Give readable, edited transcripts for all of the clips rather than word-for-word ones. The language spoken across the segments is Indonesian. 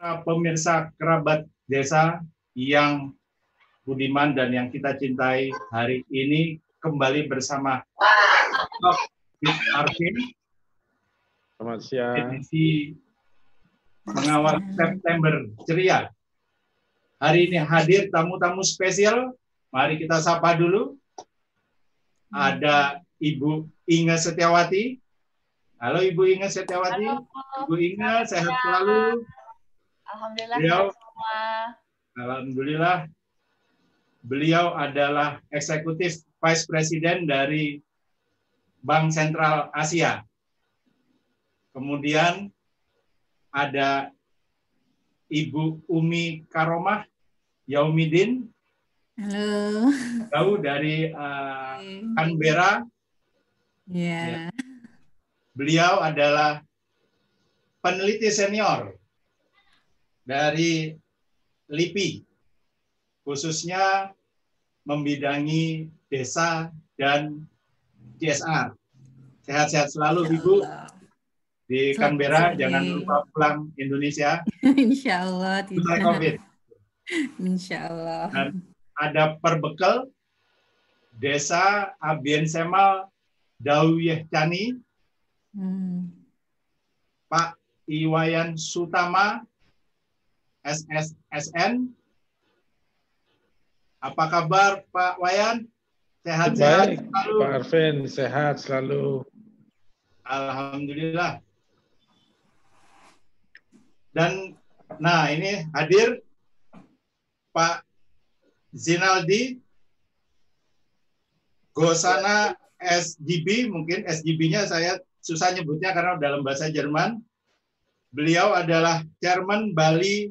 pemirsa kerabat desa yang budiman dan yang kita cintai, hari ini kembali bersama Arvin. Selamat siang. Edisi mengawal September ceria. Hari ini hadir tamu-tamu spesial. Mari kita sapa dulu. Ada Ibu Inge Setiawati. Halo Ibu Inge Setiawati. Halo, Ibu Inge sehat selalu. Alhamdulillah Beliau, semua. Alhamdulillah. Beliau adalah Eksekutif Vice President dari Bank Sentral Asia. Kemudian ada Ibu Umi Karomah Yaumidin. Halo. Jauh dari Canberra. Ya. Beliau adalah peneliti senior dari LIPI, khususnya membidangi desa dan CSR. Sehat-sehat selalu, Ibu. Di Canberra, jangan lupa pulang Indonesia. Insya Allah Selesai tidak. COVID. Insya Allah. Dan ada perbekal Desa Abien Semal Dauyeh Cani, Pak Iwayan Sutama, SSSN. Apa kabar Pak Wayan? Sehat-sehat Baik, selalu? Pak Arvin, sehat selalu. Alhamdulillah. Dan nah ini hadir Pak Zinaldi Gosana SGB, mungkin SGB-nya saya susah nyebutnya karena dalam bahasa Jerman. Beliau adalah Chairman Bali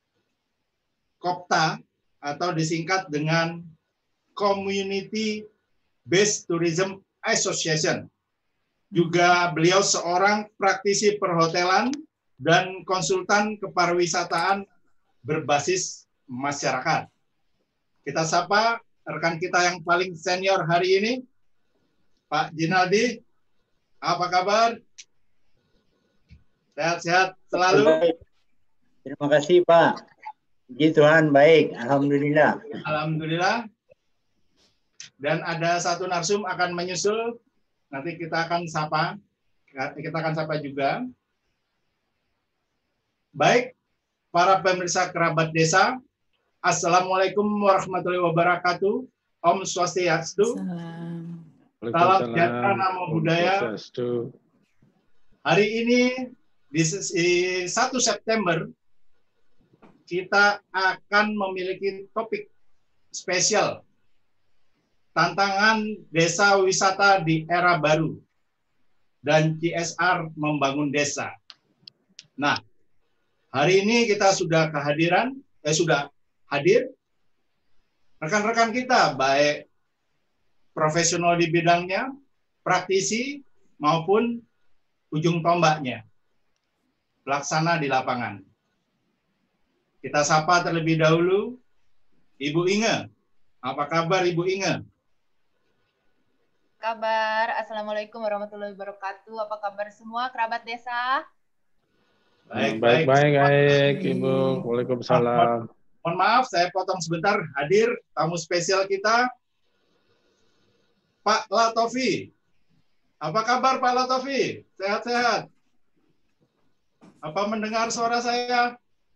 Kopta atau disingkat dengan Community Based Tourism Association. Juga beliau seorang praktisi perhotelan dan konsultan kepariwisataan berbasis masyarakat. Kita sapa rekan kita yang paling senior hari ini, Pak Zinaldi. Apa kabar? Sehat-sehat selalu? Terima kasih Pak. Puji Tuhan, baik. Alhamdulillah. Alhamdulillah. Dan ada satu narsum akan menyusul. Nanti kita akan sapa. Kita akan sapa juga. Baik, para pemirsa kerabat desa, Assalamualaikum warahmatullahi wabarakatuh. Om Swastiastu. Salam sejahtera, namo buddhaya. Hari ini di 1 September kita akan memiliki topik spesial, tantangan desa wisata di era baru dan CSR membangun desa. Nah, hari ini kita sudah hadir rekan-rekan kita, baik profesional di bidangnya, praktisi, maupun ujung tombaknya, pelaksana di lapangan. Kita sapa terlebih dahulu Ibu Inge. Apa kabar Ibu Inge? Kabar, Assalamualaikum warahmatullahi wabarakatuh. Apa kabar semua kerabat desa? Baik, Ibu. Waalaikumsalam. Mohon maaf, saya potong sebentar. Hadir tamu spesial kita, Pak Latofi. Apa kabar Pak Latofi? Sehat-sehat? Apa mendengar suara saya?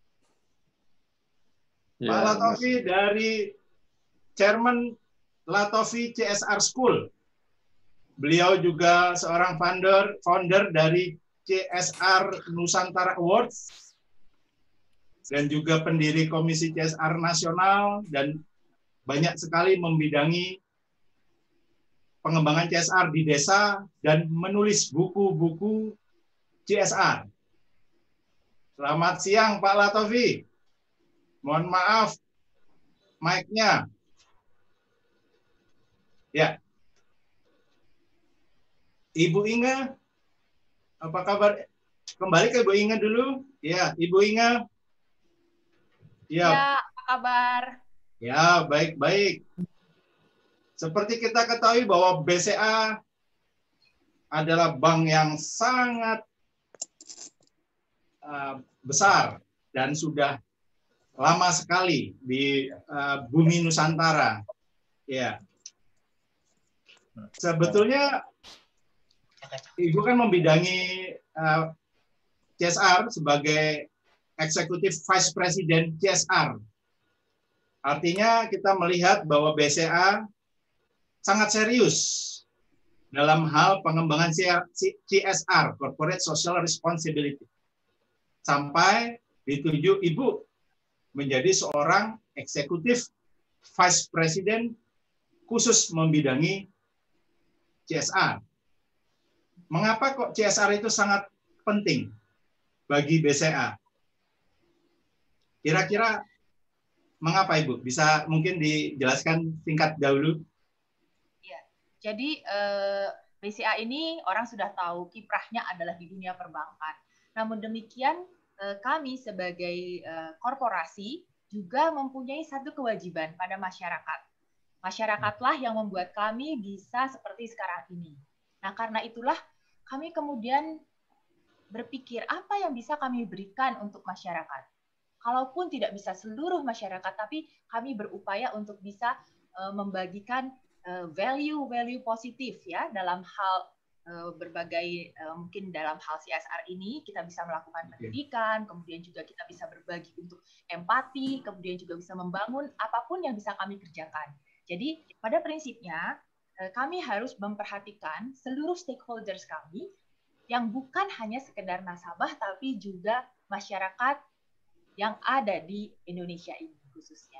Ya, Pak Latofi dari Chairman Latofi CSR School. Beliau juga seorang founder dari CSR Nusantara Awards dan juga pendiri Komisi CSR Nasional dan banyak sekali membidangi pengembangan CSR di desa dan menulis buku-buku CSR. Selamat siang Pak Latofi. Mohon maaf, mic-nya. Ya. Ibu Inge, apa kabar? Kembali ke Ibu Inge dulu. Ya, Ibu Inge. Ya, apa kabar? Ya, baik-baik. Seperti kita ketahui bahwa BCA adalah bank yang sangat besar dan sudah lama sekali di bumi Nusantara. Ya, sebetulnya Ibu kan membidangi CSR sebagai Executive Vice President CSR. Artinya kita melihat bahwa BCA sangat serius dalam hal pengembangan CSR, Corporate Social Responsibility. Sampai dituju Ibu menjadi seorang Executive Vice President khusus membidangi CSR. Mengapa kok CSR itu sangat penting bagi BCA? Kira-kira mengapa Ibu? Bisa mungkin dijelaskan singkat dahulu? Ya, jadi BCA ini orang sudah tahu kiprahnya adalah di dunia perbankan. Namun demikian kami sebagai korporasi juga mempunyai satu kewajiban pada masyarakat. Masyarakatlah yang membuat kami bisa seperti sekarang ini. Nah, karena itulah kami kemudian berpikir apa yang bisa kami berikan untuk masyarakat. Kalaupun tidak bisa seluruh masyarakat, tapi kami berupaya untuk bisa membagikan value-value positif ya dalam hal berbagai mungkin dalam hal CSR ini kita bisa melakukan pendidikan, kemudian juga kita bisa berbagi untuk empati, kemudian juga bisa membangun apapun yang bisa kami kerjakan. Jadi pada prinsipnya kami harus memperhatikan seluruh stakeholders kami yang bukan hanya sekedar nasabah tapi juga masyarakat yang ada di Indonesia ini khususnya.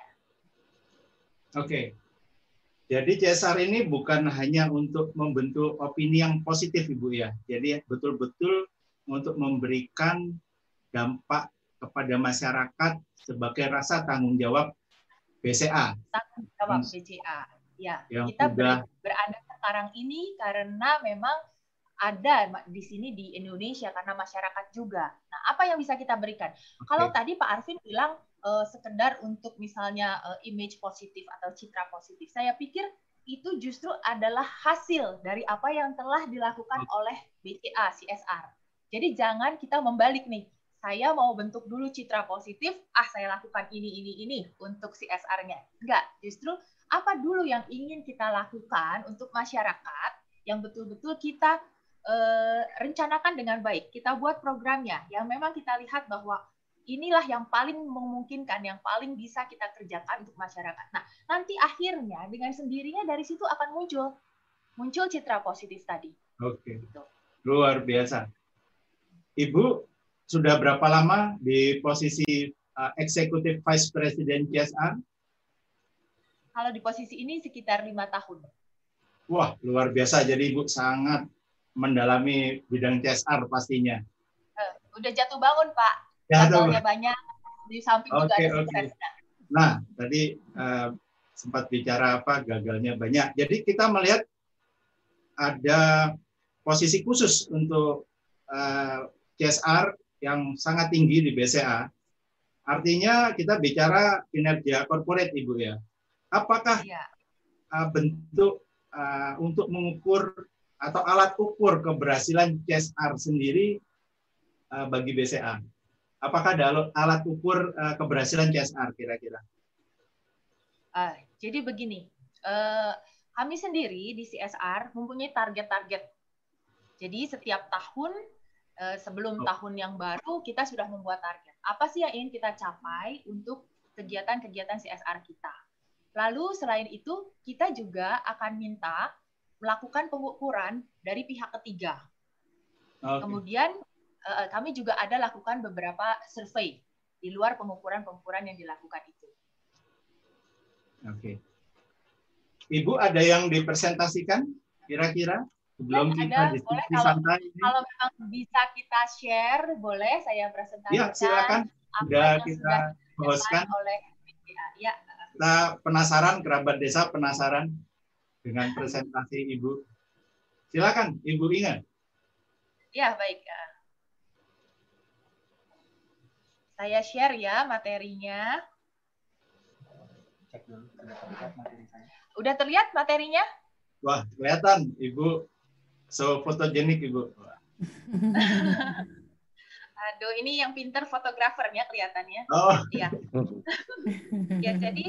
Oke. Jadi CSR ini bukan hanya untuk membentuk opini yang positif Ibu ya. Jadi betul-betul untuk memberikan dampak kepada masyarakat sebagai rasa tanggung jawab BCA. Tanggung jawab BCA. Ya, yang kita sudah berada sekarang ini karena memang ada di sini di Indonesia karena masyarakat juga. Nah, apa yang bisa kita berikan? Kalau tadi Pak Arvin bilang sekedar untuk misalnya image positif atau citra positif, saya pikir itu justru adalah hasil dari apa yang telah dilakukan oleh BCA CSR. Jadi jangan kita membalik nih. Saya mau bentuk dulu citra positif, saya lakukan ini untuk CSR-nya. Enggak, justru apa dulu yang ingin kita lakukan untuk masyarakat yang betul-betul kita rencanakan dengan baik. Kita buat programnya yang memang kita lihat bahwa inilah yang paling memungkinkan, yang paling bisa kita kerjakan untuk masyarakat. Nah, nanti akhirnya dengan sendirinya dari situ akan muncul citra positif tadi. Oke, gitu. Luar biasa. Ibu sudah berapa lama di posisi Executive Vice President CSR? Kalau di posisi ini sekitar 5 tahun. Wah, luar biasa. Jadi Ibu sangat mendalami bidang CSR pastinya. Udah jatuh bangun, Pak. Gagalnya banyak, di samping juga ada suksesnya. Nah, tadi sempat bicara gagalnya banyak. Jadi kita melihat ada posisi khusus untuk CSR yang sangat tinggi di BCA. Artinya kita bicara kinerja corporate, Ibu ya. Apakah bentuk untuk mengukur atau alat ukur keberhasilan CSR sendiri bagi BCA? Apakah ada alat ukur keberhasilan CSR kira-kira? Jadi begini, kami sendiri di CSR mempunyai target-target. Jadi setiap tahun sebelum tahun yang baru kita sudah membuat target. Apa sih yang ingin kita capai untuk kegiatan-kegiatan CSR kita? Lalu selain itu kita juga akan minta melakukan pengukuran dari pihak ketiga. Kemudian kami juga ada lakukan beberapa survei di luar pengukuran-pengukuran yang dilakukan itu. Oke. Ibu ada yang dipresentasikan kira-kira sebelum kita diskusi santai ini? Kalau memang bisa kita share, boleh saya presentasikan. Ya, silakan. Sudah kita hostkan. Oleh ya. Kita penasaran, kerabat desa penasaran dengan presentasi Ibu. Silakan, Ibu Inga. Ya, baik. Saya share ya materinya. Cek dulu, sudah terlihat materi saya. Udah terlihat materinya? Wah, kelihatan Ibu. So fotogenik Ibu. Aduh, ini yang pinter fotografernya kelihatannya. Oh. Iya. Ya, jadi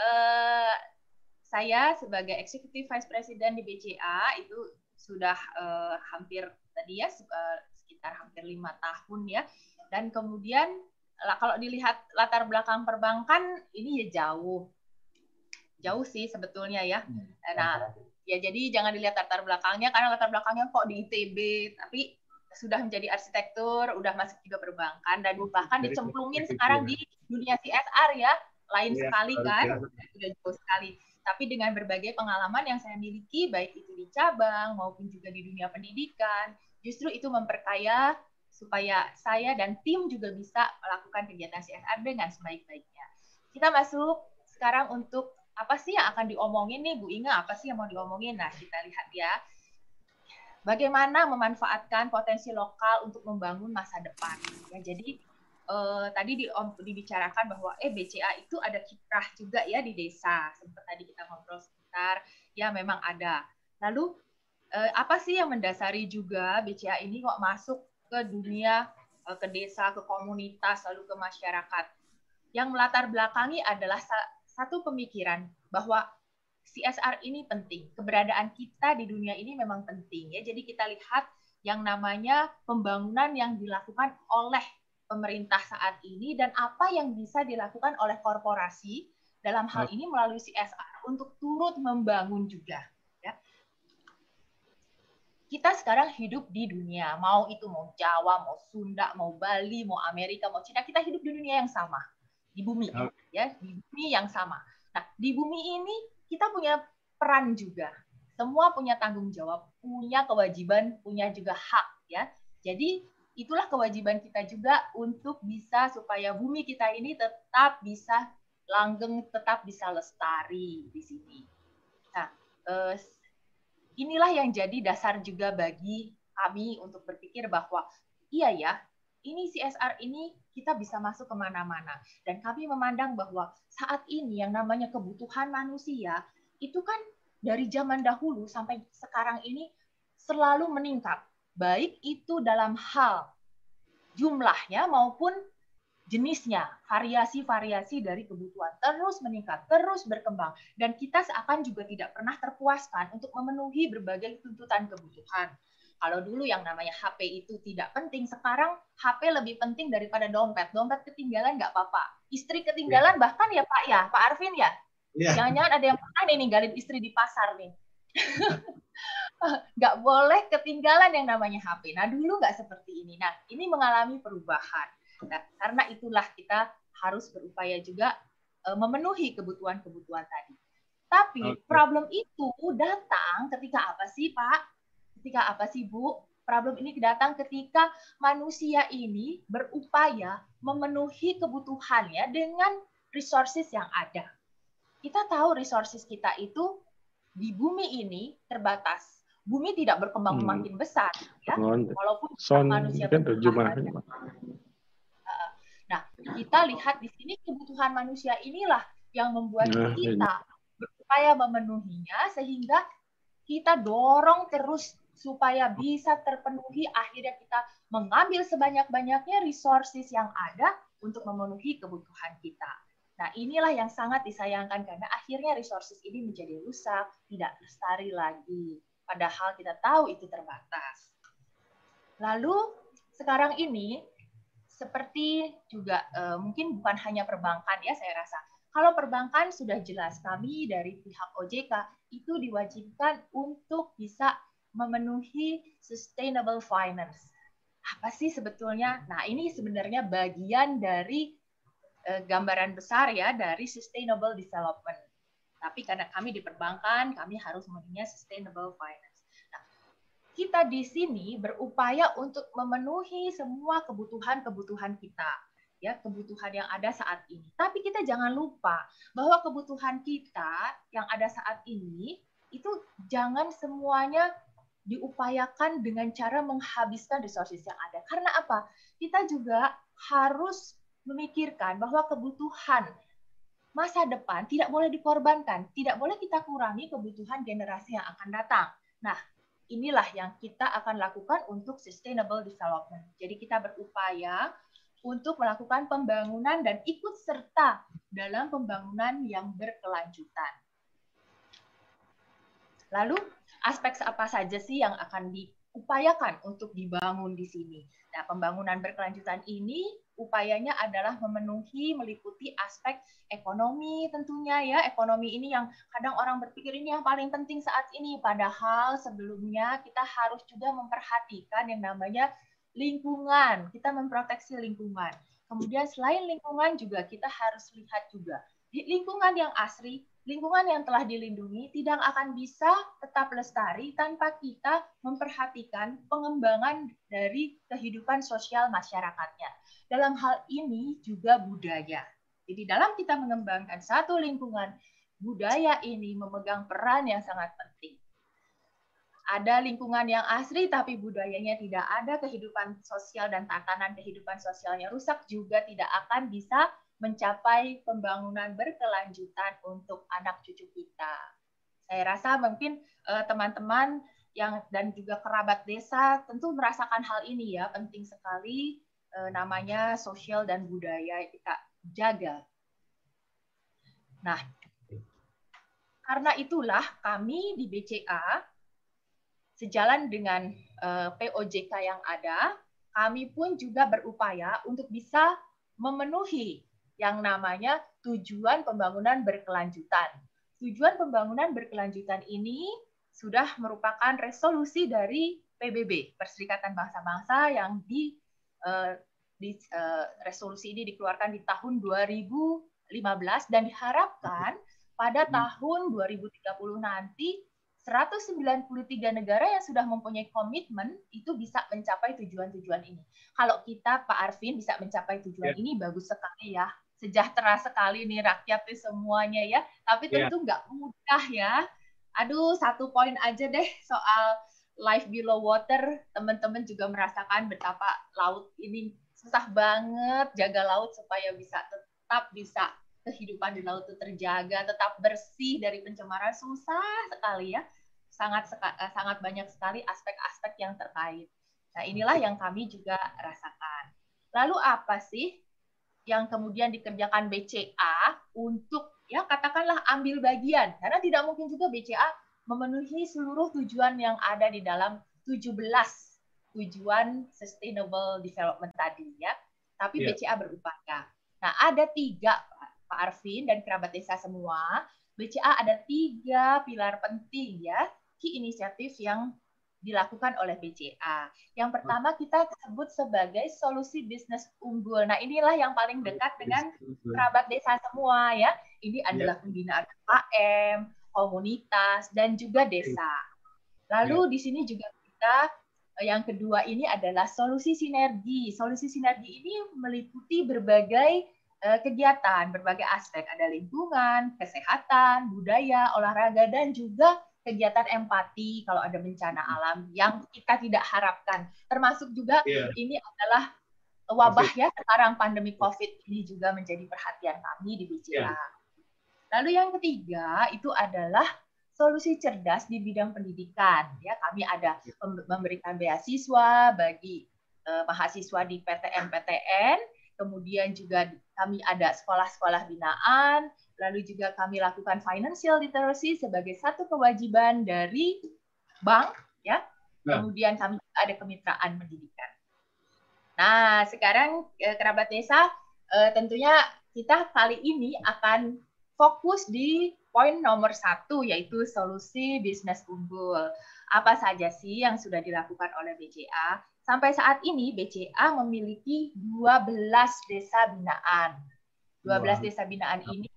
saya sebagai Executive Vice President di BCA itu sudah hampir tadi ya sekitar hampir 5 tahun ya. Dan kemudian kalau dilihat latar belakang perbankan ini ya jauh sih sebetulnya ya. Nah, ya jadi jangan dilihat latar belakangnya karena latar belakangnya kok di ITB, tapi sudah menjadi arsitektur, udah masuk juga perbankan dan bahkan dicemplungin sekarang di dunia CSR ya, lain sekali kan, sudah jauh sekali. Tapi dengan berbagai pengalaman yang saya miliki, baik itu di cabang maupun juga di dunia pendidikan, justru itu memperkaya supaya saya dan tim juga bisa melakukan kegiatan CSR dengan sebaik-baiknya. Kita masuk sekarang untuk apa sih yang akan diomongin nih, Bu Inga? Apa sih yang mau diomongin? Nah, kita lihat ya. Bagaimana memanfaatkan potensi lokal untuk membangun masa depan. Ya, jadi tadi dibicarakan bahwa BCA itu ada kiprah juga ya di desa. Seperti tadi kita ngobrol sebentar, ya memang ada. Lalu apa sih yang mendasari juga BCA ini kok masuk ke dunia, ke desa, ke komunitas, lalu ke masyarakat? Yang melatar belakangi adalah satu pemikiran bahwa CSR ini penting. Keberadaan kita di dunia ini memang penting ya. Jadi kita lihat yang namanya pembangunan yang dilakukan oleh pemerintah saat ini dan apa yang bisa dilakukan oleh korporasi dalam hal ini melalui CSR untuk turut membangun juga. Ya. Kita sekarang hidup di dunia, mau itu mau Jawa, mau Sunda, mau Bali, mau Amerika, mau Cina, kita hidup di dunia yang sama, di bumi, ya, di bumi yang sama. Nah, di bumi ini kita punya peran juga. Semua punya tanggung jawab, punya kewajiban, punya juga hak, ya. Jadi itulah kewajiban kita juga untuk bisa supaya bumi kita ini tetap bisa langgeng, tetap bisa lestari di sini. Nah, inilah yang jadi dasar juga bagi kami untuk berpikir bahwa iya ya, ini CSR ini kita bisa masuk kemana-mana. Dan kami memandang bahwa saat ini yang namanya kebutuhan manusia itu kan dari zaman dahulu sampai sekarang ini selalu meningkat. Baik itu dalam hal jumlahnya maupun jenisnya, variasi-variasi dari kebutuhan terus meningkat, terus berkembang. Dan kita seakan juga tidak pernah terpuaskan untuk memenuhi berbagai tuntutan kebutuhan. Kalau dulu yang namanya HP itu tidak penting, sekarang HP lebih penting daripada dompet. Dompet ketinggalan nggak apa-apa. Istri ketinggalan bahkan ya Pak ya, Pak Arvin ya. Jangan-jangan ada yang pernah nih ninggalin istri di pasar nih. Nggak boleh ketinggalan yang namanya HP. Nah dulu nggak seperti ini. Nah ini mengalami perubahan. Nah, karena itulah kita harus berupaya juga memenuhi kebutuhan-kebutuhan tadi. Tapi problem itu datang ketika apa sih Pak? Ketika apa sih Bu? Problem ini datang ketika manusia ini berupaya memenuhi kebutuhannya dengan resources yang ada. Kita tahu resources kita itu di bumi ini terbatas. Bumi tidak berkembang makin besar, ya. Walaupun manusia berkembang. Nah, kita lihat di sini kebutuhan manusia inilah yang membuat kita berupaya memenuhinya sehingga kita dorong terus supaya bisa terpenuhi, akhirnya kita mengambil sebanyak-banyaknya resources yang ada untuk memenuhi kebutuhan kita. Nah, inilah yang sangat disayangkan karena akhirnya resources ini menjadi rusak, tidak lestari lagi. Padahal kita tahu itu terbatas. Lalu, sekarang ini, seperti juga mungkin bukan hanya perbankan ya saya rasa. Kalau perbankan sudah jelas kami dari pihak OJK itu diwajibkan untuk bisa memenuhi sustainable finance. Apa sih sebetulnya? Nah ini sebenarnya bagian dari gambaran besar ya dari sustainable development. Tapi karena kami di perbankan, kami harus memenuhi sustainable finance. Nah, kita di sini berupaya untuk memenuhi semua kebutuhan-kebutuhan kita, ya kebutuhan yang ada saat ini. Tapi kita jangan lupa bahwa kebutuhan kita yang ada saat ini itu jangan semuanya diupayakan dengan cara menghabiskan resources yang ada. Karena apa? Kita juga harus memikirkan bahwa kebutuhan masa depan tidak boleh dikorbankan, tidak boleh kita kurangi kebutuhan generasi yang akan datang. Nah, inilah yang kita akan lakukan untuk sustainable development. Jadi kita berupaya untuk melakukan pembangunan dan ikut serta dalam pembangunan yang berkelanjutan. Lalu aspek apa saja sih yang akan diupayakan untuk dibangun di sini? Nah, pembangunan berkelanjutan ini upayanya adalah meliputi aspek ekonomi tentunya ya. Ekonomi ini yang kadang orang berpikir ini yang paling penting saat ini. Padahal sebelumnya kita harus juga memperhatikan yang namanya lingkungan. Kita memproteksi lingkungan. Kemudian selain lingkungan juga kita harus lihat juga lingkungan yang asri, lingkungan yang telah dilindungi tidak akan bisa tetap lestari tanpa kita memperhatikan pengembangan dari kehidupan sosial masyarakatnya. Dalam hal ini juga budaya. Jadi dalam kita mengembangkan satu lingkungan, budaya ini memegang peran yang sangat penting. Ada lingkungan yang asri tapi budayanya tidak ada, kehidupan sosial dan tatanan kehidupan sosialnya rusak, juga tidak akan bisa mencapai pembangunan berkelanjutan untuk anak cucu kita. Saya rasa mungkin teman-teman yang dan juga kerabat desa tentu merasakan hal ini ya, penting sekali namanya sosial dan budaya kita jaga. Nah, karena itulah kami di BCA sejalan dengan POJK yang ada, kami pun juga berupaya untuk bisa memenuhi yang namanya tujuan pembangunan berkelanjutan. Tujuan pembangunan berkelanjutan ini sudah merupakan resolusi dari PBB, Perserikatan Bangsa-Bangsa, yang resolusi ini dikeluarkan di tahun 2015 dan diharapkan pada tahun 2030 nanti 193 negara yang sudah mempunyai komitmen itu bisa mencapai tujuan-tujuan ini. Kalau kita, Pak Arvin, bisa mencapai tujuan ini, bagus sekali ya. Sejahtera sekali nih rakyatnya semuanya ya. Tapi tentu nggak mudah ya. Aduh, 1 poin aja deh soal life below water. Teman-teman juga merasakan betapa laut ini susah banget jaga laut supaya tetap bisa kehidupan di laut itu terjaga, tetap bersih dari pencemaran, susah sekali ya. Sangat banyak sekali aspek-aspek yang terkait. Nah, inilah yang kami juga rasakan. Lalu apa sih yang kemudian dikerjakan BCA untuk ya katakanlah ambil bagian? Karena tidak mungkin juga BCA memenuhi seluruh tujuan yang ada di dalam 17 tujuan Sustainable Development tadi ya. Tapi BCA berupaya. Nah, ada 3 Pak Arvin dan kerabat desa semua. BCA ada 3 pilar penting ya, key inisiatif yang dilakukan oleh BCA. Yang pertama kita sebut sebagai solusi bisnis unggul. Nah, inilah yang paling dekat dengan kerabat desa semua ya. Ini adalah pembinaan UKM, komunitas, dan juga desa. Lalu di sini juga kita yang kedua ini adalah solusi sinergi. Solusi sinergi ini meliputi berbagai kegiatan, berbagai aspek. Ada lingkungan, kesehatan, budaya, olahraga, dan juga kegiatan empati kalau ada bencana alam yang kita tidak harapkan. Termasuk juga ini adalah wabah ya, sekarang pandemi COVID ini juga menjadi perhatian kami di BCA. Lalu yang ketiga itu adalah solusi cerdas di bidang pendidikan. Ya, kami ada memberikan beasiswa bagi mahasiswa di PTN-PTN, kemudian juga kami ada sekolah-sekolah binaan, lalu juga kami lakukan financial literacy sebagai satu kewajiban dari bank, ya. Kemudian kami ada kemitraan pendidikan. Nah, sekarang kerabat desa, tentunya kita kali ini akan fokus di poin nomor 1, yaitu solusi bisnis unggul. Apa saja sih yang sudah dilakukan oleh BCA? Sampai saat ini BCA memiliki 12 desa binaan. 12 desa binaan ini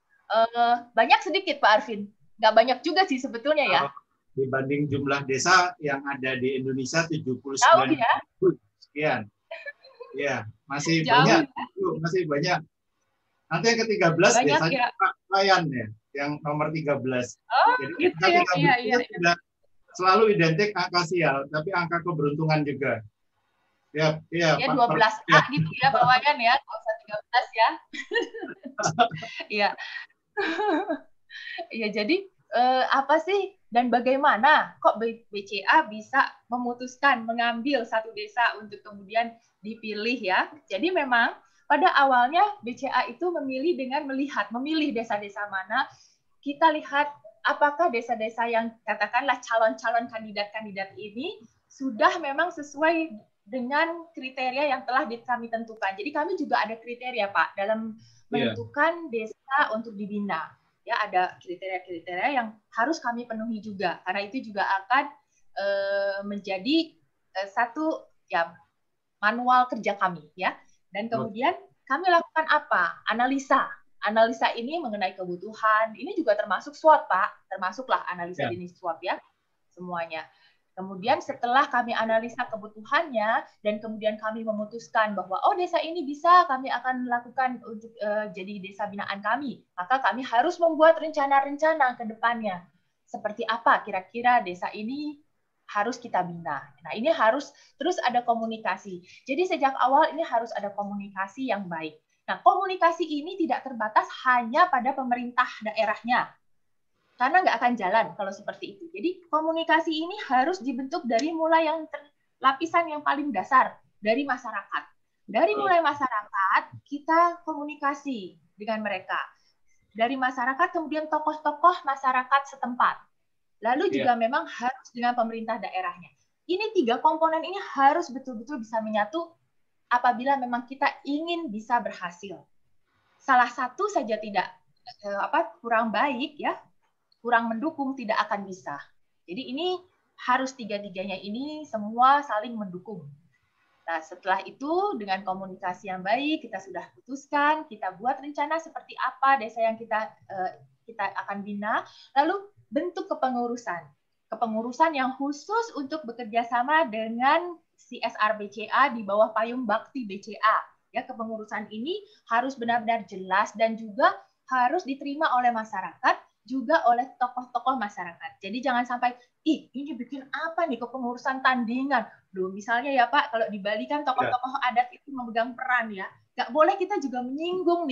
banyak sedikit Pak Arvin. Nggak banyak juga sih sebetulnya ya. Dibanding jumlah desa yang ada di Indonesia 79 ya? sekian. Ya, masih banyak. Masih banyak. Nanti yang ke-13 desanya Layan ya, yang nomor 13. Oh, jadi gitu ya. Tidak selalu identik angka sial, tapi angka keberuntungan juga. Ya, 12A gitu ya bawahnya ya, nggak usah 13 ya. Iya. Iya, jadi apa sih Dan bagaimana kok BCA bisa memutuskan mengambil satu desa untuk kemudian dipilih ya. Jadi memang pada awalnya BCA itu memilih desa-desa mana. Kita lihat apakah desa-desa yang katakanlah calon-calon kandidat-kandidat ini sudah memang sesuai dengan kriteria yang telah kami tentukan. Jadi kami juga ada kriteria Pak dalam menentukan desa untuk dibina. Ya, ada kriteria-kriteria yang harus kami penuhi juga, karena itu juga akan menjadi satu ya manual kerja kami ya. Dan kemudian kami lakukan apa? Analisa ini mengenai kebutuhan. Ini juga termasuk SWOT Pak, termasuklah analisa jenis SWOT ya semuanya. Kemudian setelah kami analisa kebutuhannya dan kemudian kami memutuskan bahwa oh desa ini bisa kami akan lakukan untuk jadi desa binaan kami, maka kami harus membuat rencana-rencana ke depannya. Seperti apa kira-kira desa ini harus kita bina. Nah, ini harus terus ada komunikasi. Jadi sejak awal ini harus ada komunikasi yang baik. Nah, komunikasi ini tidak terbatas hanya pada pemerintah daerahnya. Karena nggak akan jalan kalau seperti itu. Jadi komunikasi ini harus dibentuk dari mulai yang lapisan yang paling dasar, dari masyarakat. Dari mulai masyarakat, kita komunikasi dengan mereka. Dari masyarakat, kemudian tokoh-tokoh masyarakat setempat. Lalu juga memang harus dengan pemerintah daerahnya. Ini 3 komponen ini harus betul-betul bisa menyatu apabila memang kita ingin bisa berhasil. Salah satu saja tidak kurang baik ya, kurang mendukung tidak akan bisa. Jadi ini harus 3-tiganya ini semua saling mendukung. Nah, setelah itu dengan komunikasi yang baik kita sudah putuskan, kita buat rencana seperti apa desa yang kita akan bina, lalu bentuk kepengurusan yang khusus untuk bekerja sama dengan CSR BCA di bawah payung Bakti BCA. Ya, kepengurusan ini harus benar-benar jelas dan juga harus diterima oleh masyarakat, juga oleh tokoh-tokoh masyarakat. Jadi jangan sampai, ini bikin apa nih kepengurusan tandingan. Loh, misalnya ya Pak, kalau di Bali kan tokoh-tokoh adat itu memegang peran ya. Nggak boleh kita juga menyinggung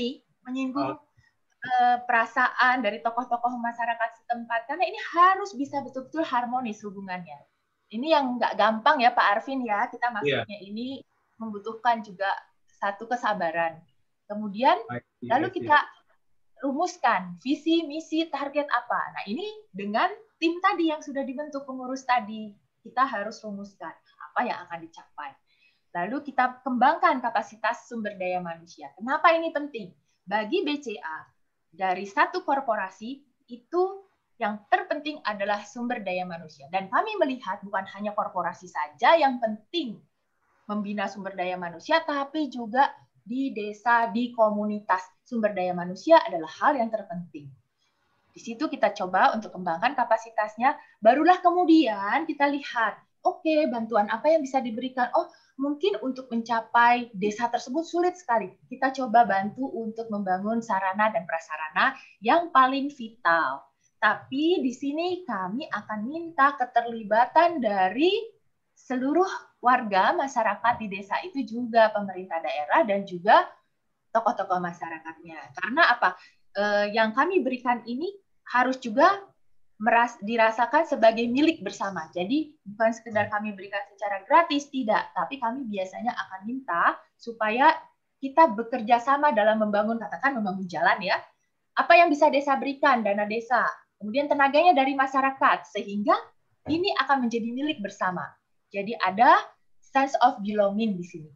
perasaan dari tokoh-tokoh masyarakat setempat. Karena ini harus bisa betul-betul harmonis hubungannya. Ini yang nggak gampang ya Pak Arvin ya. Kita maksudnya ini membutuhkan juga satu kesabaran. Kemudian lalu kita rumuskan visi, misi, target apa. Nah, ini dengan tim tadi yang sudah dibentuk pengurus tadi, kita harus rumuskan apa yang akan dicapai. Lalu kita kembangkan kapasitas sumber daya manusia. Kenapa ini penting? Bagi BCA, dari satu korporasi, itu yang terpenting adalah sumber daya manusia. Dan kami melihat bukan hanya korporasi saja yang penting membina sumber daya manusia, tapi juga di desa, di komunitas. Sumber daya manusia adalah hal yang terpenting. Di situ kita coba untuk kembangkan kapasitasnya, barulah kemudian kita lihat, oke, bantuan apa yang bisa diberikan? Oh, mungkin untuk mencapai desa tersebut sulit sekali. Kita coba bantu untuk membangun sarana dan prasarana yang paling vital. Tapi di sini kami akan minta keterlibatan dari seluruh warga masyarakat di desa itu juga pemerintah daerah dan juga tokoh-tokoh masyarakatnya. Karena apa? Yang kami berikan ini harus juga dirasakan sebagai milik bersama. Jadi bukan sekedar kami berikan secara gratis, tidak. Tapi kami biasanya akan minta supaya kita bekerja sama dalam membangun jalan ya. Apa yang bisa desa berikan, dana desa. Kemudian tenaganya dari masyarakat. Sehingga ini akan menjadi milik bersama. Jadi ada sense of belonging di sini.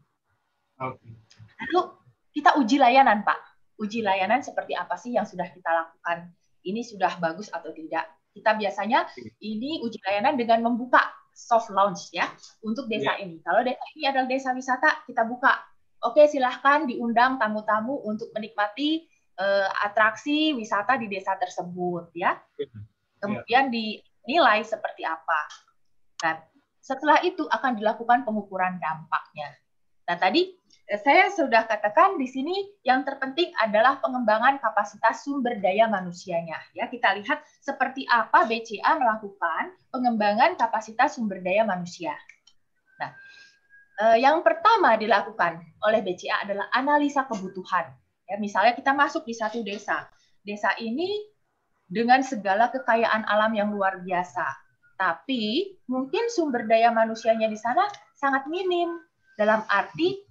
Lalu kita uji layanan, Pak. Uji layanan seperti apa sih yang sudah kita lakukan? Ini sudah bagus atau tidak? Kita biasanya ini uji layanan dengan membuka soft launch ya untuk desa ini. Kalau desa ini adalah desa wisata, kita buka. Oke, silahkan diundang tamu-tamu untuk menikmati atraksi wisata di desa tersebut ya. Kemudian dinilai seperti apa. Nah, setelah itu akan dilakukan pengukuran dampaknya. Nah, tadi saya sudah katakan di sini yang terpenting adalah pengembangan kapasitas sumber daya manusianya. Ya, kita lihat seperti apa BCA melakukan pengembangan kapasitas sumber daya manusia. Nah, yang pertama dilakukan oleh BCA adalah analisa kebutuhan. Ya, misalnya kita masuk di satu desa. Desa ini dengan segala kekayaan alam yang luar biasa. Tapi mungkin sumber daya manusianya di sana sangat minim dalam arti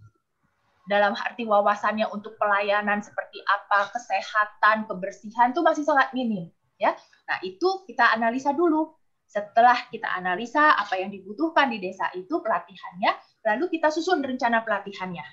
wawasannya untuk pelayanan seperti apa, kesehatan, kebersihan itu masih sangat minim, ya. Nah, itu kita analisa dulu. Setelah kita analisa apa yang dibutuhkan di desa itu pelatihannya, lalu kita susun rencana pelatihannya.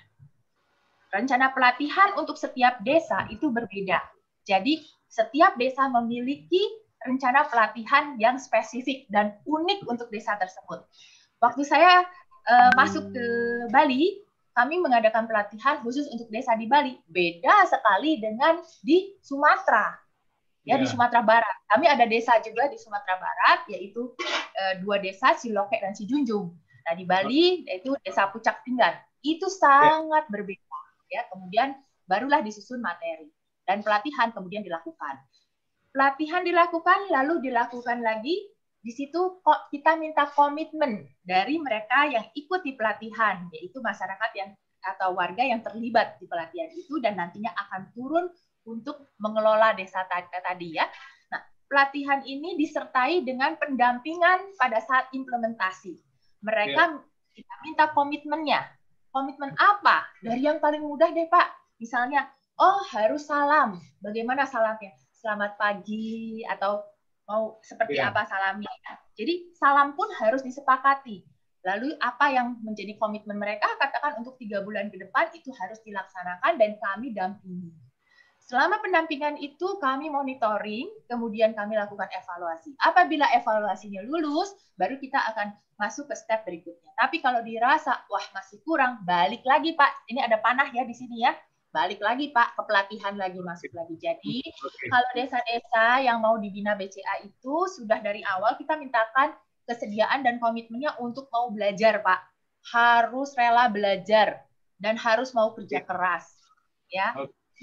Rencana pelatihan untuk setiap desa itu berbeda. Jadi, setiap desa memiliki rencana pelatihan yang spesifik dan unik untuk desa tersebut. Waktu saya masuk ke Bali, kami mengadakan pelatihan khusus untuk desa di Bali. Beda sekali dengan di Sumatera. Ya, di Sumatera Barat. Kami ada desa juga di Sumatera Barat, yaitu 2 desa, Siloke dan Sijunjung. Nah, di Bali, yaitu desa Pucak Tinggal. Itu sangat berbeda. Ya, kemudian barulah disusun materi. Dan pelatihan kemudian dilakukan. Pelatihan dilakukan, lalu dilakukan lagi. Di situ kita minta komitmen dari mereka yang ikut di pelatihan, yaitu masyarakat yang atau warga yang terlibat di pelatihan itu dan nantinya akan turun untuk mengelola desa tadi ya. Nah, pelatihan ini disertai dengan pendampingan pada saat implementasi. Mereka kita minta komitmennya. Komitmen apa? Dari yang paling mudah deh Pak. Misalnya, harus salam. Bagaimana salamnya? Selamat pagi atau mau seperti apa salamnya. Jadi salam pun harus disepakati. Lalu apa yang menjadi komitmen mereka, katakan untuk 3 bulan ke depan itu harus dilaksanakan dan kami dampingi. Selama pendampingan itu kami monitoring, kemudian kami lakukan evaluasi. Apabila evaluasinya lulus, baru kita akan masuk ke step berikutnya. Tapi kalau dirasa, wah masih kurang, balik lagi Pak. Ini ada panah ya di sini ya. Balik lagi Pak, ke pelatihan lagi, masuk lagi. Jadi kalau desa-desa yang mau dibina BCA itu sudah dari awal kita mintakan kesediaan dan komitmennya untuk mau belajar Pak. Harus rela belajar dan harus mau kerja keras. Ya.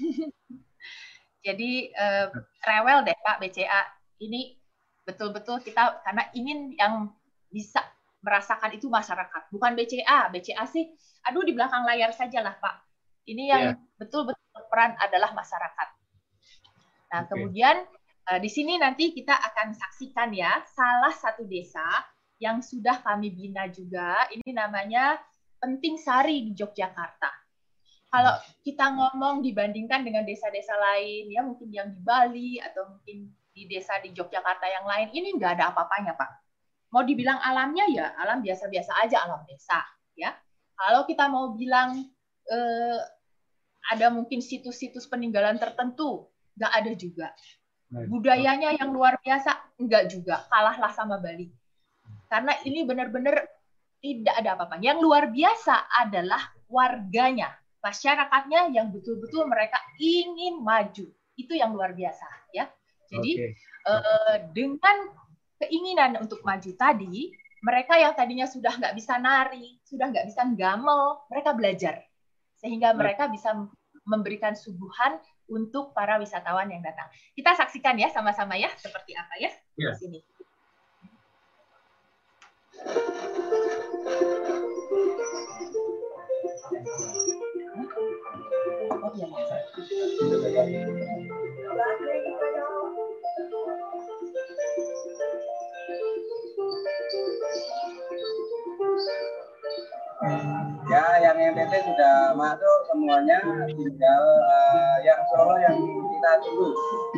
Jadi rewel deh Pak BCA. Ini betul-betul kita karena ingin yang bisa merasakan itu masyarakat. Bukan BCA. BCA sih, aduh di belakang layar sajalah Pak. Ini yang betul-betul berperan adalah masyarakat. Nah, kemudian di sini nanti kita akan saksikan ya, salah satu desa yang sudah kami bina juga, ini namanya Penting Sari di Yogyakarta. Kalau kita ngomong dibandingkan dengan desa-desa lain, ya mungkin yang di Bali atau mungkin di desa di Yogyakarta yang lain, ini nggak ada apa-apanya, Pak. Mau dibilang alamnya ya, alam biasa-biasa aja, alam desa. Ya. Kalau kita mau bilang ada mungkin situs-situs peninggalan tertentu, nggak ada juga. Budayanya yang luar biasa, enggak juga. Kalahlah sama Bali. Karena ini benar-benar tidak ada apa-apa. Yang luar biasa adalah warganya, masyarakatnya yang betul-betul mereka ingin maju. Itu yang luar biasa. Ya. Jadi dengan keinginan untuk maju tadi, mereka yang tadinya sudah nggak bisa nari, sudah nggak bisa gamel, mereka belajar. Sehingga mereka bisa memberikan suguhan untuk para wisatawan yang datang. Kita saksikan ya sama-sama ya, seperti apa ya di sini. Oh, iya, ya, yang NTT sudah masuk semuanya, tinggal yang Solo yang kita tunggu.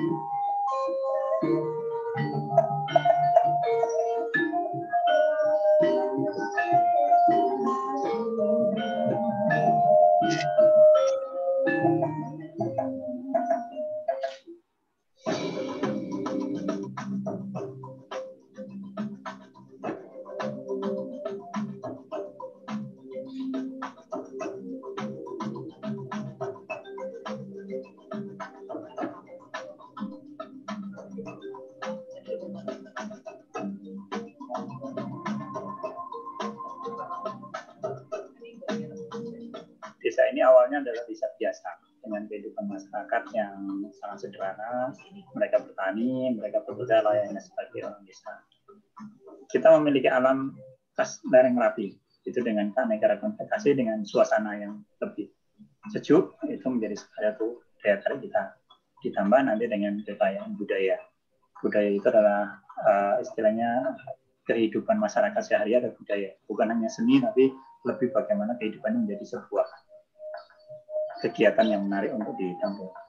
Desa ini awalnya adalah desa biasa dengan kehidupan masyarakat yang sangat sederhana. Mereka bertani, mereka bekerja layaknya sebagai orang desa. Kita memiliki alam khas lereng Merapi, itu dengan keanekaragaman vegetasi dengan suasana yang lebih sejuk, itu menjadi salah satu daya tarik kita. Ditambah nanti dengan kekayaan budaya. budaya itu adalah istilahnya kehidupan masyarakat sehari-hari ada budaya, bukan hanya seni, tapi lebih bagaimana kehidupannya menjadi sebuah kegiatan yang menarik untuk ditampilkan.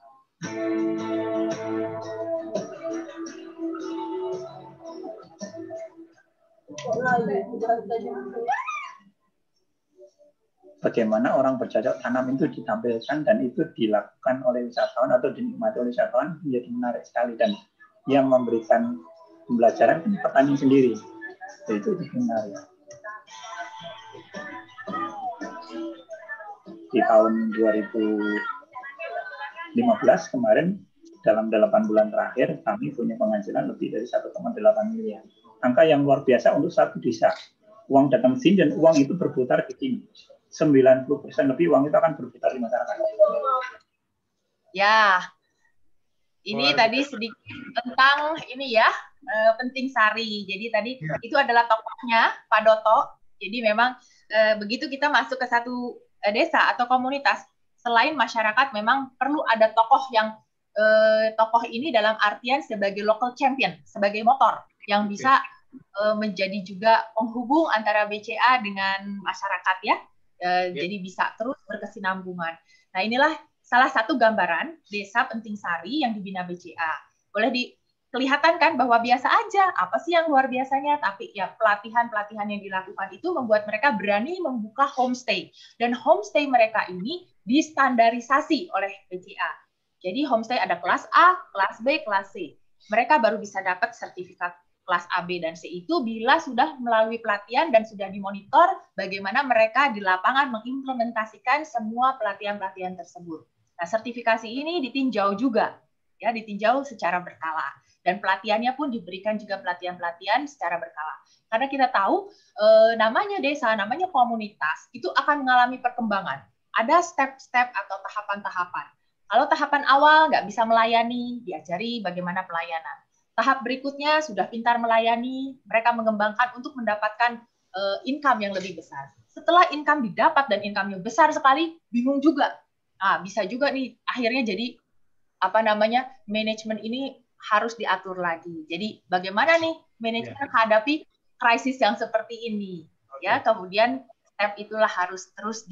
Bagaimana orang bercocok tanam itu ditampilkan dan itu dilakukan oleh wisatawan atau dinikmati oleh wisatawan menjadi menarik sekali, dan yang memberikan pembelajaran petani sendiri, itu menarik. Di tahun 2015 kemarin dalam 8 bulan terakhir kami punya penghasilan lebih dari 1,8 miliar. Angka yang luar biasa untuk satu desa. Uang datang ke sini dan uang itu berputar di sini. 90% lebih uang itu akan berputar di masyarakat. Ya, ini tadi sedikit tentang ini ya, Penting Sari. Jadi tadi itu adalah tokohnya Pak Doto. Jadi memang begitu kita masuk ke satu desa atau komunitas, selain masyarakat memang perlu ada tokoh yang tokoh ini dalam artian sebagai local champion, sebagai motor yang bisa menjadi juga penghubung antara BCA dengan masyarakat ya. Jadi bisa terus berkesinambungan. Nah, inilah salah satu gambaran Desa Penting Sari yang dibina BCA. Boleh kelihatan kan bahwa biasa aja, apa sih yang luar biasanya? Tapi ya pelatihan-pelatihan yang dilakukan itu membuat mereka berani membuka homestay. Dan homestay mereka ini distandarisasi oleh BCA. Jadi homestay ada kelas A, kelas B, kelas C. Mereka baru bisa dapat sertifikat kelas A, B, dan C itu bila sudah melalui pelatihan dan sudah dimonitor bagaimana mereka di lapangan mengimplementasikan semua pelatihan-pelatihan tersebut. Nah, sertifikasi ini ditinjau juga, ya, ditinjau secara berkala. Dan pelatihannya pun diberikan juga pelatihan-pelatihan secara berkala. Karena kita tahu namanya desa, namanya komunitas, itu akan mengalami perkembangan. Ada step-step atau tahapan-tahapan. Kalau tahapan awal nggak bisa melayani, diajari bagaimana pelayanan. Tahap berikutnya sudah pintar melayani, mereka mengembangkan untuk mendapatkan income yang lebih besar. Setelah income didapat dan income-nya besar sekali, bingung juga. Nah, bisa juga nih akhirnya jadi manajemen ini harus diatur lagi. Jadi bagaimana nih manajemen menghadapi krisis yang seperti ini? Ya, kemudian step itulah harus terus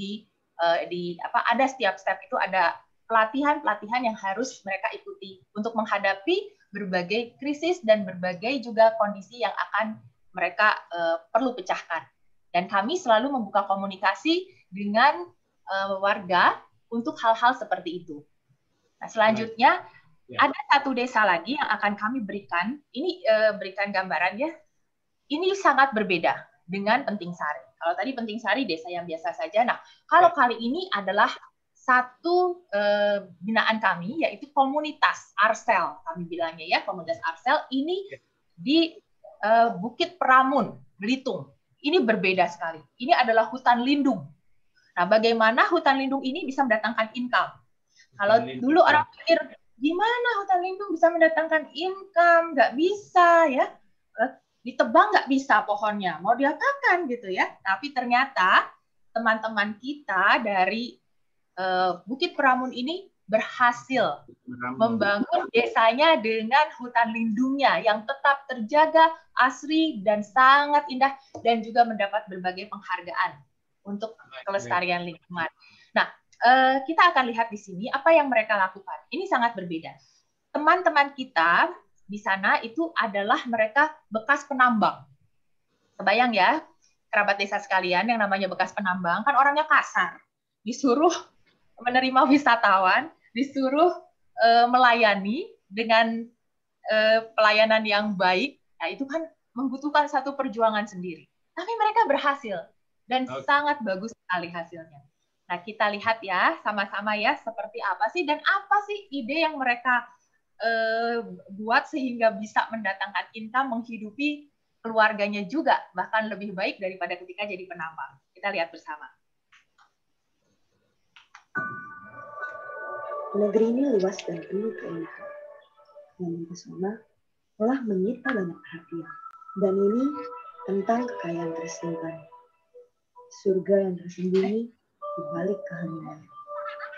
ada setiap step itu ada pelatihan-pelatihan yang harus mereka ikuti untuk menghadapi berbagai krisis dan berbagai juga kondisi yang akan mereka perlu pecahkan. Dan kami selalu membuka komunikasi dengan warga untuk hal-hal seperti itu. Nah, selanjutnya ada satu desa lagi yang akan kami berikan. Ini berikan gambaran ya. Ini sangat berbeda dengan Penting Sari. Kalau tadi Penting Sari desa yang biasa saja. Nah, kalau kali ini adalah satu binaan kami, yaitu komunitas Arsel, kami bilangnya ya, komunitas Arsel ini di Bukit Peramun, Belitung. Ini berbeda sekali. Ini adalah hutan lindung. Nah, bagaimana hutan lindung ini bisa mendatangkan income? Kalau dulu orang pikir, gimana hutan lindung bisa mendatangkan income? Nggak bisa ya. Ditebang nggak bisa pohonnya. Mau diapakan gitu ya. Tapi ternyata teman-teman kita dari Bukit Peramun ini berhasil membangun desanya dengan hutan lindungnya yang tetap terjaga, asri, dan sangat indah, dan juga mendapat berbagai penghargaan untuk kelestarian lingkungan. Nah, kita akan lihat di sini apa yang mereka lakukan. Ini sangat berbeda. Teman-teman kita di sana itu adalah mereka bekas penambang. Kebayang ya, kerabat desa sekalian, yang namanya bekas penambang, kan orangnya kasar. Disuruh menerima wisatawan, disuruh melayani dengan pelayanan yang baik, nah itu kan membutuhkan satu perjuangan sendiri. Tapi mereka berhasil dan sangat bagus sekali hasilnya. Nah, kita lihat ya sama-sama ya seperti apa sih dan apa sih ide yang mereka buat sehingga bisa mendatangkan income, menghidupi keluarganya juga, bahkan lebih baik daripada ketika jadi penambang. Kita lihat bersama. Negeri ini luas dan penuh keindahan. Yang mempesona telah menyita banyak perhatian. Dan ini tentang kekayaan tersimpan. Surga yang tersembunyi di balik keheningan.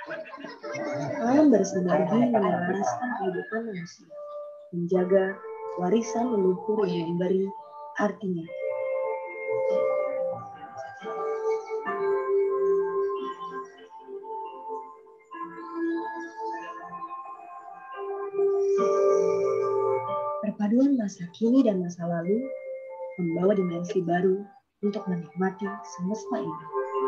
Alam bersinergi menyelaraskan kehidupan manusia, menjaga warisan leluhur yang memberi artinya. Perpaduan masa kini dan masa lalu membawa dimensi baru untuk menikmati semesta ini.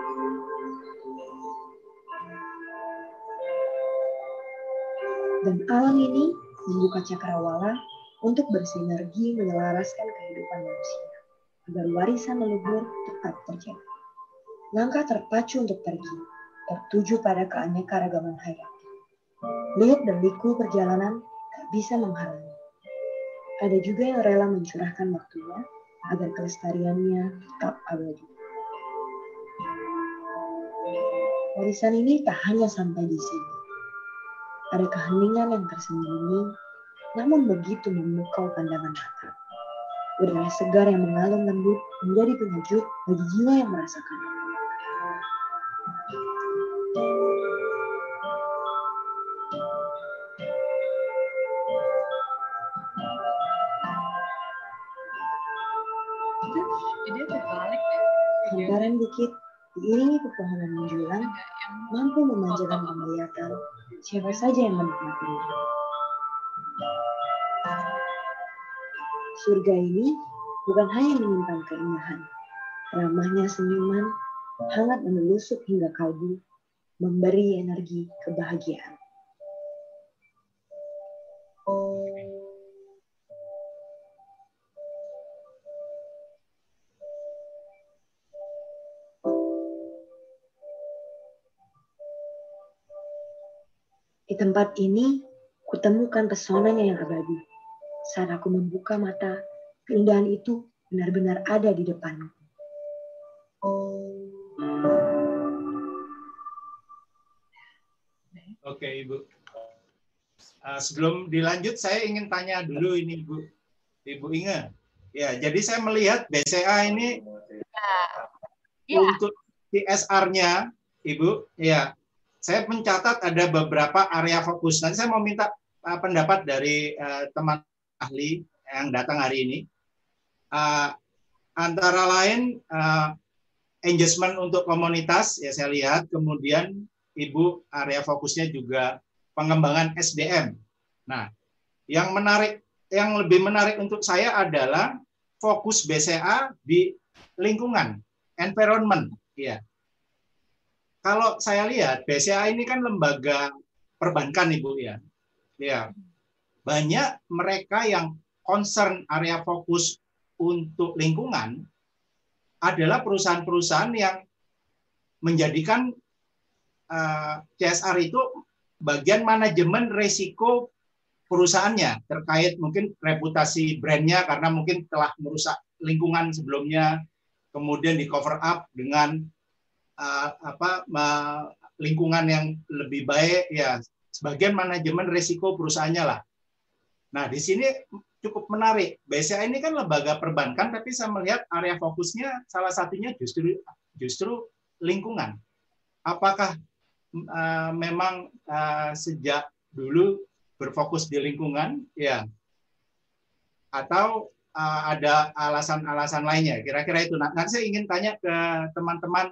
Dan alam ini membuka cakrawala untuk bersinergi menyelaraskan kehidupan manusia, agar warisan leluhur tetap terjaga. Langkah terpacu untuk pergi, tertuju pada keanekaragaman hayati. Liuk dan liku perjalanan tak bisa menghalangi. Ada juga yang rela mencurahkan waktunya agar kelestariannya tetap abadi. Warisan ini tak hanya sampai di sini. Ada keheningan yang tersembunyi, namun begitu memukau pandangan mata. Udara segar yang mengalun lembut menjadi penyejuk bagi jiwa yang merasakannya. Hamparan bukit diiringi pepohonan menjulang mampu memanjakan penglihatan siapa saja yang menikmatinya. Surga ini bukan hanya menyimpan keindahan, ramahnya senyuman hangat menelusup hingga kalbu, memberi energi kebahagiaan. Di tempat ini, kutemukan pesonanya yang abadi. Saat aku membuka mata, keindahan itu benar-benar ada di depanku. Oke, Ibu. Sebelum dilanjut, saya ingin tanya dulu ini, Ibu Inge. Ya, jadi saya melihat BCA ini untuk CSR-nya, Ibu, ya. Saya mencatat ada beberapa area fokus. Nanti saya mau minta pendapat dari teman ahli yang datang hari ini. Antara lain engagement untuk komunitas, ya saya lihat. Kemudian Ibu area fokusnya juga pengembangan SDM. Nah, yang lebih menarik untuk saya adalah fokus BCA di lingkungan, environment, ya. Kalau saya lihat BCA ini kan lembaga perbankan, Ibu, ya. Ya. Banyak mereka yang concern area fokus untuk lingkungan adalah perusahaan-perusahaan yang menjadikan CSR itu bagian manajemen risiko perusahaannya terkait mungkin reputasi brandnya karena mungkin telah merusak lingkungan sebelumnya, kemudian di cover up dengan lingkungan yang lebih baik, ya sebagian manajemen risiko perusahaannya lah. Nah, di sini cukup menarik. BCA ini kan lembaga perbankan, tapi saya melihat area fokusnya salah satunya justru lingkungan. Apakah memang sejak dulu berfokus di lingkungan, ya, atau ada alasan-alasan lainnya? Kira-kira itu. Nanti saya ingin tanya ke teman-teman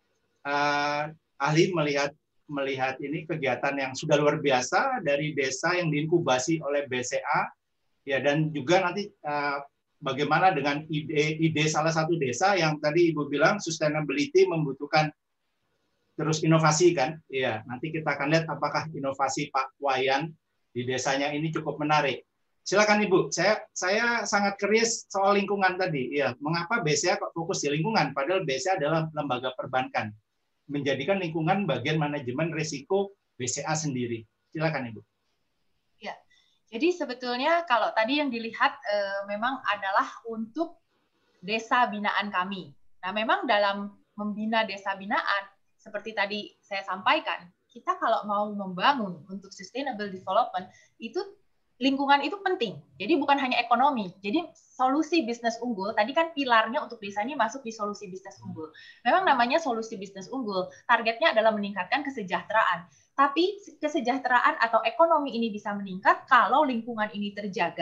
ahli melihat ini kegiatan yang sudah luar biasa dari desa yang diinkubasi oleh BCA, ya, dan juga nanti bagaimana dengan ide salah satu desa yang tadi Ibu bilang sustainability membutuhkan terus inovasi kan, ya. Nanti kita akan lihat apakah inovasi Pak Wayan di desanya ini cukup menarik. Silakan Ibu. Saya sangat curious soal lingkungan tadi, ya. Mengapa BCA kok fokus di lingkungan padahal BCA adalah lembaga perbankan? Menjadikan lingkungan bagian manajemen risiko BCA sendiri. Silakan Ibu. Ya, jadi sebetulnya kalau tadi yang dilihat memang adalah untuk desa binaan kami. Nah, memang dalam membina desa binaan, seperti tadi saya sampaikan, kita kalau mau membangun untuk sustainable development, itu lingkungan itu penting. Jadi bukan hanya ekonomi. Jadi solusi bisnis unggul, tadi kan pilarnya untuk desa ini masuk di solusi bisnis unggul. Memang namanya solusi bisnis unggul, targetnya adalah meningkatkan kesejahteraan. Tapi kesejahteraan atau ekonomi ini bisa meningkat kalau lingkungan ini terjaga,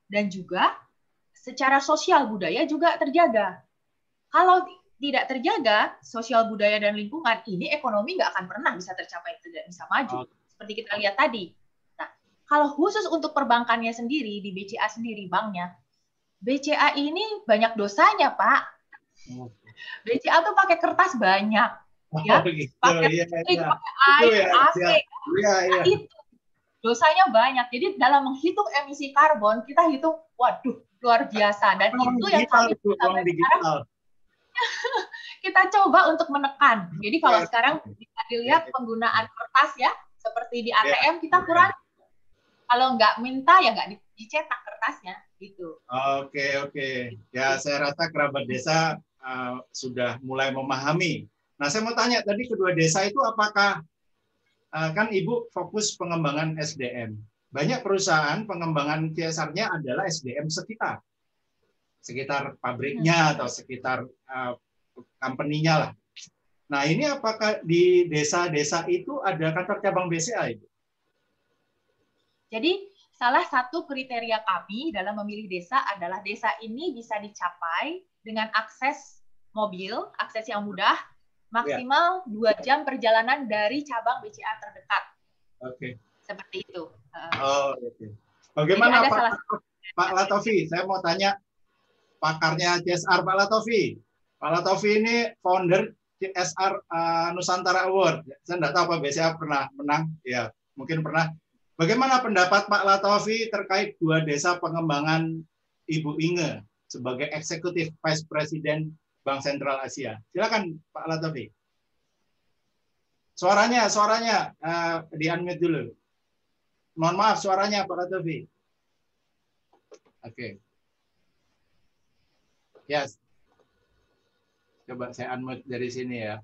dan juga secara sosial budaya juga terjaga. Kalau tidak terjaga sosial budaya dan lingkungan, ini ekonomi nggak akan pernah bisa tercapai, tidak bisa maju. Seperti kita lihat tadi. Nah, kalau khusus untuk perbankannya sendiri, di BCA sendiri, banknya, BCA ini banyak dosanya, Pak. BCA tuh pakai kertas banyak, ya, pakai listrik, pakai air, AC, itu dosanya banyak. Jadi dalam menghitung emisi karbon, kita hitung, waduh, luar biasa. Dan itu yang kami sampai sekarang kita coba untuk menekan. Jadi kalau sekarang bisa dilihat penggunaan kertas ya, seperti di ATM kita kurang. Kalau nggak minta ya nggak dicetak kertasnya, gitu. Oke. Ya, saya rasa kerabat desa sudah mulai memahami. Nah, saya mau tanya tadi kedua desa itu apakah kan Ibu fokus pengembangan SDM. Banyak perusahaan pengembangan CSR-nya adalah SDM sekitar pabriknya atau sekitar company-nya lah. Nah, ini apakah di desa-desa itu ada kantor cabang BCA itu? Jadi, salah satu kriteria kami dalam memilih desa adalah desa ini bisa dicapai dengan akses mobil, akses yang mudah, maksimal 2 jam perjalanan dari cabang BCA terdekat. Oke. Seperti itu. Oke. Bagaimana Pak Latofi? Saya mau tanya pakarnya CSR Pak Latofi. Pak Latofi ini founder CSR Nusantara Award. Saya tidak tahu Pak BCA pernah menang. Ya, mungkin pernah. Bagaimana pendapat Pak Latofi terkait dua desa pengembangan Ibu Inge sebagai Eksekutif Vice President Bank Sentral Asia? Silakan Pak Latofi. Suaranya di-unmute dulu. Mohon maaf suaranya Pak Latofi. Oke. Yes. Coba saya unmute dari sini ya.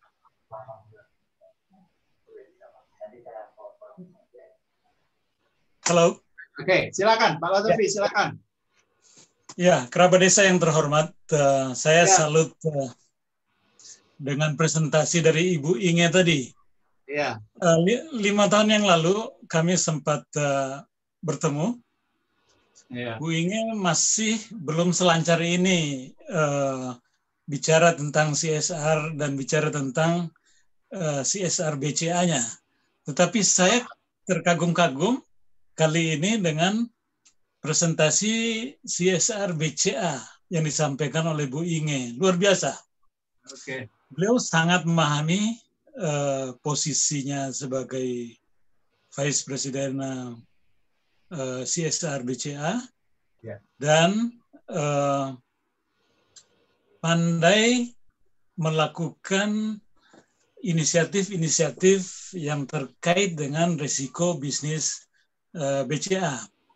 Halo. Oke, silakan Pak Latofi, silakan. Ya, kerabat desa yang terhormat, saya salut dengan presentasi dari Ibu Inge tadi. Ya. 5 tahun yang lalu kami sempat bertemu. Ya. Bu Inge masih belum selancar ini bicara tentang CSR dan bicara tentang CSR BCA-nya. Tetapi saya terkagum-kagum kali ini dengan presentasi CSR BCA yang disampaikan oleh Bu Inge. Luar biasa. Oke. Beliau sangat memahami posisinya sebagai Vice President CSR BCA dan pandai melakukan inisiatif-inisiatif yang terkait dengan risiko bisnis BCA.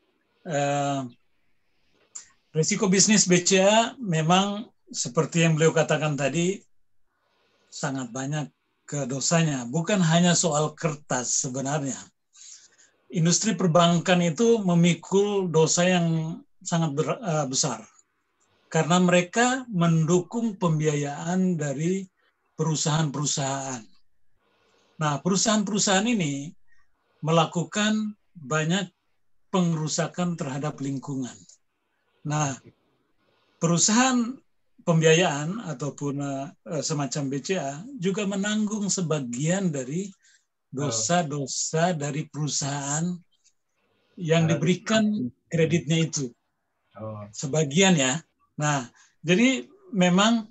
Risiko bisnis BCA memang seperti yang beliau katakan tadi sangat banyak dosanya. Bukan hanya soal kertas sebenarnya. Industri perbankan itu memikul dosa yang sangat besar. Karena mereka mendukung pembiayaan dari perusahaan-perusahaan. Nah, perusahaan-perusahaan ini melakukan banyak pengerusakan terhadap lingkungan. Nah, perusahaan pembiayaan ataupun semacam BCA juga menanggung sebagian dari dosa-dosa dari perusahaan yang diberikan kreditnya itu. Sebagian ya. Nah, jadi memang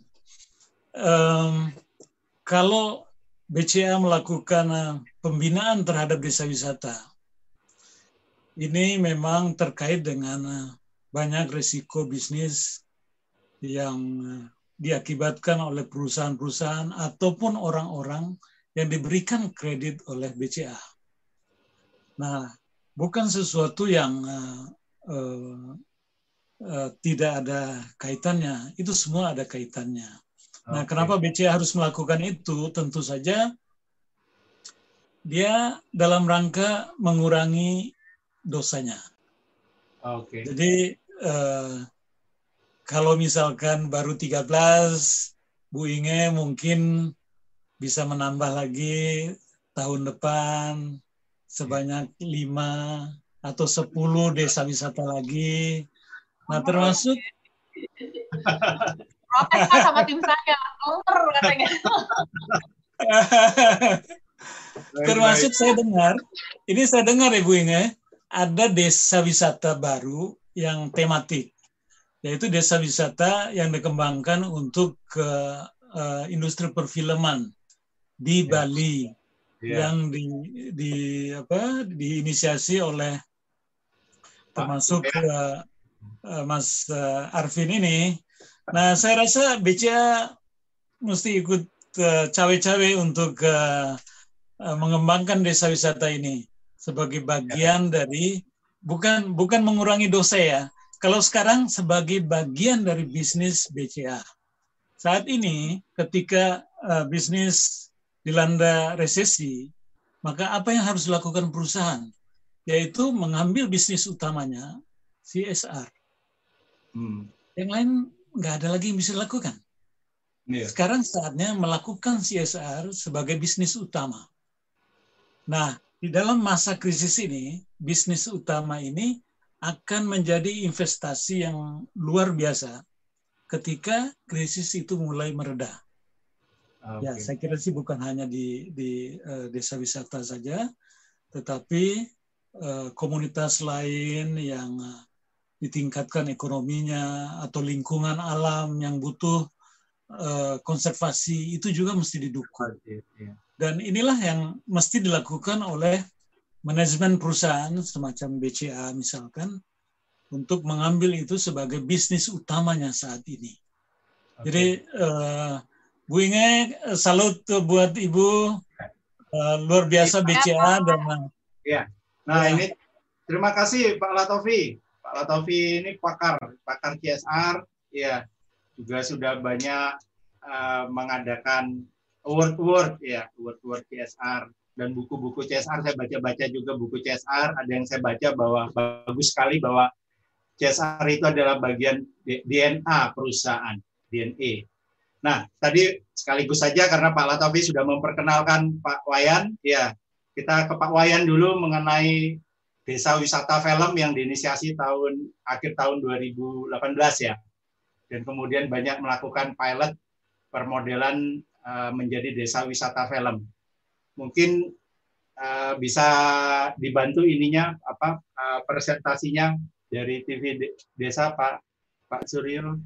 kalau BCA melakukan pembinaan terhadap desa wisata, ini memang terkait dengan banyak risiko bisnis yang diakibatkan oleh perusahaan-perusahaan ataupun orang-orang yang diberikan kredit oleh BCA. Nah, bukan sesuatu yang tidak ada kaitannya, itu semua ada kaitannya. Nah, kenapa BCA harus melakukan itu? Tentu saja dia dalam rangka mengurangi dosanya. Jadi kalau misalkan baru 13, Bu Inge mungkin bisa menambah lagi tahun depan sebanyak 5 atau 10 desa wisata lagi. Nah, termasuk protes Pak sama tim saya, counter katanya. Termasuk saya dengar Ibu Inge, ada desa wisata baru yang tematik, yaitu desa wisata yang dikembangkan untuk industri perfilman di Bali, yang diinisiasi oleh termasuk Mas Arvin ini. Nah, saya rasa BCA mesti ikut cawe-cawe untuk mengembangkan desa wisata ini sebagai bagian dari bukan mengurangi dosa ya. Kalau sekarang sebagai bagian dari bisnis BCA. Saat ini ketika bisnis dilanda resesi, maka apa yang harus dilakukan perusahaan? Yaitu mengambil bisnis utamanya CSR. Yang lain nggak ada lagi yang bisa dilakukan. Sekarang saatnya melakukan CSR sebagai bisnis utama. Nah, di dalam masa krisis ini, bisnis utama ini akan menjadi investasi yang luar biasa ketika krisis itu mulai mereda. Ya, saya kira sih bukan hanya di desa wisata saja, tetapi komunitas lain yang ditingkatkan ekonominya atau lingkungan alam yang butuh konservasi itu juga mesti didukung. Dan inilah yang mesti dilakukan oleh manajemen perusahaan semacam BCA misalkan untuk mengambil itu sebagai bisnis utamanya saat ini. Jadi Bu Inge, salut buat Ibu, luar biasa BCA dan ini terima kasih Pak Latofi. Pak Latofi ini pakar CSR, ya juga sudah banyak mengadakan award CSR dan buku-buku CSR. Saya baca-baca juga buku CSR. Ada yang saya baca bahwa bagus sekali bahwa CSR itu adalah bagian DNA perusahaan, DNA. Nah, tadi sekaligus saja karena Pak Latofi sudah memperkenalkan Pak Wayan, ya kita ke Pak Wayan dulu mengenai Desa Wisata Film yang diinisiasi akhir tahun 2018 ya, dan kemudian banyak melakukan pilot permodelan menjadi desa wisata film. Mungkin bisa dibantu presentasinya dari TV Desa Pak Suryo.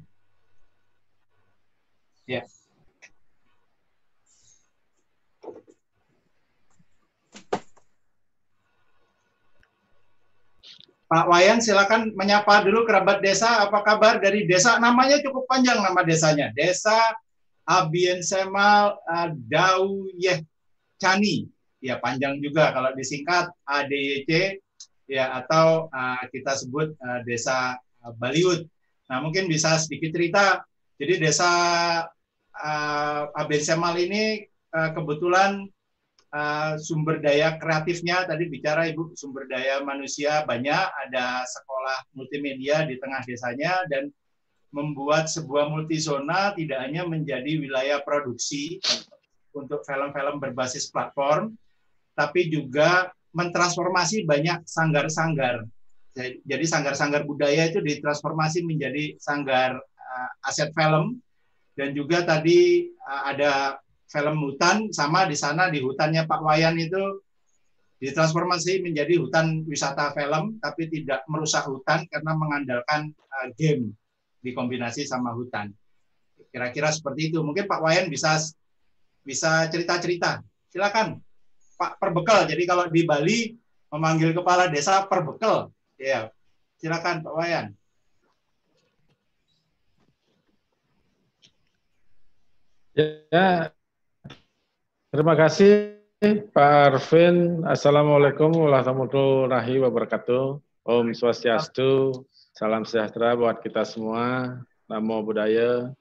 Ya. Pak Wayan, silakan menyapa dulu kerabat desa. Apa kabar dari desa? Namanya cukup panjang nama desanya. Desa Abien Semal Dauyeh Cani. Ya, panjang juga kalau disingkat ADYC ya, atau kita sebut Desa Baliut. Nah, mungkin bisa sedikit cerita. Jadi Desa Abien Semal ini kebetulan sumber daya kreatifnya, tadi bicara Ibu, sumber daya manusia banyak, ada sekolah multimedia di tengah desanya, dan membuat sebuah multizona tidak hanya menjadi wilayah produksi untuk film-film berbasis platform, tapi juga mentransformasi banyak sanggar-sanggar. Jadi sanggar-sanggar budaya itu ditransformasi menjadi sanggar aset film, dan juga tadi ada film hutan, sama di sana di hutannya Pak Wayan itu ditransformasi menjadi hutan wisata film, tapi tidak merusak hutan karena mengandalkan game dikombinasi sama hutan. Kira-kira seperti itu. Mungkin Pak Wayan bisa cerita-cerita. Silakan Pak Perbekal. Jadi kalau di Bali memanggil kepala desa Perbekal. Ya, silakan Pak Wayan. Ya. Terima kasih Pak Arvin. Assalamualaikum warahmatullahi wabarakatuh. Om Swastiastu. Salam sejahtera buat kita semua. Namo Buddhaya.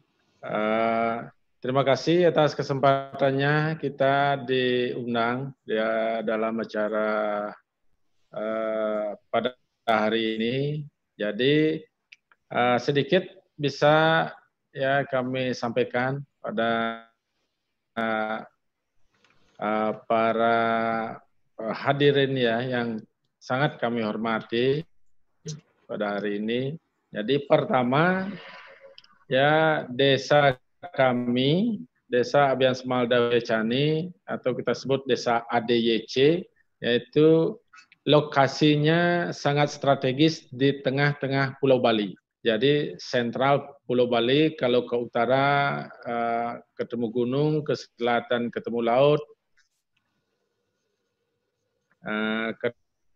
Terima kasih atas kesempatannya kita diundang dalam acara pada hari ini. Jadi sedikit bisa ya kami sampaikan pada para hadirin ya yang sangat kami hormati pada hari ini. Jadi pertama, ya desa kami, Desa Abian Semalda Wecani, atau kita sebut Desa ADYC, yaitu lokasinya sangat strategis di tengah-tengah Pulau Bali. Jadi sentral Pulau Bali, kalau ke utara ketemu gunung, ke selatan ketemu laut, ke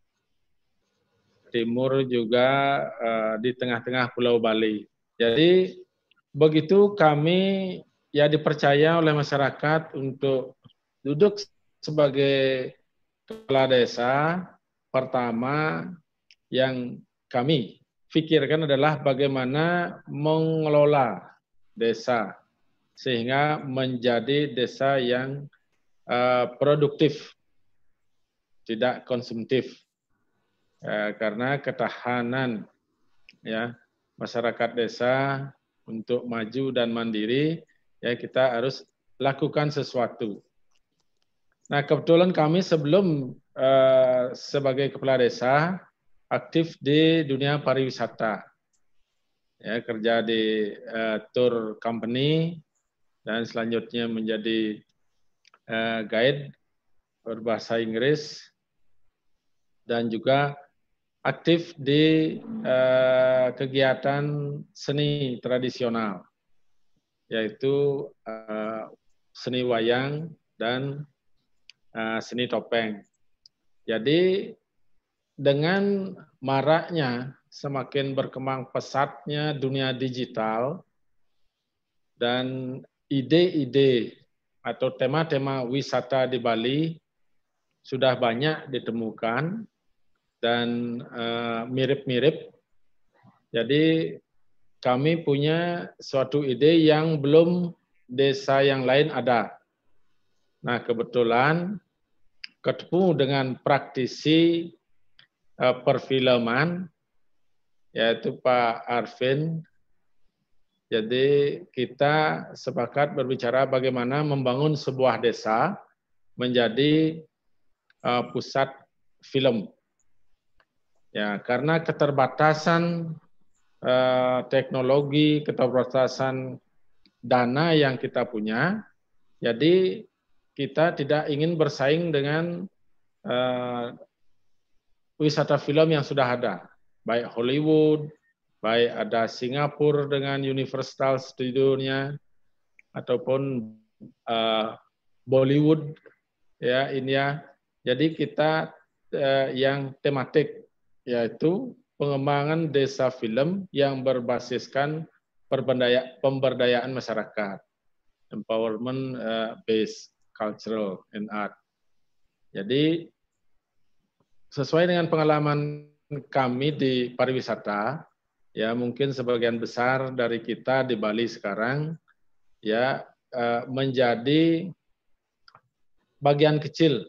timur juga di tengah-tengah Pulau Bali. Jadi begitu kami ya dipercaya oleh masyarakat untuk duduk sebagai kepala desa, pertama yang kami pikirkan adalah bagaimana mengelola desa sehingga menjadi desa yang produktif, tidak konsumtif, karena ketahanan ya masyarakat desa untuk maju dan mandiri, ya kita harus lakukan sesuatu. Nah kebetulan kami sebelum sebagai kepala desa aktif di dunia pariwisata, ya kerja di tour company dan selanjutnya menjadi guide berbahasa Inggris dan juga aktif di kegiatan seni tradisional, yaitu seni wayang dan seni topeng. Jadi dengan maraknya semakin berkembang pesatnya dunia digital dan ide-ide atau tema-tema wisata di Bali sudah banyak ditemukan dan mirip-mirip. Jadi kami punya suatu ide yang belum desa yang lain ada. Nah kebetulan ketemu dengan praktisi perfilman, yaitu Pak Arvin. Jadi kita sepakat berbicara bagaimana membangun sebuah desa menjadi pusat film. Ya, karena keterbatasan teknologi, keterbatasan dana yang kita punya, jadi kita tidak ingin bersaing dengan wisata film yang sudah ada, baik Hollywood, baik ada Singapura dengan Universal Studio-nya, ataupun Bollywood, ya India. Jadi kita yang tematik, yaitu pengembangan desa film yang berbasiskan pemberdayaan masyarakat, empowerment based cultural and art. Jadi sesuai dengan pengalaman kami di pariwisata, ya mungkin sebagian besar dari kita di Bali sekarang ya menjadi bagian kecil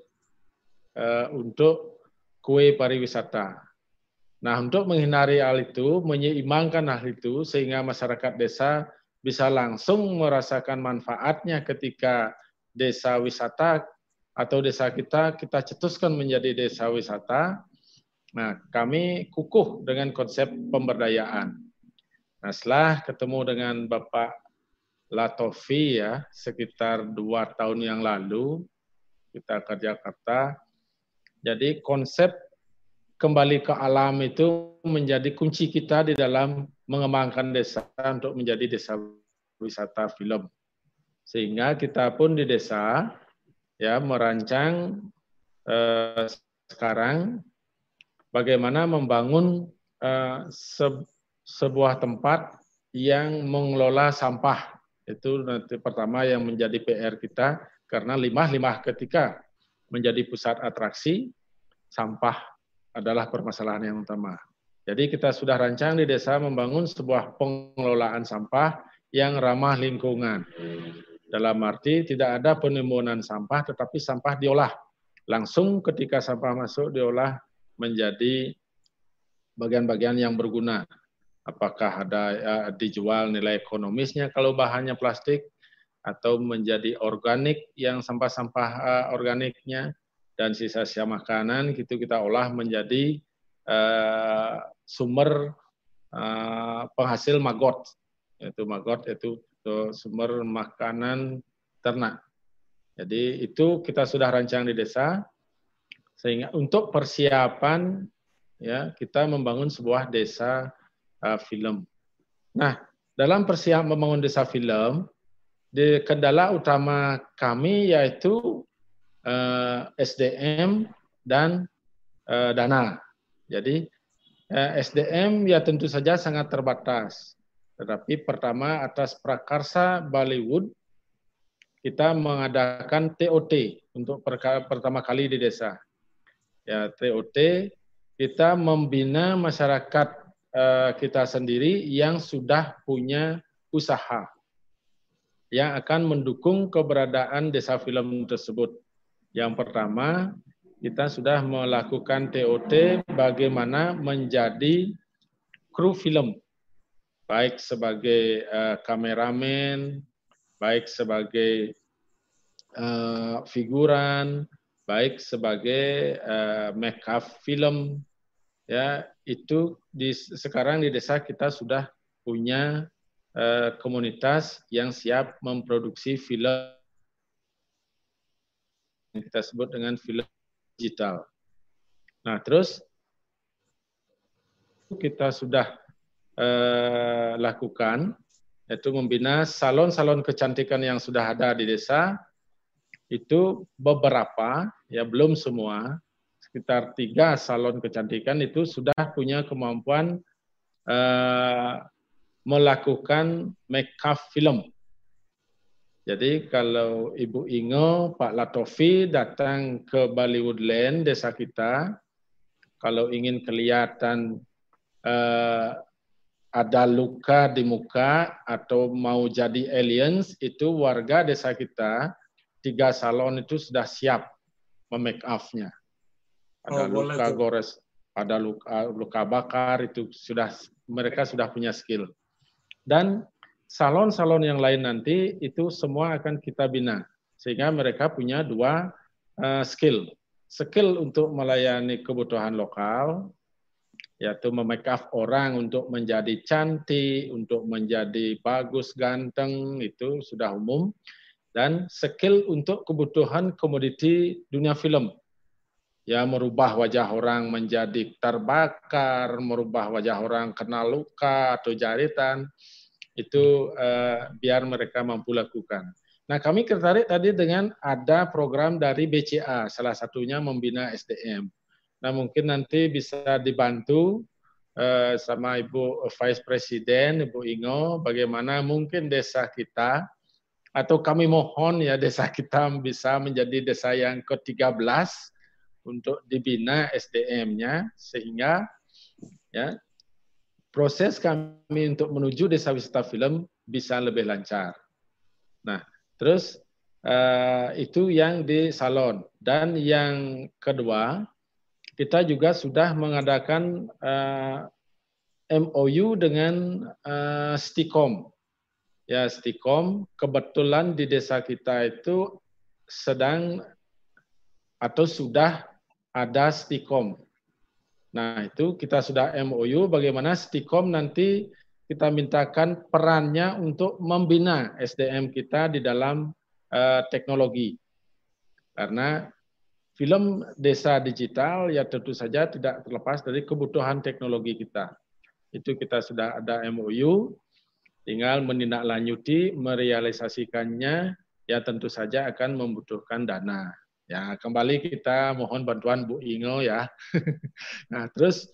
untuk kue pariwisata. Nah, untuk menghindari hal itu, menyeimbangkan hal itu sehingga masyarakat desa bisa langsung merasakan manfaatnya ketika desa wisata atau desa kita cetuskan menjadi desa wisata. Nah, kami kukuh dengan konsep pemberdayaan. Nah, setelah ketemu dengan Bapak Latofi ya, sekitar 2 tahun yang lalu, kita ke Jakarta. Jadi konsep kembali ke alam itu menjadi kunci kita di dalam mengembangkan desa untuk menjadi desa wisata film. Sehingga kita pun di desa ya merancang sekarang bagaimana membangun sebuah tempat yang mengelola sampah. Itu nanti pertama yang menjadi PR kita, karena limbah ketika menjadi pusat atraksi, sampah adalah permasalahan yang utama. Jadi kita sudah rancang di desa membangun sebuah pengelolaan sampah yang ramah lingkungan. Dalam arti tidak ada penimbunan sampah, tetapi sampah diolah. Langsung ketika sampah masuk diolah menjadi bagian-bagian yang berguna. Apakah ada dijual nilai ekonomisnya kalau bahannya plastik, atau menjadi organik yang sampah-sampah organiknya, dan sisa-sisa makanan itu kita olah menjadi sumber penghasil maggot, yaitu maggot itu sumber makanan ternak. Jadi itu kita sudah rancang di desa, sehingga untuk persiapan ya kita membangun sebuah desa film. Nah, dalam persiapan membangun desa film, di kendala utama kami yaitu SDM dan dana. Jadi SDM ya tentu saja sangat terbatas. Tetapi pertama atas prakarsa Bollywood kita mengadakan TOT untuk pertama kali di desa. Ya, TOT kita membina masyarakat kita sendiri yang sudah punya usaha yang akan mendukung keberadaan desa film tersebut. Yang pertama, kita sudah melakukan TOT bagaimana menjadi kru film, baik sebagai kameramen, baik sebagai figuran, baik sebagai make up film. Ya, itu sekarang di desa kita sudah punya komunitas yang siap memproduksi film yang kita sebut dengan film digital. Nah, terus kita sudah lakukan, yaitu membina salon-salon kecantikan yang sudah ada di desa. Itu beberapa, ya belum semua, sekitar 3 salon kecantikan itu sudah punya kemampuan melakukan make up film. Jadi kalau Ibu Ingo, Pak Latofi datang ke Bollywood Land desa kita, kalau ingin kelihatan ada luka di muka atau mau jadi aliens, itu warga desa kita 3 salon itu sudah siap memake up-nya. Ada luka gores, ada luka bakar, itu sudah mereka sudah punya skill. Dan salon-salon yang lain nanti itu semua akan kita bina sehingga mereka punya 2 skill. Skill untuk melayani kebutuhan lokal, yaitu memake up orang untuk menjadi cantik, untuk menjadi bagus, ganteng, itu sudah umum. Dan skill untuk kebutuhan komoditi dunia film. Ya, merubah wajah orang menjadi terbakar, merubah wajah orang kena luka atau jaritan. Itu biar mereka mampu lakukan. Nah, kami tertarik tadi dengan ada program dari BCA, salah satunya membina SDM. Nah, mungkin nanti bisa dibantu sama Ibu Vice Presiden, Ibu Ingo, bagaimana mungkin desa kita, atau kami mohon ya desa kita bisa menjadi desa yang ke-13 untuk dibina SDM-nya, sehingga ya proses kami untuk menuju desa wisata film bisa lebih lancar. Nah, terus itu yang di salon. Dan yang kedua, kita juga sudah mengadakan MOU dengan Stikom. Ya, Stikom kebetulan di desa kita itu sedang atau sudah ada Stikom. Nah, itu kita sudah MOU bagaimana Stikom nanti kita mintakan perannya untuk membina SDM kita di dalam teknologi. Karena film desa digital ya tentu saja tidak terlepas dari kebutuhan teknologi kita. Itu kita sudah ada MOU, tinggal menindaklanjuti, merealisasikannya ya tentu saja akan membutuhkan dana. Ya, kembali kita mohon bantuan Bu Ingo ya. Nah, terus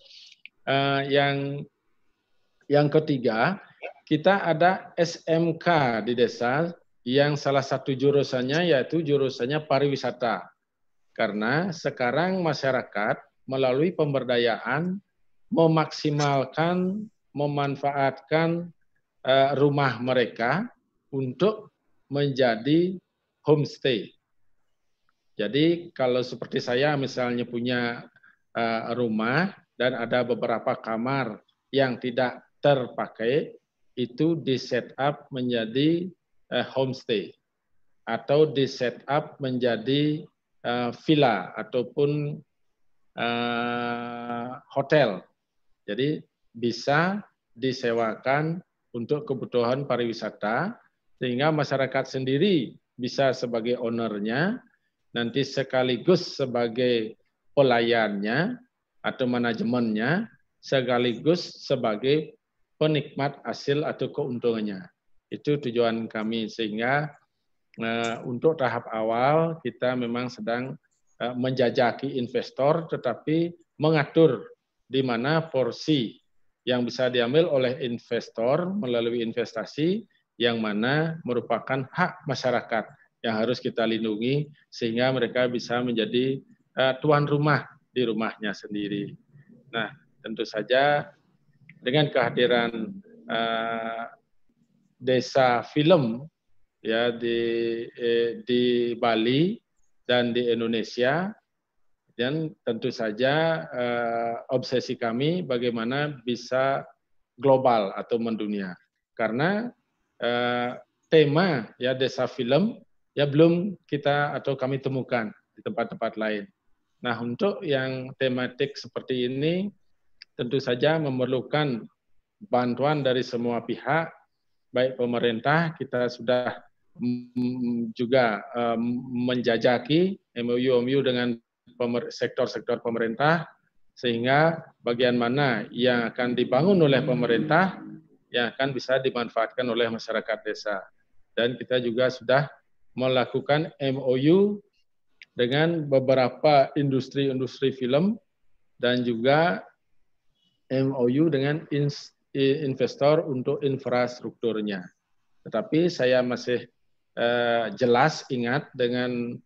yang ketiga, kita ada SMK di desa yang salah satu jurusannya yaitu jurusannya pariwisata. Karena sekarang masyarakat melalui pemberdayaan memaksimalkan, memanfaatkan rumah mereka untuk menjadi homestay. Jadi kalau seperti saya misalnya punya rumah dan ada beberapa kamar yang tidak terpakai, itu di set up menjadi homestay atau di set up menjadi villa ataupun hotel. Jadi bisa disewakan untuk kebutuhan pariwisata, sehingga masyarakat sendiri bisa sebagai ownernya, nanti sekaligus sebagai pelayannya atau manajemennya, sekaligus sebagai penikmat hasil atau keuntungannya. Itu tujuan kami, sehingga untuk tahap awal kita memang sedang menjajaki investor, tetapi mengatur di mana porsi yang bisa diambil oleh investor melalui investasi, yang mana merupakan hak masyarakat yang harus kita lindungi, sehingga mereka bisa menjadi tuan rumah di rumahnya sendiri. Nah, tentu saja dengan kehadiran desa film ya di Bali dan di Indonesia, dan tentu saja obsesi kami bagaimana bisa global atau mendunia, karena tema ya desa film ya belum kita atau kami temukan di tempat-tempat lain. Nah, untuk yang tematik seperti ini tentu saja memerlukan bantuan dari semua pihak, baik pemerintah, kita sudah juga menjajaki MOU dengan sektor-sektor pemerintah, sehingga bagian mana yang akan dibangun oleh pemerintah yang akan bisa dimanfaatkan oleh masyarakat desa. Dan kita juga sudah melakukan MOU dengan beberapa industri film dan juga MOU dengan investor untuk infrastrukturnya. Tetapi saya masih jelas ingat dengan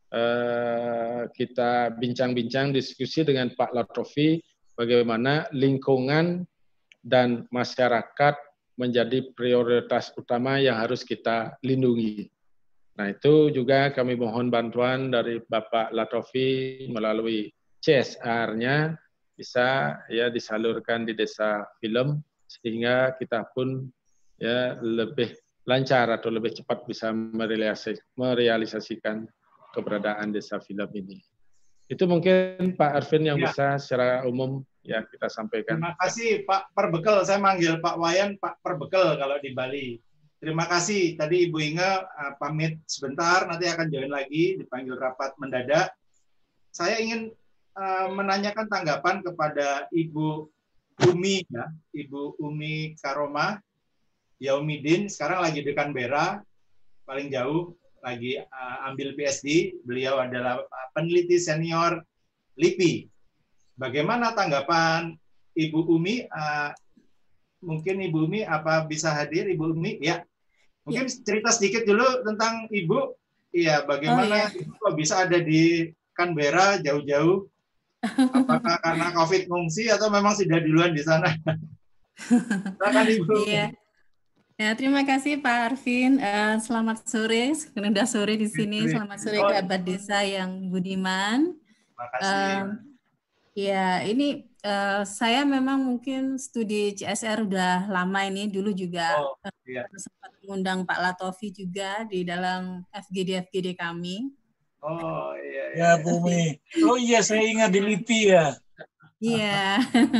kita bincang-bincang diskusi dengan Pak Latofi bagaimana lingkungan dan masyarakat menjadi prioritas utama yang harus kita lindungi. Nah, itu juga kami mohon bantuan dari Bapak Latofi melalui CSR-nya bisa ya disalurkan di desa film, sehingga kita pun ya lebih lancar atau lebih cepat bisa merealisasikan keberadaan desa film ini. Itu mungkin Pak Arvin yang bisa secara umum ya kita sampaikan. Terima kasih Pak Perbekel. Saya manggil Pak Wayan Pak Perbekel kalau di Bali. Terima kasih. Tadi Ibu Inge pamit sebentar, nanti akan join lagi, dipanggil rapat mendadak. Saya ingin menanyakan tanggapan kepada Ibu Umi, ya, Ibu Umi Karoma Yaumidin, sekarang lagi di Canberra, paling jauh, lagi ambil PhD. Beliau adalah peneliti senior LIPI. Bagaimana tanggapan Ibu Umi? Mungkin Ibu Umi apa bisa hadir, Ibu Umi? Ya, mungkin cerita sedikit dulu tentang Ibu. Iya, bagaimana Ibu kok bisa ada di Canberra jauh-jauh? Apakah karena COVID ngungsi atau memang sudah duluan di sana? Silakan Ibu. Iya. Ya, terima kasih Pak Arvin. Selamat sore, sudah sore di sini. Selamat sore kerabat desa yang budiman. Terima kasih. Ya, ini saya memang mungkin studi CSR udah lama ini. Dulu juga sempat mengundang Pak Latofi juga di dalam FGD kami. Oh iya. Ya Bumi. Oh iya, saya ingat di LIPI ya. Iya.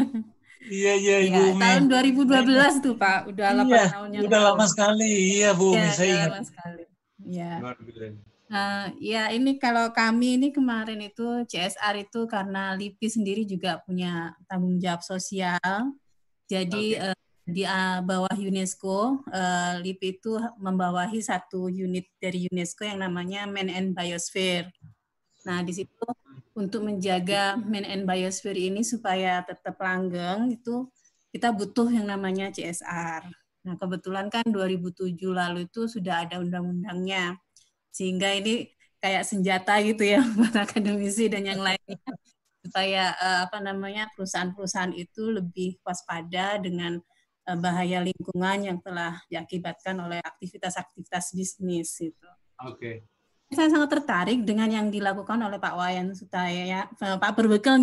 Iya Ibu Umi. Tahun 2012 tuh Pak, udah 8 tahun yang udah lama sekali. Iya Bu Umi, saya ingat. Lama sekali. Iya. Ya ini kalau kami ini kemarin itu CSR itu karena LIPI sendiri juga punya tanggung jawab sosial. Jadi di bawah UNESCO, LIPI itu membawahi satu unit dari UNESCO yang namanya Man and Biosphere. Nah, di situ untuk menjaga Man and Biosphere ini supaya tetap langgeng, itu kita butuh yang namanya CSR. Nah, kebetulan kan 2007 lalu itu sudah ada undang-undangnya. Sehingga ini kayak senjata gitu ya buat akademisi dan yang lainnya. Supaya perusahaan-perusahaan itu lebih waspada dengan bahaya lingkungan yang telah diakibatkan oleh aktivitas-aktivitas bisnis itu. Oke. Saya sangat tertarik dengan yang dilakukan oleh Pak Wayan Sutaya, Pak Perbekel,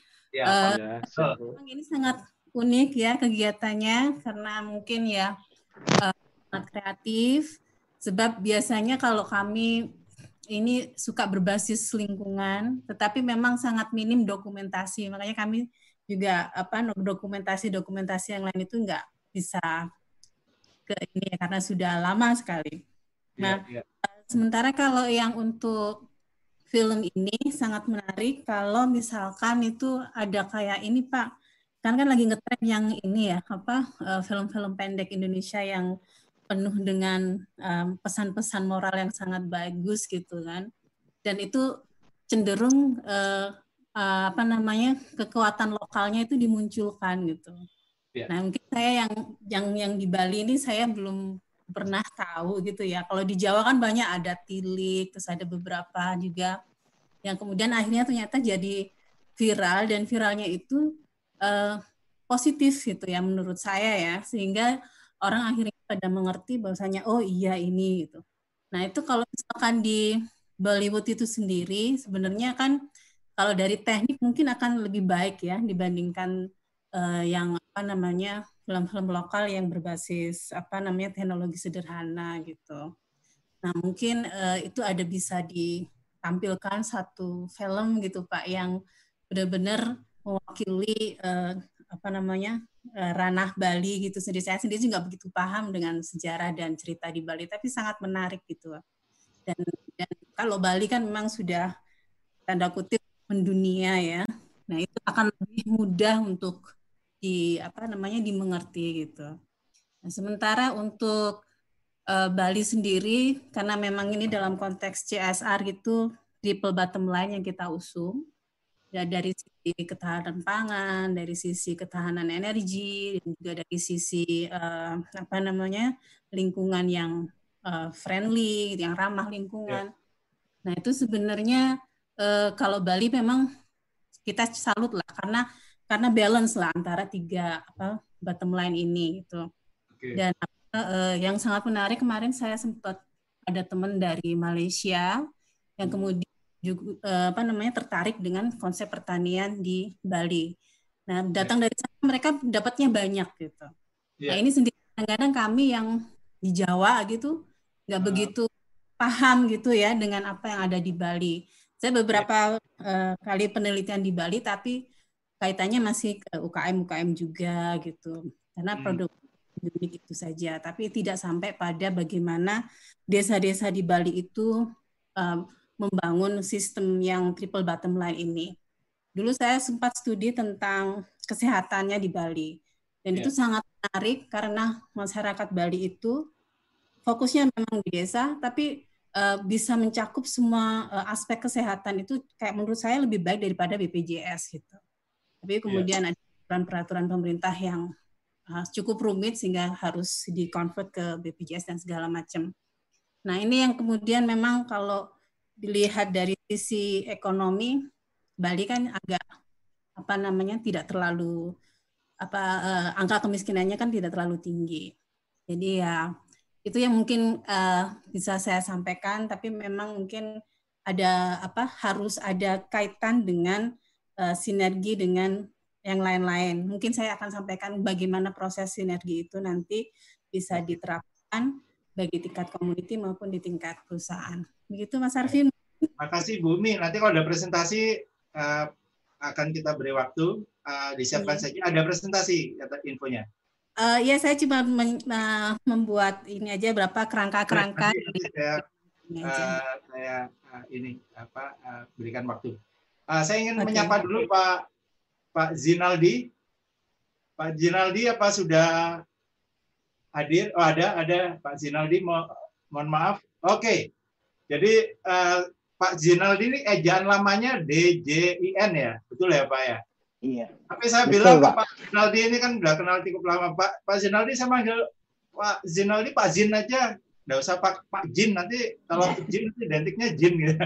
ini sangat unik ya kegiatannya karena mungkin ya sangat kreatif. Sebab biasanya kalau kami ini suka berbasis lingkungan, tetapi memang sangat minim dokumentasi. Makanya kami juga dokumentasi yang lain itu nggak bisa ke ini ya, karena sudah lama sekali. Nah, sementara kalau yang untuk film ini sangat menarik kalau misalkan itu ada kayak ini Pak, kan lagi ngetren yang ini ya, film-film pendek Indonesia yang penuh dengan pesan-pesan moral yang sangat bagus gitu kan, dan itu cenderung kekuatan lokalnya itu dimunculkan gitu. Nah mungkin saya yang di Bali ini saya belum pernah tahu gitu ya. Kalau di Jawa kan banyak, ada Tilik, terus ada beberapa juga yang kemudian akhirnya ternyata jadi viral, dan viralnya itu positif gitu ya menurut saya ya, sehingga orang akhirnya pada mengerti bahwasanya oh iya ini gitu. Nah itu kalau misalkan di Bollywood itu sendiri sebenarnya kan kalau dari teknik mungkin akan lebih baik ya dibandingkan yang film-film lokal yang berbasis teknologi sederhana gitu. Nah mungkin itu ada bisa ditampilkan satu film gitu Pak yang benar-benar mewakili ranah Bali gitu sendiri. Saya sendiri juga begitu paham dengan sejarah dan cerita di Bali, tapi sangat menarik gitu. Dan kalau Bali kan memang sudah tanda kutip mendunia ya. Nah itu akan lebih mudah untuk dimengerti gitu. Nah, sementara untuk Bali sendiri, karena memang ini dalam konteks CSR gitu, triple bottom line yang kita usung, ya dari sisi ketahanan pangan, dari sisi ketahanan energi, dan juga dari sisi lingkungan yang friendly, yang ramah lingkungan. Nah itu sebenarnya kalau Bali memang kita salut lah karena balance lah antara tiga bottom line ini gitu. Dan yang sangat menarik kemarin saya sempat ada teman dari Malaysia yang kemudian juga tertarik dengan konsep pertanian di Bali. Nah, datang dari sana mereka dapatnya banyak gitu. Nah, ini sendiri kadang-kadang kami yang di Jawa gitu nggak begitu paham gitu ya dengan apa yang ada di Bali. Saya beberapa kali penelitian di Bali, tapi kaitannya masih ke UKM juga gitu. Karena produk unik itu saja, tapi tidak sampai pada bagaimana desa-desa di Bali itu membangun sistem yang triple bottom line ini. Dulu saya sempat studi tentang kesehatannya di Bali, dan itu sangat menarik karena masyarakat Bali itu fokusnya memang di desa, tapi bisa mencakup semua aspek kesehatan itu kayak menurut saya lebih baik daripada BPJS gitu. Tapi kemudian ada peraturan pemerintah yang cukup rumit sehingga harus di-convert ke BPJS dan segala macam. Nah ini yang kemudian memang kalau dilihat dari sisi ekonomi, Bali kan agak tidak terlalu angka kemiskinannya kan tidak terlalu tinggi. Jadi ya itu yang mungkin bisa saya sampaikan, tapi memang mungkin ada harus ada kaitan dengan sinergi dengan yang lain-lain. Mungkin saya akan sampaikan bagaimana proses sinergi itu nanti bisa diterapkan bagi tingkat community maupun di tingkat perusahaan. Begitu Mas Arvin. Terima kasih Bu Mi. Nanti kalau ada presentasi akan kita beri waktu, disiapkan saja. Ada presentasi infonya. Ya saya cuma membuat ini aja berapa kerangka-kerangka. Saya berikan waktu. Saya ingin menyapa dulu Pak Zinaldi. Pak Zinaldi apa sudah hadir? Oh ada Pak Zinaldi. Mohon maaf. Oke. Jadi Pak Zinaldi ini ejaan lamanya DJIN ya, betul ya Pak ya? Iya. Tapi saya bilang ke Pak Zinaldi ini kan udah kenal cukup lama. Pak Zinaldi saya manggil Pak Zinaldi Pak Zin aja, nggak usah Pak Jin, nanti kalau Jin itu identiknya Jin gitu.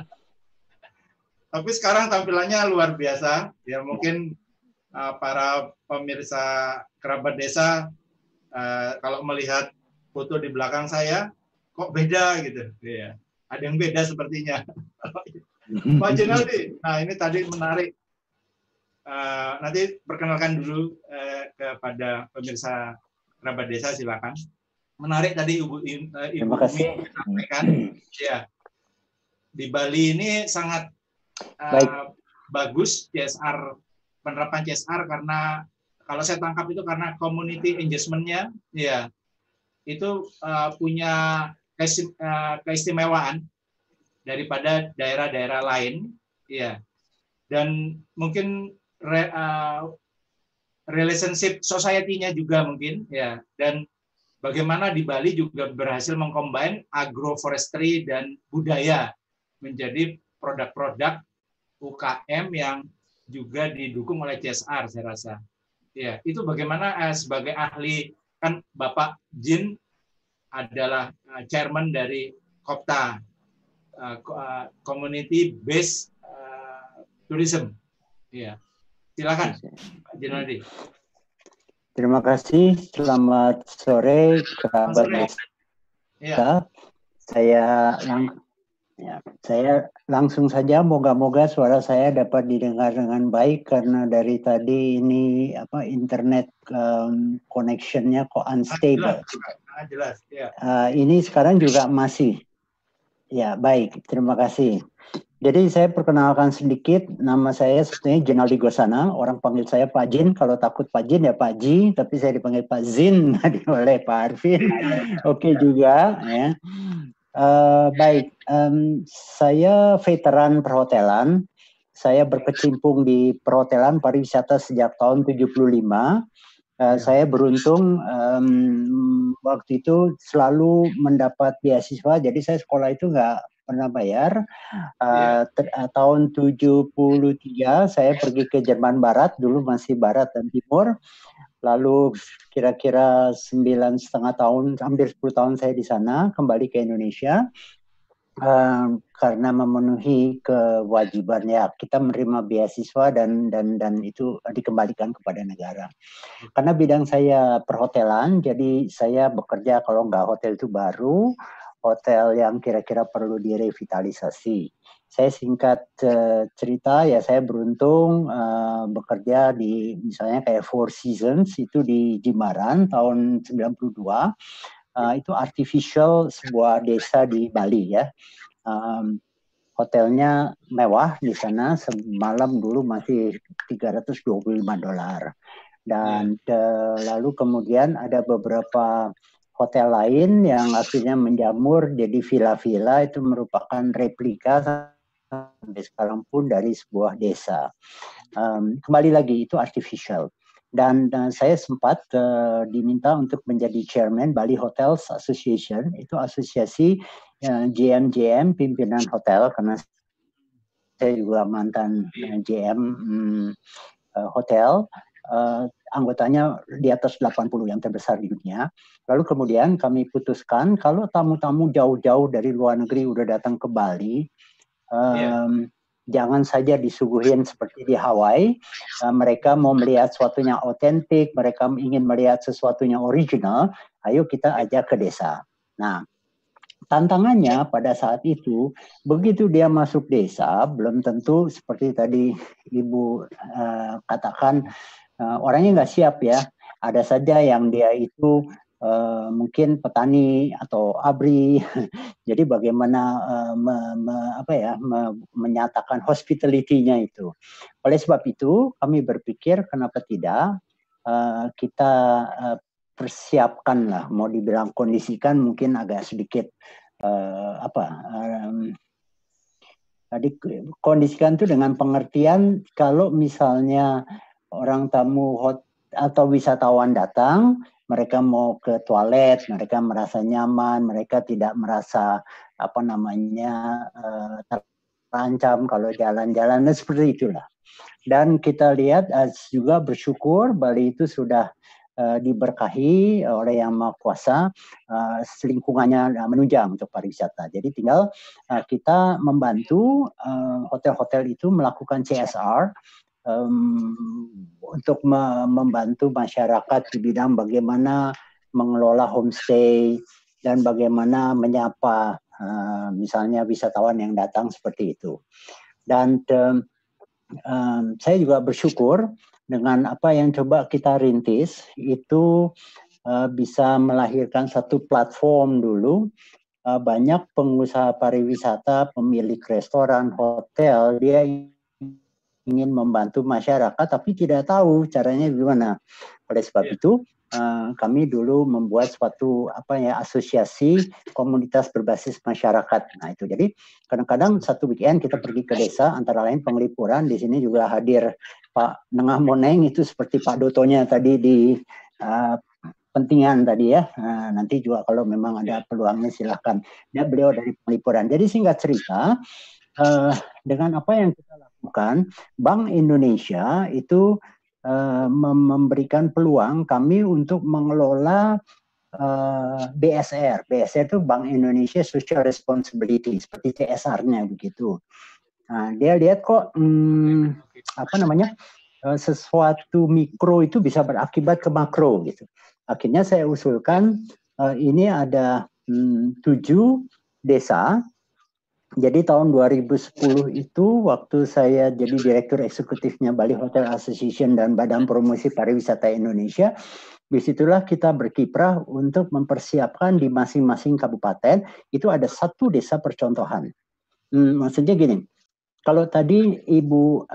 Tapi sekarang tampilannya luar biasa. Ya mungkin para pemirsa kerabat desa kalau melihat foto di belakang saya kok beda gitu. Ya. Ada yang beda sepertinya. Pak Zinaldi, nah ini tadi menarik. Nanti perkenalkan dulu kepada pemirsa kerabat desa, silakan. Menarik tadi Ibu Terima kasih. sampaikan. Ya. di Bali ini sangat bagus CSR, penerapan CSR, karena kalau saya tangkap itu karena community engagement-nya ya itu punya keistimewaan daripada daerah-daerah lain ya, dan mungkin relationship society-nya juga mungkin ya, dan bagaimana di Bali juga berhasil mengcombine agroforestry dan budaya menjadi produk-produk UKM yang juga didukung oleh CSR, saya rasa. Ya, itu bagaimana sebagai ahli, kan Bapak Jin adalah chairman dari Kopta, Community Based Tourism. Ya, silakan Pak Jinaldi. Terima kasih. Selamat sore, kerabat desa. Ya. Saya langsung saja. Moga-moga suara saya dapat didengar dengan baik, karena dari tadi ini internet connection-nya kok unstable. Jelas. Ya. Ini sekarang juga masih. Ya, baik. Terima kasih. Jadi saya perkenalkan sedikit, nama saya sebetulnya Jinaldi Gosana, orang panggil saya Pak Jin, kalau takut Pak Jin ya Pak Ji, tapi saya dipanggil Pak Zin oleh Pak Arvin. Oke juga ya. Baik, saya veteran perhotelan, saya berkecimpung di perhotelan pariwisata sejak tahun 75. Saya beruntung waktu itu selalu mendapat beasiswa, jadi saya sekolah itu nggak pernah bayar. Tahun 73 saya pergi ke Jerman Barat, dulu masih Barat dan Timur. Lalu kira-kira 9,5 tahun, hampir 10 tahun saya di sana, kembali ke Indonesia. Karena memenuhi kewajiban ya, kita menerima beasiswa dan itu dikembalikan kepada negara. Karena bidang saya perhotelan, jadi saya bekerja, kalau nggak hotel itu baru, hotel yang kira-kira perlu direvitalisasi. Saya singkat cerita ya, saya beruntung bekerja di misalnya kayak Four Seasons itu di Jimbaran tahun 92. Itu artificial, sebuah desa di Bali ya. Hotelnya mewah di sana, semalam dulu masih $325. Dan lalu kemudian ada beberapa hotel lain yang akhirnya menjamur jadi villa-villa, itu merupakan replika sampai sekarang pun dari sebuah desa. Kembali lagi itu artificial. Dan saya sempat diminta untuk menjadi chairman Bali Hotels Association, itu asosiasi GM pimpinan hotel, karena saya juga mantan GM hotel. Anggotanya di atas 80 yang terbesar di dunia. Lalu kemudian kami putuskan kalau tamu-tamu jauh-jauh dari luar negeri udah datang ke Bali, jangan saja disuguhin seperti di Hawaii. Mereka mau melihat sesuatunya otentik, mereka ingin melihat sesuatunya original, ayo kita ajak ke desa. Nah, tantangannya pada saat itu, begitu dia masuk desa, belum tentu seperti tadi Ibu katakan, orangnya nggak siap ya. Ada saja yang dia itu mungkin petani atau ABRI. Jadi bagaimana menyatakan hospitality-nya itu. Oleh sebab itu kami berpikir kenapa tidak kita persiapkanlah, mau dibilang kondisikan mungkin agak sedikit kondisikan itu dengan pengertian kalau misalnya orang tamu atau wisatawan datang, mereka mau ke toilet, mereka merasa nyaman, mereka tidak merasa terancam kalau jalan-jalan, seperti itulah. Dan kita lihat juga bersyukur Bali itu sudah diberkahi oleh Yang Maha Kuasa, lingkungannya menunjang untuk pariwisata. Jadi tinggal kita membantu hotel-hotel itu melakukan CSR, untuk membantu masyarakat di bidang bagaimana mengelola homestay dan bagaimana menyapa misalnya wisatawan yang datang seperti itu. Dan saya juga bersyukur dengan apa yang coba kita rintis itu bisa melahirkan satu platform dulu banyak pengusaha pariwisata, pemilik restoran, hotel, dia ingin membantu masyarakat tapi tidak tahu caranya gimana. Oleh sebab itu kami dulu membuat suatu asosiasi komunitas berbasis masyarakat. Nah itu jadi kadang-kadang satu weekend kita pergi ke desa, antara lain Penglipuran. Di sini juga hadir Pak Nengah Moneng, itu seperti Pak Dotonya tadi di pentingan tadi ya. Nanti juga kalau memang ada peluangnya silahkan. Ya, beliau dari Penglipuran. Jadi singkat cerita, dengan apa yang kita lakukan, Bank Indonesia itu memberikan peluang kami untuk mengelola BSR. BSR itu Bank Indonesia Social Responsibility, seperti CSR-nya begitu. Nah, dia lihat kok sesuatu mikro itu bisa berakibat ke makro gitu. Akhirnya saya usulkan ini ada 7 desa. Jadi tahun 2010 itu waktu saya jadi direktur eksekutifnya Bali Hotel Association dan Badan Promosi Pariwisata Indonesia, disitulah kita berkiprah untuk mempersiapkan di masing-masing kabupaten itu ada 1 desa percontohan. Maksudnya gini, kalau tadi Ibu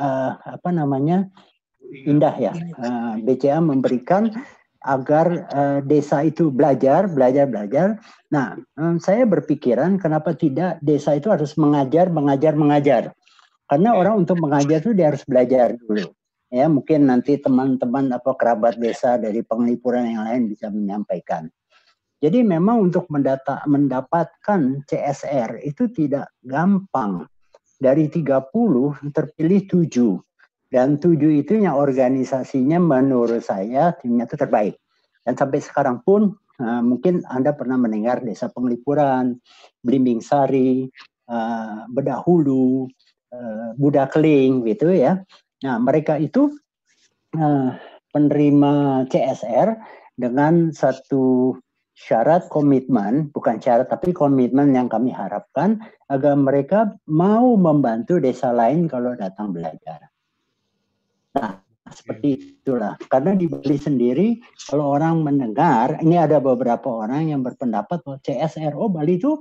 Indah ya, BCA memberikan agar desa itu belajar. Nah, saya berpikiran kenapa tidak desa itu harus mengajar. Karena orang untuk mengajar itu dia harus belajar dulu. Ya, mungkin nanti teman-teman kerabat desa dari Penglipuran yang lain bisa menyampaikan. Jadi memang untuk mendapatkan CSR itu tidak gampang. Dari 30 terpilih 7. Dan 7 itu yang organisasinya menurut saya timnya itu terbaik. Dan sampai sekarang pun mungkin Anda pernah mendengar Desa Penglipuran, Blimbing Sari, Bedahulu, Budakling gitu ya. Nah mereka itu penerima CSR dengan satu syarat komitmen, bukan syarat tapi komitmen yang kami harapkan agar mereka mau membantu desa lain kalau datang belajar. Nah, seperti itulah. Karena di Bali sendiri, kalau orang mendengar, ini ada beberapa orang yang berpendapat bahwa CSR, Bali itu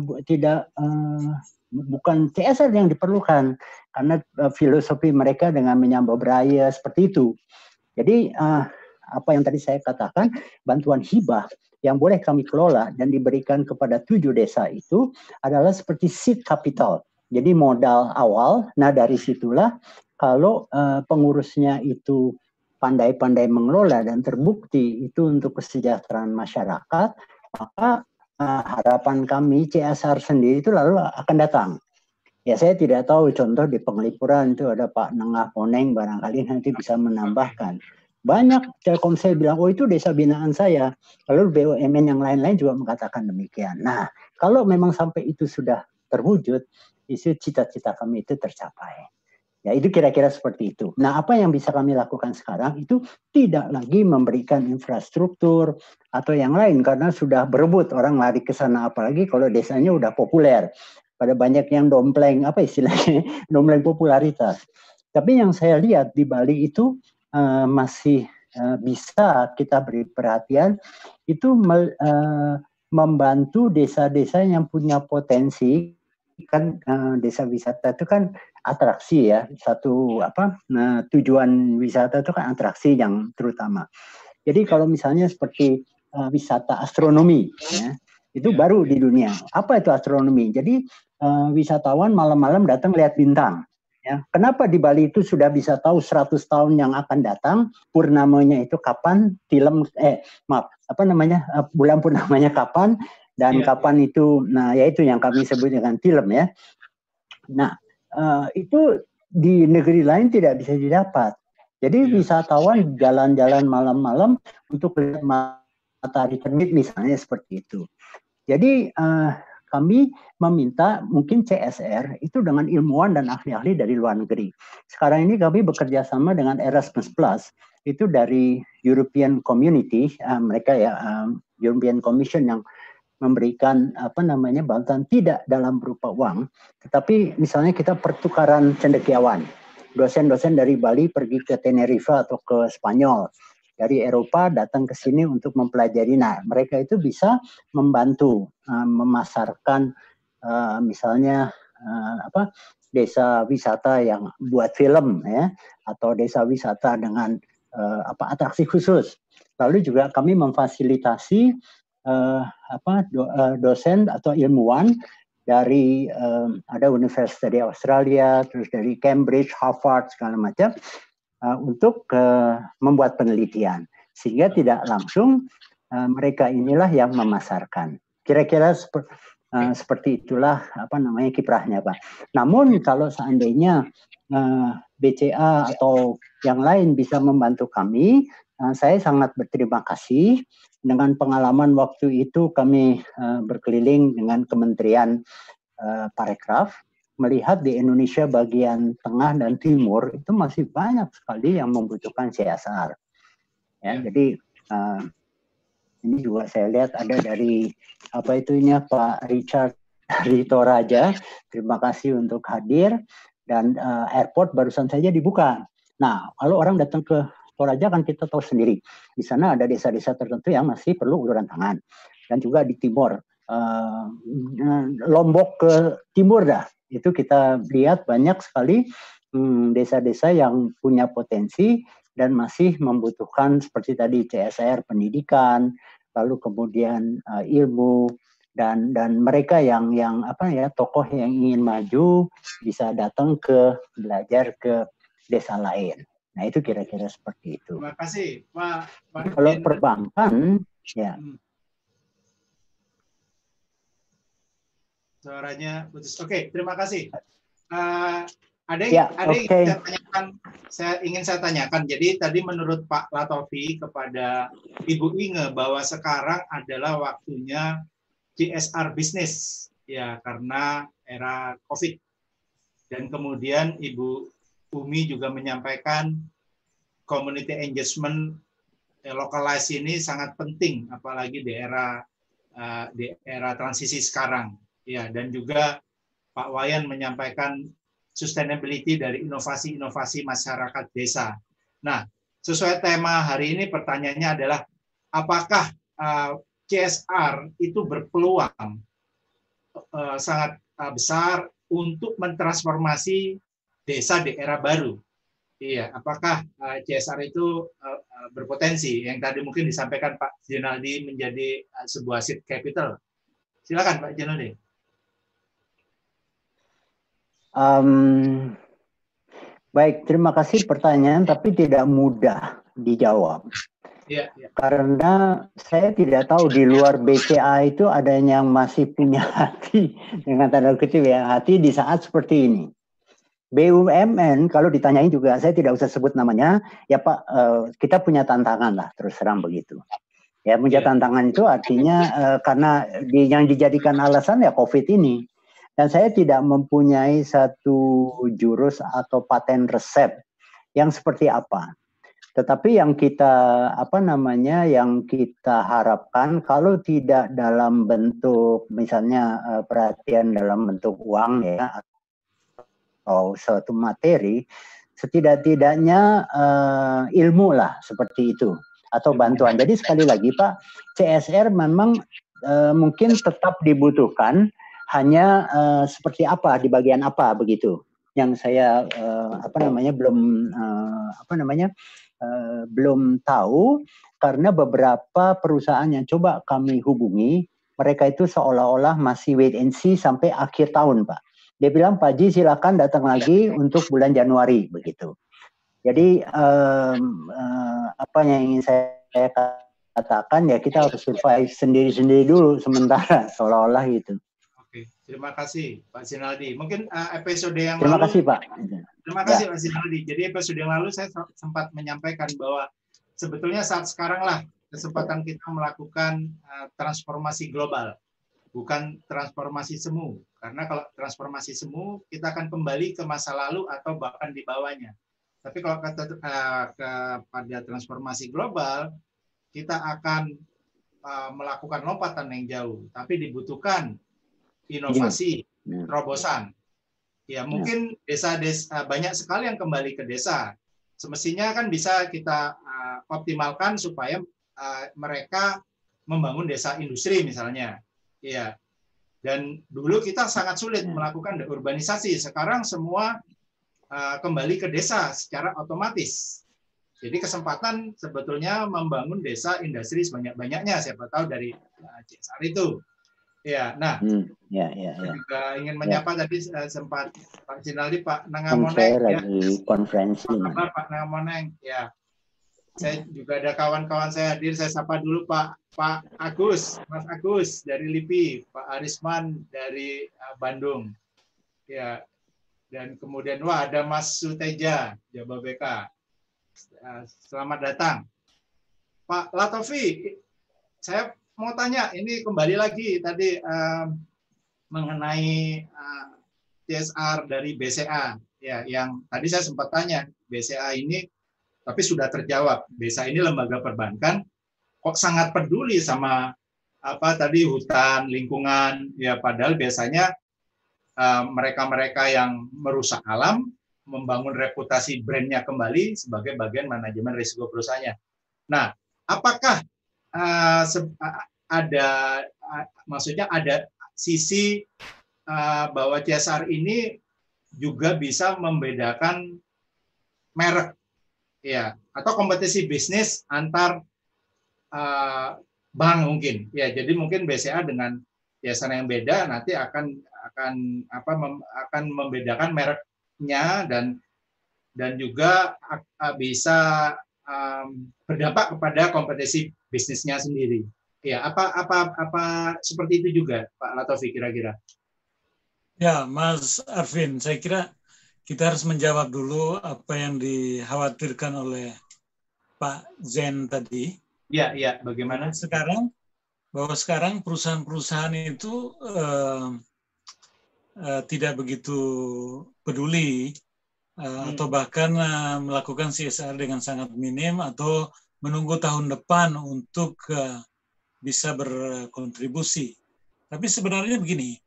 bukan CSR yang diperlukan, karena filosofi mereka dengan menyambut budaya seperti itu. Jadi, apa yang tadi saya katakan, bantuan hibah yang boleh kami kelola dan diberikan kepada 7 desa itu adalah seperti seed capital. Jadi modal awal, nah dari situlah kalau pengurusnya itu pandai-pandai mengelola dan terbukti itu untuk kesejahteraan masyarakat, maka harapan kami CSR sendiri itu lalu akan datang. Ya saya tidak tahu contoh di Penglipuran itu ada Pak Nengah Moneng, barangkali nanti bisa menambahkan. Banyak Telkomsel bilang, itu desa binaan saya. Lalu BUMN yang lain-lain juga mengatakan demikian. Nah, kalau memang sampai itu sudah terwujud, itu cita-cita kami itu tercapai. Ya, itu kira-kira seperti itu. Nah, apa yang bisa kami lakukan sekarang itu tidak lagi memberikan infrastruktur atau yang lain karena sudah berebut orang lari ke sana, apalagi kalau desanya udah populer. Pada banyak yang dompleng, dompleng popularitas. Tapi yang saya lihat di Bali itu masih bisa kita beri perhatian itu membantu desa-desa yang punya potensi. Kan desa wisata itu kan atraksi ya, tujuan wisata itu kan atraksi yang terutama. Jadi kalau misalnya seperti wisata astronomi ya, itu baru di dunia. Apa itu astronomi? Jadi wisatawan malam-malam datang lihat bintang ya. Kenapa di Bali itu sudah bisa tahu 100 tahun yang akan datang purnamanya itu kapan, bulan purnamanya kapan dan kapan itu, nah yaitu yang kami sebut dengan film ya. Nah itu di negeri lain tidak bisa didapat. Jadi wisatawan jalan-jalan malam-malam untuk lihat matahari terbit misalnya seperti itu. Jadi kami meminta mungkin CSR itu dengan ilmuwan dan ahli-ahli dari luar negeri. Sekarang ini kami bekerja sama dengan Erasmus Plus itu dari European Community, mereka ya European Commission yang memberikan bantuan tidak dalam berupa uang, tetapi misalnya kita pertukaran cendekiawan. Dosen-dosen dari Bali pergi ke Tenerife atau ke Spanyol. dari Eropa datang ke sini untuk mempelajari. Nah, mereka itu bisa membantu memasarkan misalnya desa wisata yang buat film ya, atau desa wisata dengan atraksi khusus. Lalu juga kami memfasilitasi dosen atau ilmuwan dari ada universitas dari Australia, terus dari Cambridge, Harvard segala macam untuk membuat penelitian, sehingga tidak langsung mereka inilah yang memasarkan. Kira-kira seperti itulah kiprahnya, Pak. Namun kalau seandainya BCA atau yang lain bisa membantu kami, saya sangat berterima kasih. Dengan pengalaman waktu itu kami berkeliling dengan Kementerian Parekraf, melihat di Indonesia bagian tengah dan timur itu masih banyak sekali yang membutuhkan CSR. Ya, jadi ini juga saya lihat ada dari Pak Richard dari Toraja. Terima kasih untuk hadir, dan airport barusan saja dibuka. Nah, kalau orang datang ke Toraja kan kita tahu sendiri, di sana ada desa-desa tertentu yang masih perlu uluran tangan, dan juga di timur, Lombok ke timur dah. Itu kita lihat banyak sekali desa-desa yang punya potensi dan masih membutuhkan seperti tadi CSR, pendidikan, lalu kemudian ilmu, dan mereka yang tokoh yang ingin maju bisa datang ke belajar ke desa lain. Nah, itu kira-kira seperti itu. Terima kasih, Pak. Kalau perbankan, ya. Suaranya putus. Oke, terima kasih. Ada yang ingin saya tanyakan. Jadi tadi menurut Pak Latofi kepada Ibu Inge bahwa sekarang adalah waktunya CSR bisnis, ya, karena era COVID. Dan kemudian Ibu Umi juga menyampaikan community engagement localize ini sangat penting, apalagi di era transisi sekarang. Ya, dan juga Pak Wayan menyampaikan sustainability dari inovasi-inovasi masyarakat desa. Nah, sesuai tema hari ini pertanyaannya adalah apakah CSR itu berpeluang sangat besar untuk mentransformasi desa di era baru? Iya, apakah CSR itu berpotensi yang tadi mungkin disampaikan Pak Jenaldi menjadi sebuah seed capital? Silakan Pak Jenaldi. Baik, terima kasih pertanyaan, tapi tidak mudah dijawab. Ya. Karena saya tidak tahu di luar BCA itu ada yang masih punya hati, dengan tanda kutip ya, hati di saat seperti ini. BUMN kalau ditanyain juga saya tidak usah sebut namanya, ya Pak, kita punya tantangan lah, terus terang begitu. Ya, punya tantangan itu artinya karena yang dijadikan alasan ya COVID ini. Dan saya tidak mempunyai satu jurus atau paten resep yang seperti apa. Tetapi yang kita yang kita harapkan kalau tidak dalam bentuk misalnya perhatian dalam bentuk uang ya atau suatu materi, setidak-tidaknya ilmu lah seperti itu atau bantuan. Jadi sekali lagi Pak, CSR memang mungkin tetap dibutuhkan, hanya seperti apa di bagian apa begitu yang saya belum tahu, karena beberapa perusahaan yang coba kami hubungi mereka itu seolah-olah masih wait and see sampai akhir tahun Pak. Dia bilang Pak Ji silakan datang lagi untuk bulan Januari begitu. Jadi apa yang ingin saya katakan ya kita harus survive sendiri-sendiri dulu sementara seolah-olah gitu. Terima kasih Pak Sinaldi. Mungkin episode yang Terima kasih Pak. Terima kasih Pak Sinaldi. Jadi episode yang lalu saya sempat menyampaikan bahwa sebetulnya saat sekarang lah kesempatan kita melakukan transformasi global, bukan transformasi semu. Karena kalau transformasi semu kita akan kembali ke masa lalu atau bahkan di bawahnya. Tapi kalau pada transformasi global kita akan melakukan lompatan yang jauh, tapi dibutuhkan inovasi, terobosan. Ya, mungkin desa-desa banyak sekali yang kembali ke desa, semestinya kan bisa kita optimalkan supaya mereka membangun desa industri misalnya. Ya. Dan dulu kita sangat sulit melakukan deurbanisasi. Sekarang semua kembali ke desa secara otomatis. Jadi kesempatan sebetulnya membangun desa industri sebanyak-banyaknya, siapa tahu dari CSR itu. Ya, nah, juga ingin menyapa tadi sempat Pak Jinaldi, Pak Nangamoneng, ya. Konferensi. Kabar Pak Nangamoneng, ya. Saya juga ada kawan-kawan saya hadir, saya sapa dulu Pak Agus, Mas Agus dari LIPI, Pak Arisman dari Bandung, ya. Dan kemudian ada Mas Suteja, Jababeka. Selamat datang. Pak Latofi, saya mau tanya, ini kembali lagi tadi mengenai CSR dari BCA, ya, yang tadi saya sempat tanya, BCA ini, tapi sudah terjawab, BCA ini lembaga perbankan, kok sangat peduli sama tadi hutan, lingkungan, ya, padahal biasanya mereka-mereka yang merusak alam, membangun reputasi brandnya kembali sebagai bagian manajemen risiko perusahaannya. Nah, apakah maksudnya ada sisi bahwa CSR ini juga bisa membedakan merek, ya, atau kompetisi bisnis antar bank mungkin, ya. Jadi mungkin BCA dengan CSR yang beda nanti akan membedakan mereknya dan juga bisa berdampak kepada kompetisi bisnisnya sendiri. Ya, apa seperti itu juga, Pak Latofi kira-kira? Ya, Mas Arvin, saya kira kita harus menjawab dulu apa yang dikhawatirkan oleh Pak Zen tadi. Ya, bagaimana? Bahwa sekarang perusahaan-perusahaan itu tidak begitu peduli atau bahkan melakukan CSR dengan sangat minim atau menunggu tahun depan untuk bisa berkontribusi. Tapi sebenarnya begini,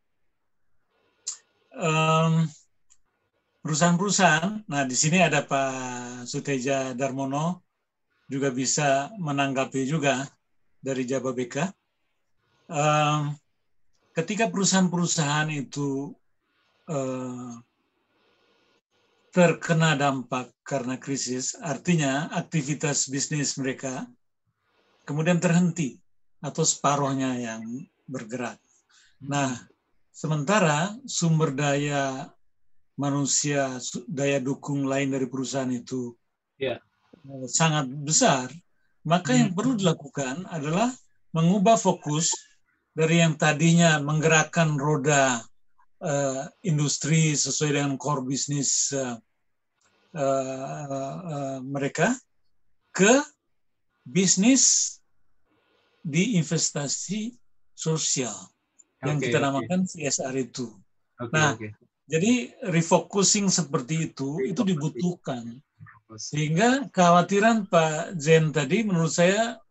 perusahaan-perusahaan, nah di sini ada Pak Suteja Darmono, juga bisa menanggapi juga dari Jababeka. Ketika perusahaan-perusahaan itu terkena dampak karena krisis, artinya aktivitas bisnis mereka kemudian terhenti atau separuhnya yang bergerak. Nah, sementara sumber daya manusia, daya dukung lain dari perusahaan itu sangat besar, maka yang perlu dilakukan adalah mengubah fokus dari yang tadinya menggerakkan roda industri sesuai dengan core bisnis mereka ke bisnis di investasi sosial yang kita namakan CSR itu. Jadi refocusing seperti itu dibutuhkan. Sehingga kekhawatiran Pak Zen tadi menurut saya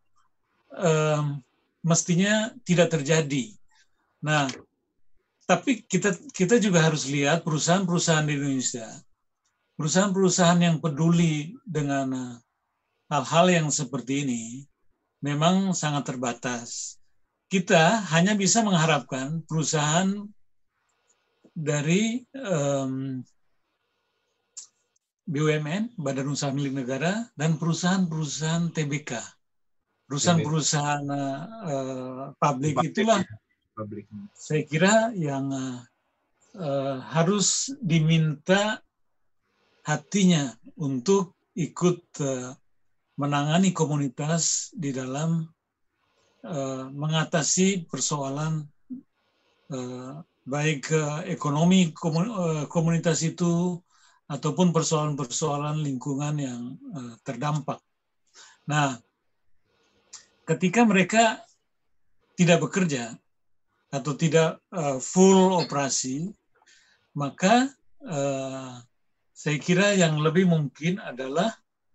mestinya tidak terjadi. Nah, tapi kita juga harus lihat perusahaan-perusahaan di Indonesia, perusahaan-perusahaan yang peduli dengan hal-hal yang seperti ini memang sangat terbatas. Kita hanya bisa mengharapkan perusahaan dari BUMN, Badan Usaha Milik Negara, dan perusahaan-perusahaan TBK. Perusahaan-perusahaan publik itulah saya kira yang harus diminta hatinya untuk ikut menangani komunitas di dalam mengatasi persoalan baik ekonomi komunitas itu ataupun persoalan-persoalan lingkungan yang terdampak. Nah, ketika mereka tidak bekerja atau tidak full operasi, maka saya kira yang lebih mungkin adalah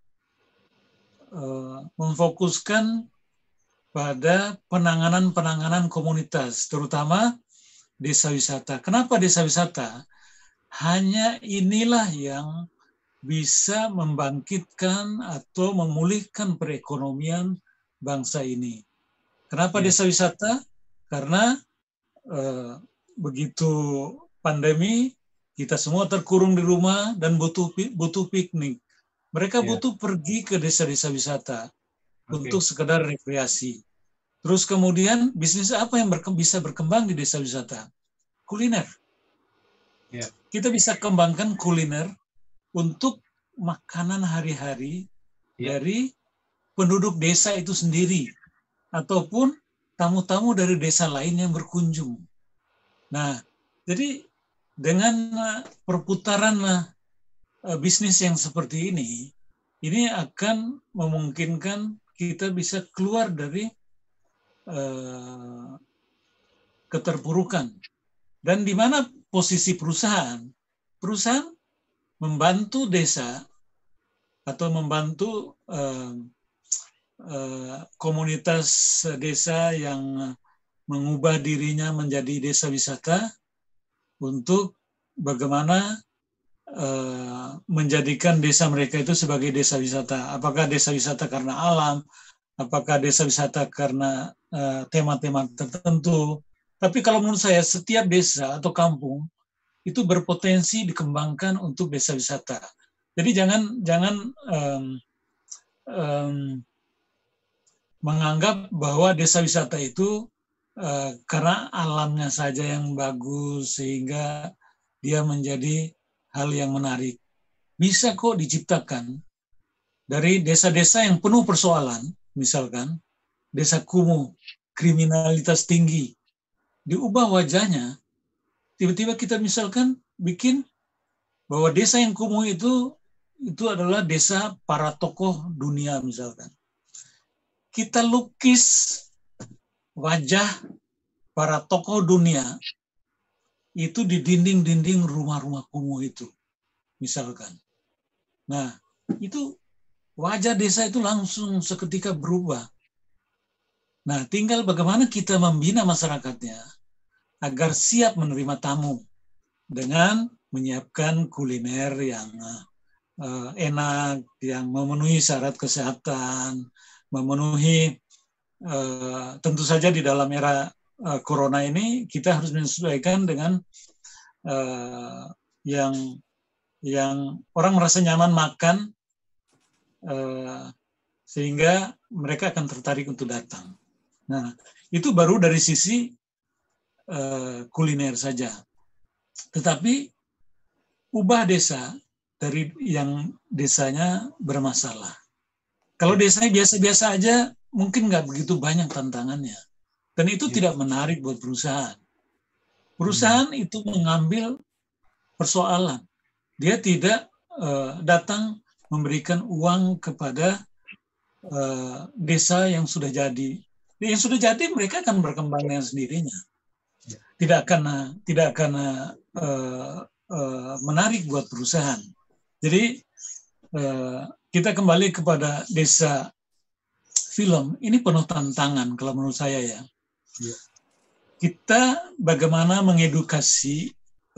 memfokuskan pada penanganan komunitas, terutama desa wisata. Kenapa desa wisata? Hanya inilah yang bisa membangkitkan atau memulihkan perekonomian bangsa ini. Kenapa desa wisata? Karena begitu pandemi, kita semua terkurung di rumah dan butuh piknik. Mereka butuh pergi ke desa-desa wisata untuk sekedar rekreasi. Terus kemudian bisnis apa yang bisa berkembang di desa wisata? Kuliner. Kita bisa kembangkan kuliner untuk makanan hari-hari dari penduduk desa itu sendiri ataupun tamu-tamu dari desa lain yang berkunjung. Nah, jadi dengan perputaran bisnis yang seperti ini akan memungkinkan kita bisa keluar dari keterpurukan. Dan di mana posisi perusahaan? Perusahaan membantu desa atau membantu komunitas desa yang mengubah dirinya menjadi desa wisata untuk bagaimana menjadikan desa mereka itu sebagai desa wisata. Apakah desa wisata karena alam, apakah desa wisata karena tema-tema tertentu. Tapi kalau menurut saya setiap desa atau kampung itu berpotensi dikembangkan untuk desa wisata. Jadi jangan menganggap bahwa desa wisata itu karena alamnya saja yang bagus sehingga dia menjadi hal yang menarik. Bisa kok diciptakan dari desa-desa yang penuh persoalan, misalkan desa kumuh, kriminalitas tinggi, diubah wajahnya. Tiba-tiba kita misalkan bikin bahwa desa yang kumuh itu adalah desa para tokoh dunia misalkan. Kita lukis wajah para tokoh dunia itu di dinding-dinding rumah-rumah kumuh itu misalkan. Nah, itu wajah desa itu langsung seketika berubah. Nah, tinggal bagaimana kita membina masyarakatnya agar siap menerima tamu dengan menyiapkan kuliner yang enak, yang memenuhi syarat kesehatan, memenuhi tentu saja di dalam era corona ini kita harus menyesuaikan dengan yang orang merasa nyaman makan sehingga mereka akan tertarik untuk datang. Nah, itu baru dari sisi kuliner saja. Tetapi ubah desa dari yang desanya bermasalah. Kalau desanya biasa-biasa aja, mungkin nggak begitu banyak tantangannya. Dan itu tidak menarik buat perusahaan. Perusahaan itu mengambil persoalan. Dia tidak datang memberikan uang kepada desa yang sudah jadi. Yang sudah jadi mereka akan berkembang dengan sendirinya. Tidak akan menarik buat perusahaan. Jadi kita kembali kepada desa film, ini penuh tantangan kalau menurut saya ya. Kita bagaimana mengedukasi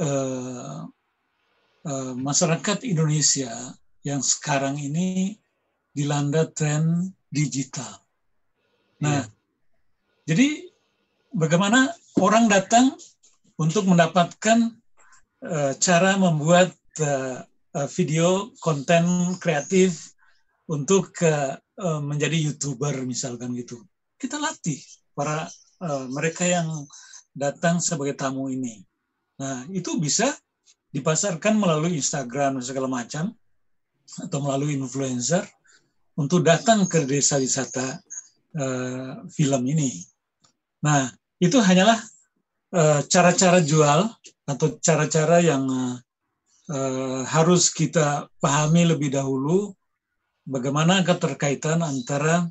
masyarakat Indonesia yang sekarang ini dilanda tren digital. Nah, jadi bagaimana orang datang untuk mendapatkan cara membuat video konten kreatif untuk menjadi YouTuber misalkan gitu. Kita latih para mereka yang datang sebagai tamu ini. Nah, itu bisa dipasarkan melalui Instagram dan segala macam atau melalui influencer untuk datang ke desa wisata film ini. Nah, itu hanyalah cara-cara jual atau cara-cara yang harus kita pahami lebih dahulu bagaimana keterkaitan antara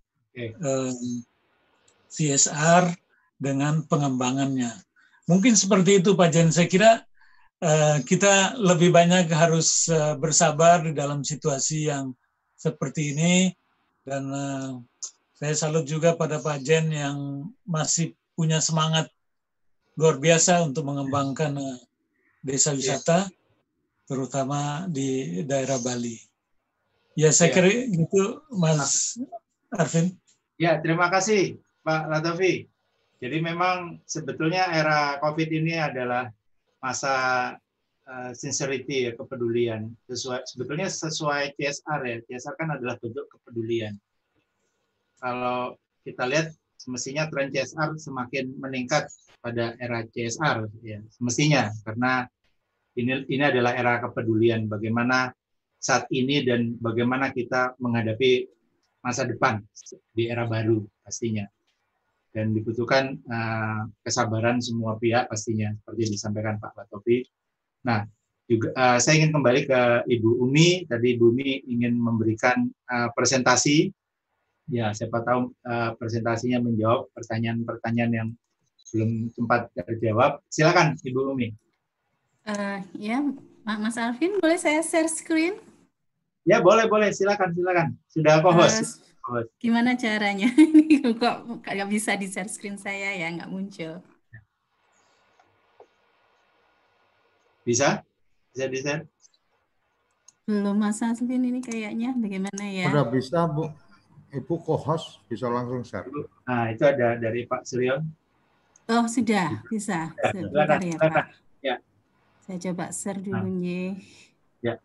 CSR dengan pengembangannya. Mungkin seperti itu Pak Jen. Saya kira kita lebih banyak harus bersabar di dalam situasi yang seperti ini. Dan saya salut juga pada Pak Jen yang masih punya semangat luar biasa untuk mengembangkan desa wisata. terutama di daerah Bali. Ya, saya kira gitu, Mas Arvin. Ya, terima kasih Pak Latofi. Jadi memang sebetulnya era COVID ini adalah masa sincerity, ya, kepedulian. Sebetulnya sesuai CSR ya. CSR kan adalah bentuk kepedulian. Kalau kita lihat semestinya tren CSR semakin meningkat pada era CSR ya, semestinya, karena ini adalah era kepedulian, bagaimana saat ini dan bagaimana kita menghadapi masa depan di era baru pastinya. Dan dibutuhkan kesabaran semua pihak pastinya, seperti disampaikan Pak Latofi. Nah, juga saya ingin kembali ke Ibu Umi. Tadi Ibu Umi ingin memberikan presentasi. Ya, siapa tahu presentasinya menjawab pertanyaan-pertanyaan yang belum sempat terjawab. Silakan Ibu Umi. Ya, Mas Alvin, boleh saya share screen? Ya, boleh. Silakan. Sudah co-host. Gimana caranya? Ini kok nggak bisa di share screen saya ya, nggak muncul. Bisa di-share? Belum, Mas Alvin, ini kayaknya bagaimana ya? Udah bisa, Bu. Ibu co-host bisa langsung share. Nah, itu ada dari Pak Suryo. Oh, sudah bisa. Sebentar ya, Pak. Ya. Saya coba share dulu nih. Ya.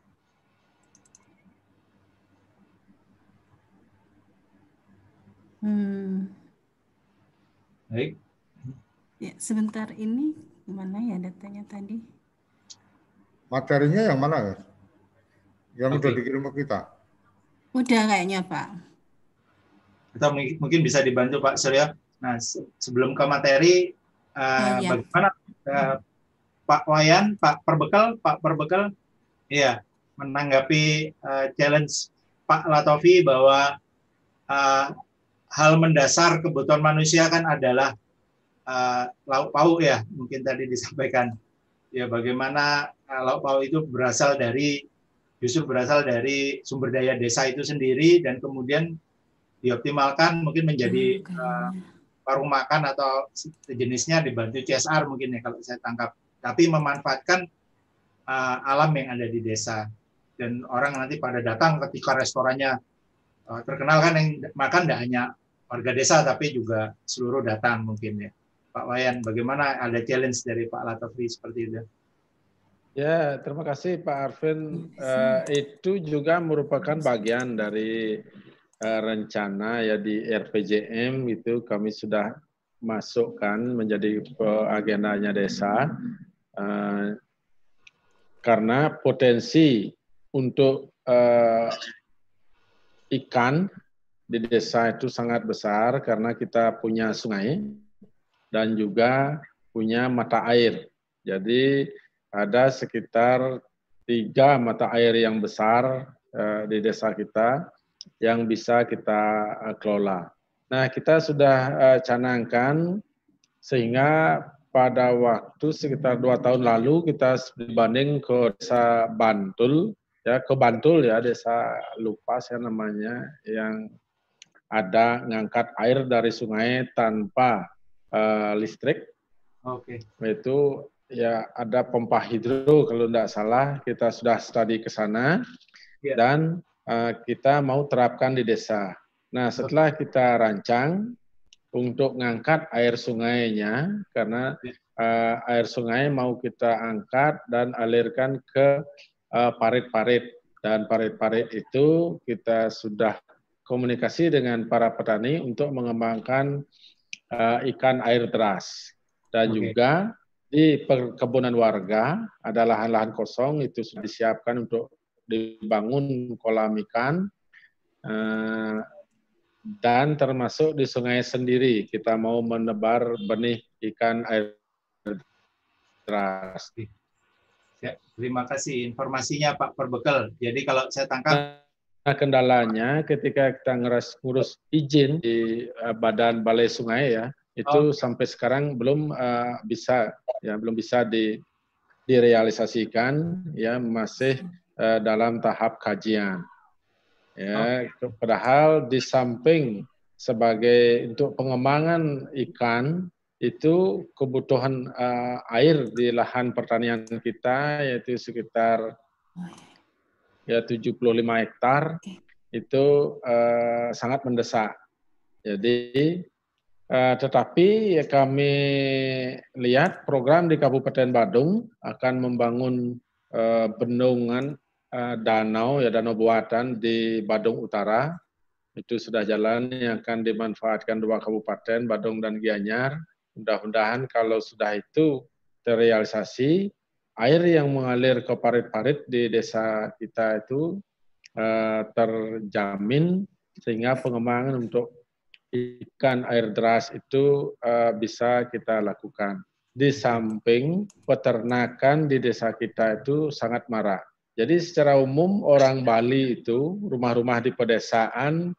Baik. Ya, sebentar, ini mana ya datanya tadi? Materinya yang mana ya? Yang udah dikirim ke kita? Udah kayaknya, Pak. Atau mungkin bisa dibantu Pak Surya. Nah, sebelum ke materi, bagaimana Pak Wayan, Pak Perbekal, ya, menanggapi challenge Pak Latofi bahwa hal mendasar kebutuhan manusia kan adalah lauk pauk ya, mungkin tadi disampaikan. Ya, bagaimana lauk pauk itu justru berasal dari sumber daya desa itu sendiri, dan kemudian dioptimalkan mungkin menjadi warung makan atau sejenisnya dibantu CSR mungkin ya kalau saya tangkap. Tapi memanfaatkan alam yang ada di desa. Dan orang nanti pada datang ketika restorannya terkenal kan, yang makan tidak hanya warga desa tapi juga seluruh datang mungkin ya. Pak Wayan, bagaimana, ada challenge dari Pak Latofi seperti itu? Ya, terima kasih Pak Arvin. Itu juga merupakan bagian dari rencana ya di RPJM, itu kami sudah masukkan menjadi agendanya desa, karena potensi untuk ikan di desa itu sangat besar karena kita punya sungai dan juga punya mata air. Jadi ada sekitar 3 mata air yang besar di desa kita yang bisa kita kelola. Nah, kita sudah canangkan sehingga pada waktu sekitar 2 tahun lalu kita dibanding ke desa Bantul, ya ke Bantul ya, desa lupa saya namanya, yang ada ngangkat air dari sungai tanpa listrik. Oke. Itu ya ada pompa hidro kalau tidak salah, kita sudah studi ke sana dan kita mau terapkan di desa. Nah, setelah kita rancang untuk ngangkat air sungainya, karena air sungai mau kita angkat dan alirkan ke parit-parit, dan parit-parit itu kita sudah komunikasi dengan para petani untuk mengembangkan ikan air deras. Dan juga di perkebunan warga ada lahan-lahan kosong, itu sudah disiapkan untuk dibangun kolam ikan, dan termasuk di sungai sendiri kita mau menebar benih ikan air deras. Ya, terima kasih informasinya Pak Perbekal. Jadi kalau saya tangkap, kendalanya ketika kita ngurus izin di Badan Balai Sungai ya, itu sampai sekarang belum bisa direalisasikan ya, masih dalam tahap kajian. Ya, padahal di samping sebagai untuk pengembangan ikan itu kebutuhan air di lahan pertanian kita yaitu sekitar ya 75 hektar itu sangat mendesak. Jadi tetapi ya kami lihat program di Kabupaten Badung akan membangun bendungan danau buatan di Badung Utara. Itu sudah jalan yang akan dimanfaatkan 2 kabupaten, Badung dan Gianyar. Mudah-mudahan kalau sudah itu terrealisasi, air yang mengalir ke parit-parit di desa kita itu terjamin sehingga pengembangan untuk ikan air deras itu bisa kita lakukan. Di samping peternakan di desa kita itu sangat marak. Jadi secara umum orang Bali itu rumah-rumah di pedesaan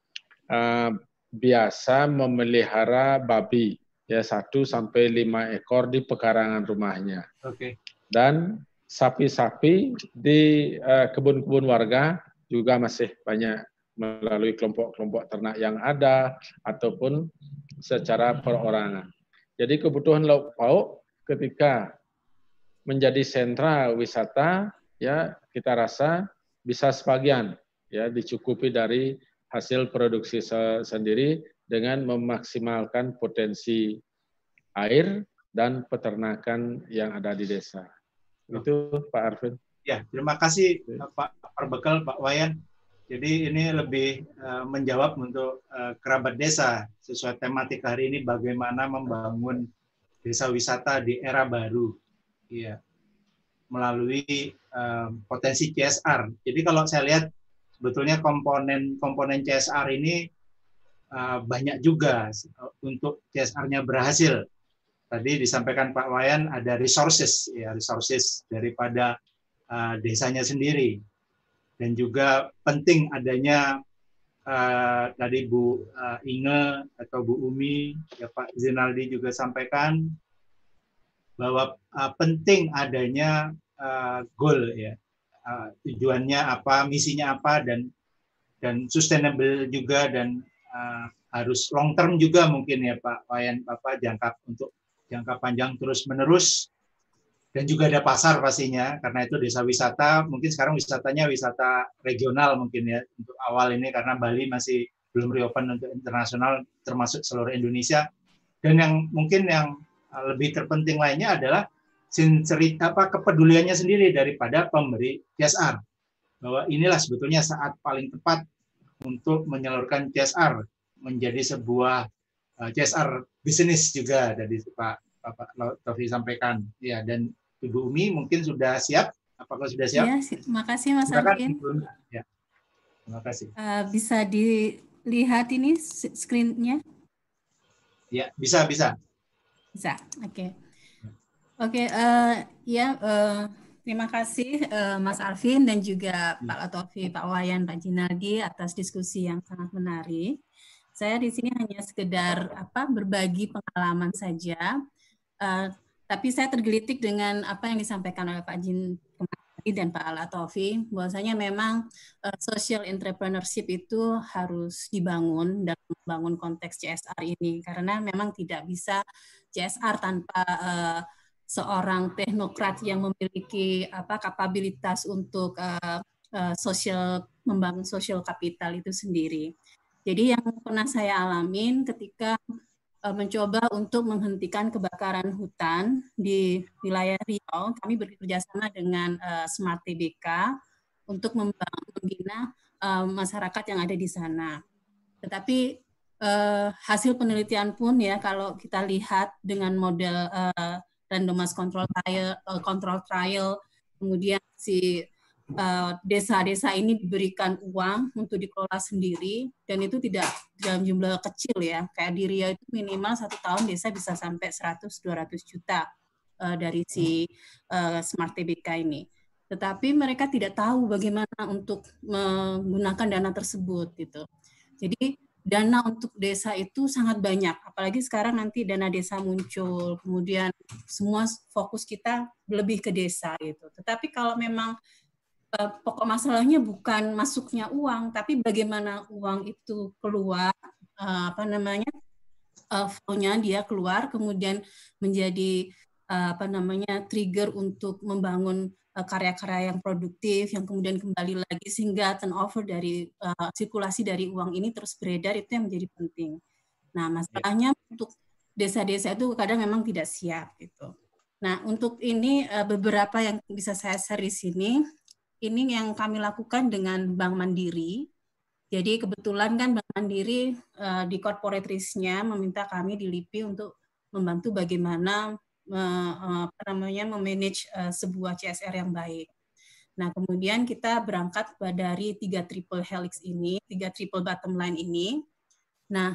biasa memelihara babi ya 1 sampai 5 ekor di pekarangan rumahnya. Dan sapi-sapi di kebun-kebun warga juga masih banyak melalui kelompok-kelompok ternak yang ada ataupun secara perorangan. Jadi kebutuhan lauk pauk ketika menjadi sentra wisata ya kita rasa bisa sebagian ya dicukupi dari hasil produksi sendiri dengan memaksimalkan potensi air dan peternakan yang ada di desa. Itu Pak Arvin. Ya, terima kasih Pak Perbekal, Pak Wayan. Jadi ini lebih menjawab untuk kerabat desa sesuai tematik hari ini bagaimana membangun desa wisata di era baru, ya, melalui potensi CSR. Jadi kalau saya lihat sebetulnya komponen CSR ini banyak juga untuk CSR-nya berhasil. Tadi disampaikan Pak Wayan ada resources daripada desanya sendiri. Dan juga penting adanya tadi Bu Inge atau Bu Umi, ya Pak Zinaldi juga sampaikan bahwa penting adanya goal ya, tujuannya apa, misinya apa, dan sustainable juga dan harus long term juga mungkin ya Pak Wayan, untuk jangka panjang terus menerus. Dan juga ada pasar pastinya, karena itu desa wisata, mungkin sekarang wisatanya wisata regional mungkin ya, untuk awal ini karena Bali masih belum reopen untuk internasional, termasuk seluruh Indonesia. Dan yang mungkin yang lebih terpenting lainnya adalah kepeduliannya sendiri daripada pemberi CSR. Bahwa inilah sebetulnya saat paling tepat untuk menyalurkan CSR, menjadi sebuah CSR bisnis juga, dari Pak Taufik sampaikan. Ya, dan Ibu Umi mungkin sudah siap. Apakah sudah siap? Ya, terima kasih Mas Arvin. Ya, terima kasih. Bisa dilihat ini screen-nya? Ya, bisa. Bisa, oke. Oke, terima kasih Mas Arvin dan juga Pak Taufik, Pak Wayan, Pak Jinaldi atas diskusi yang sangat menarik. Saya di sini hanya sekedar berbagi pengalaman saja. Tapi saya tergelitik dengan apa yang disampaikan oleh Pak Jin dan Pak Al-Atofi, bahwasanya memang social entrepreneurship itu harus dibangun dalam membangun konteks CSR ini, karena memang tidak bisa CSR tanpa seorang teknokrat yang memiliki kapabilitas untuk membangun social capital itu sendiri. Jadi yang pernah saya alamin ketika mencoba untuk menghentikan kebakaran hutan di wilayah Riau, kami bekerjasama dengan Smart TBK untuk membina masyarakat yang ada di sana. Tetapi hasil penelitian pun ya, kalau kita lihat dengan model randomized control trial, kemudian si desa-desa ini diberikan uang untuk dikelola sendiri, dan itu tidak dalam jumlah kecil ya. Kayak di Riau itu minimal 1 tahun desa bisa sampai 100-200 juta dari si Smart TBK ini. Tetapi mereka tidak tahu bagaimana untuk menggunakan dana tersebut gitu. Jadi dana untuk desa itu sangat banyak, apalagi sekarang nanti dana desa muncul, kemudian semua fokus kita lebih ke desa gitu. Tetapi kalau memang pokok masalahnya bukan masuknya uang, tapi bagaimana uang itu keluar, flow-nya dia keluar, kemudian menjadi trigger untuk membangun karya-karya yang produktif yang kemudian kembali lagi sehingga turnover dari sirkulasi dari uang ini terus beredar, itu yang menjadi penting. Nah, masalahnya untuk desa-desa itu kadang memang tidak siap gitu. Nah, untuk ini beberapa yang bisa saya share di sini, ini yang kami lakukan dengan Bank Mandiri. Jadi kebetulan kan Bank Mandiri di corporate risk-nya meminta kami di LIPI untuk membantu bagaimana memanage sebuah CSR yang baik. Nah, kemudian kita berangkat dari 3 triple helix ini, 3 triple bottom line ini. Nah,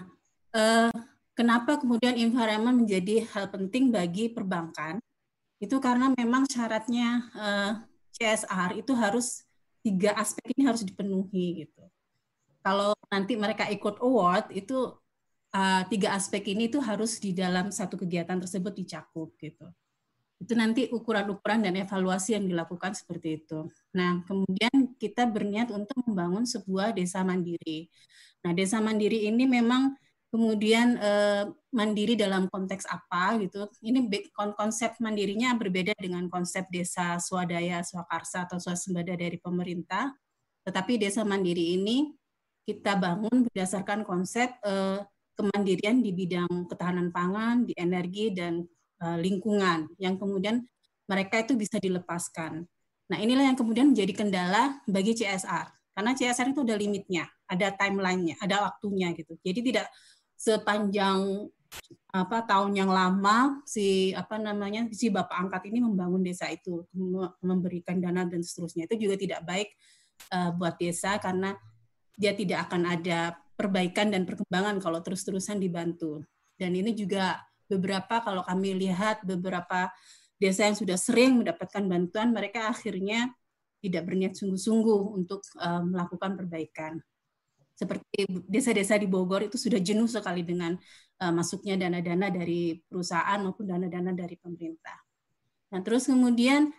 kenapa kemudian environment menjadi hal penting bagi perbankan? Itu karena memang syaratnya CSR itu harus 3 aspek ini harus dipenuhi gitu. Kalau nanti mereka ikut award itu 3 aspek ini tuh harus di dalam satu kegiatan tersebut dicakup gitu. Itu nanti ukuran-ukuran dan evaluasi yang dilakukan seperti itu. Nah, kemudian kita berniat untuk membangun sebuah desa mandiri. Nah, desa mandiri ini memang kemudian mandiri dalam konteks apa gitu. Ini konsep mandirinya berbeda dengan konsep desa swadaya, swakarsa atau swasembada dari pemerintah. Tetapi desa mandiri ini kita bangun berdasarkan konsep kemandirian di bidang ketahanan pangan, di energi, dan lingkungan, yang kemudian mereka itu bisa dilepaskan. Nah, inilah yang kemudian menjadi kendala bagi CSR. Karena CSR itu ada limitnya, ada timeline-nya, ada waktunya gitu. Jadi tidak sepanjang tahun yang lama si bapak angkat ini membangun desa itu, memberikan dana dan seterusnya. Itu juga tidak baik buat desa karena dia tidak akan ada perbaikan dan perkembangan kalau terus-terusan dibantu. Dan ini juga beberapa, kalau kami lihat beberapa desa yang sudah sering mendapatkan bantuan, mereka akhirnya tidak berniat sungguh-sungguh untuk melakukan perbaikan. Seperti desa-desa di Bogor itu sudah jenuh sekali dengan masuknya dana-dana dari perusahaan maupun dana-dana dari pemerintah. Nah, terus kemudian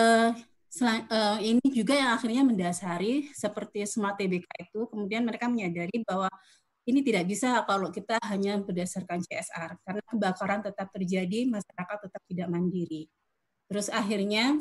ini juga yang akhirnya mendasari seperti Smart TBK itu, kemudian mereka menyadari bahwa ini tidak bisa kalau kita hanya berdasarkan CSR, karena kebakaran tetap terjadi, masyarakat tetap tidak mandiri. Terus akhirnya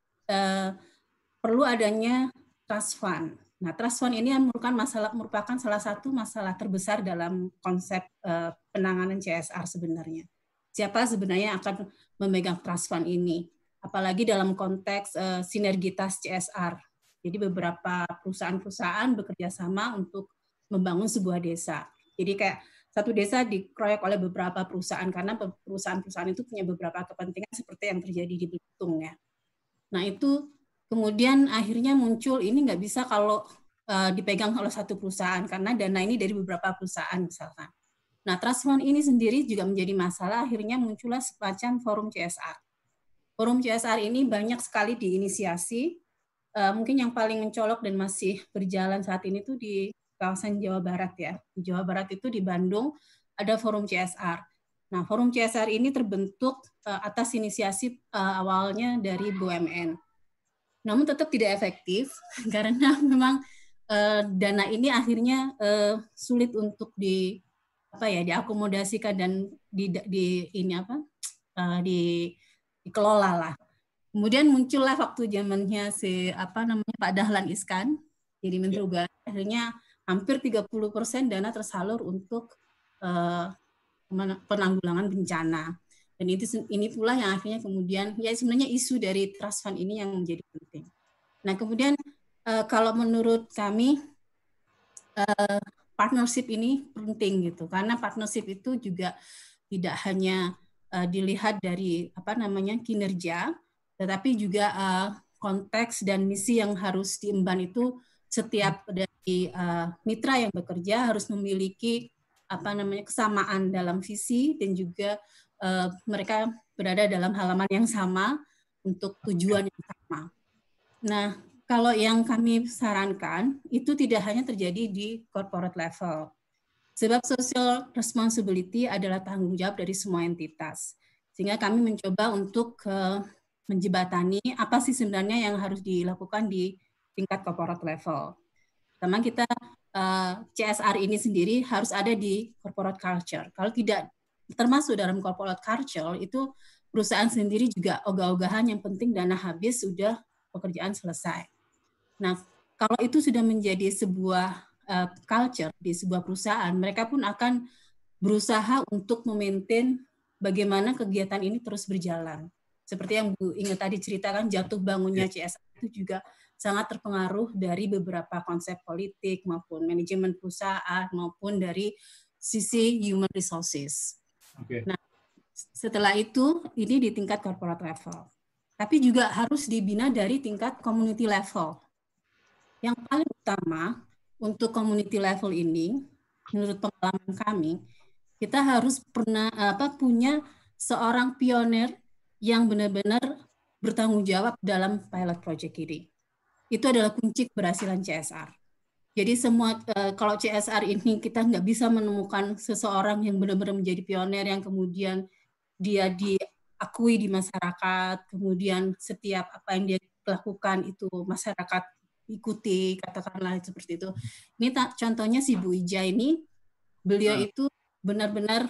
perlu adanya trust fund. Nah, trust fund ini merupakan salah satu masalah terbesar dalam konsep penanganan CSR sebenarnya. Siapa sebenarnya yang akan memegang trust fund ini? Apalagi dalam konteks sinergitas CSR. Jadi beberapa perusahaan-perusahaan bekerja sama untuk membangun sebuah desa. Jadi kayak satu desa dikeroyok oleh beberapa perusahaan karena perusahaan-perusahaan itu punya beberapa kepentingan seperti yang terjadi di Belitung ya. Nah, itu kemudian akhirnya muncul ini nggak bisa kalau dipegang oleh satu perusahaan karena dana ini dari beberapa perusahaan misalkan. Nah, trust fund ini sendiri juga menjadi masalah, akhirnya muncullah semacam forum CSR. Forum CSR ini banyak sekali diinisiasi, mungkin yang paling mencolok dan masih berjalan saat ini tuh di kawasan Jawa Barat ya. Di Jawa Barat itu di Bandung ada forum CSR. Nah, forum CSR ini terbentuk atas inisiasi awalnya dari BUMN. Namun tetap tidak efektif karena memang dana ini akhirnya sulit untuk diakomodasikan dan dikelola lah. Kemudian muncullah waktu zamannya Pak Dahlan Iskan jadi Menteri UGM, akhirnya hampir 30% dana tersalur untuk penanggulangan bencana. Dan ini pula yang akhirnya kemudian ya sebenarnya isu dari trust fund ini yang menjadi penting. Nah, kemudian kalau menurut kami partnership ini penting gitu, karena partnership itu juga tidak hanya dilihat dari kinerja, tetapi juga konteks dan misi yang harus diemban itu setiap dari mitra yang bekerja harus memiliki kesamaan dalam visi dan juga mereka berada dalam halaman yang sama untuk tujuan yang sama. Nah, kalau yang kami sarankan itu tidak hanya terjadi di corporate level. Sebab social responsibility adalah tanggung jawab dari semua entitas. Sehingga kami mencoba untuk menjembatani apa sih sebenarnya yang harus dilakukan di tingkat corporate level. Pertama, kita CSR ini sendiri harus ada di corporate culture. Kalau tidak termasuk dalam corporate culture itu perusahaan sendiri juga ogah-ogahan yang penting dana habis sudah pekerjaan selesai. Nah, kalau itu sudah menjadi sebuah culture di sebuah perusahaan, mereka pun akan berusaha untuk memaintain bagaimana kegiatan ini terus berjalan. Seperti yang Bu Inge tadi ceritakan, jatuh bangunnya CSR itu juga sangat terpengaruh dari beberapa konsep politik maupun manajemen perusahaan maupun dari sisi human resources. Nah, setelah itu ini di tingkat corporate level. Tapi juga harus dibina dari tingkat community level. Yang paling utama untuk community level ini, menurut pengalaman kami, kita harus punya seorang pionir yang benar-benar bertanggung jawab dalam pilot project ini. Itu adalah kunci keberhasilan CSR. Jadi semua kalau CSR ini kita nggak bisa menemukan seseorang yang benar-benar menjadi pionir yang kemudian dia diakui di masyarakat, kemudian setiap apa yang dia lakukan itu masyarakat ikuti, katakanlah seperti itu. Ini contohnya si Bu Ija ini, beliau itu benar-benar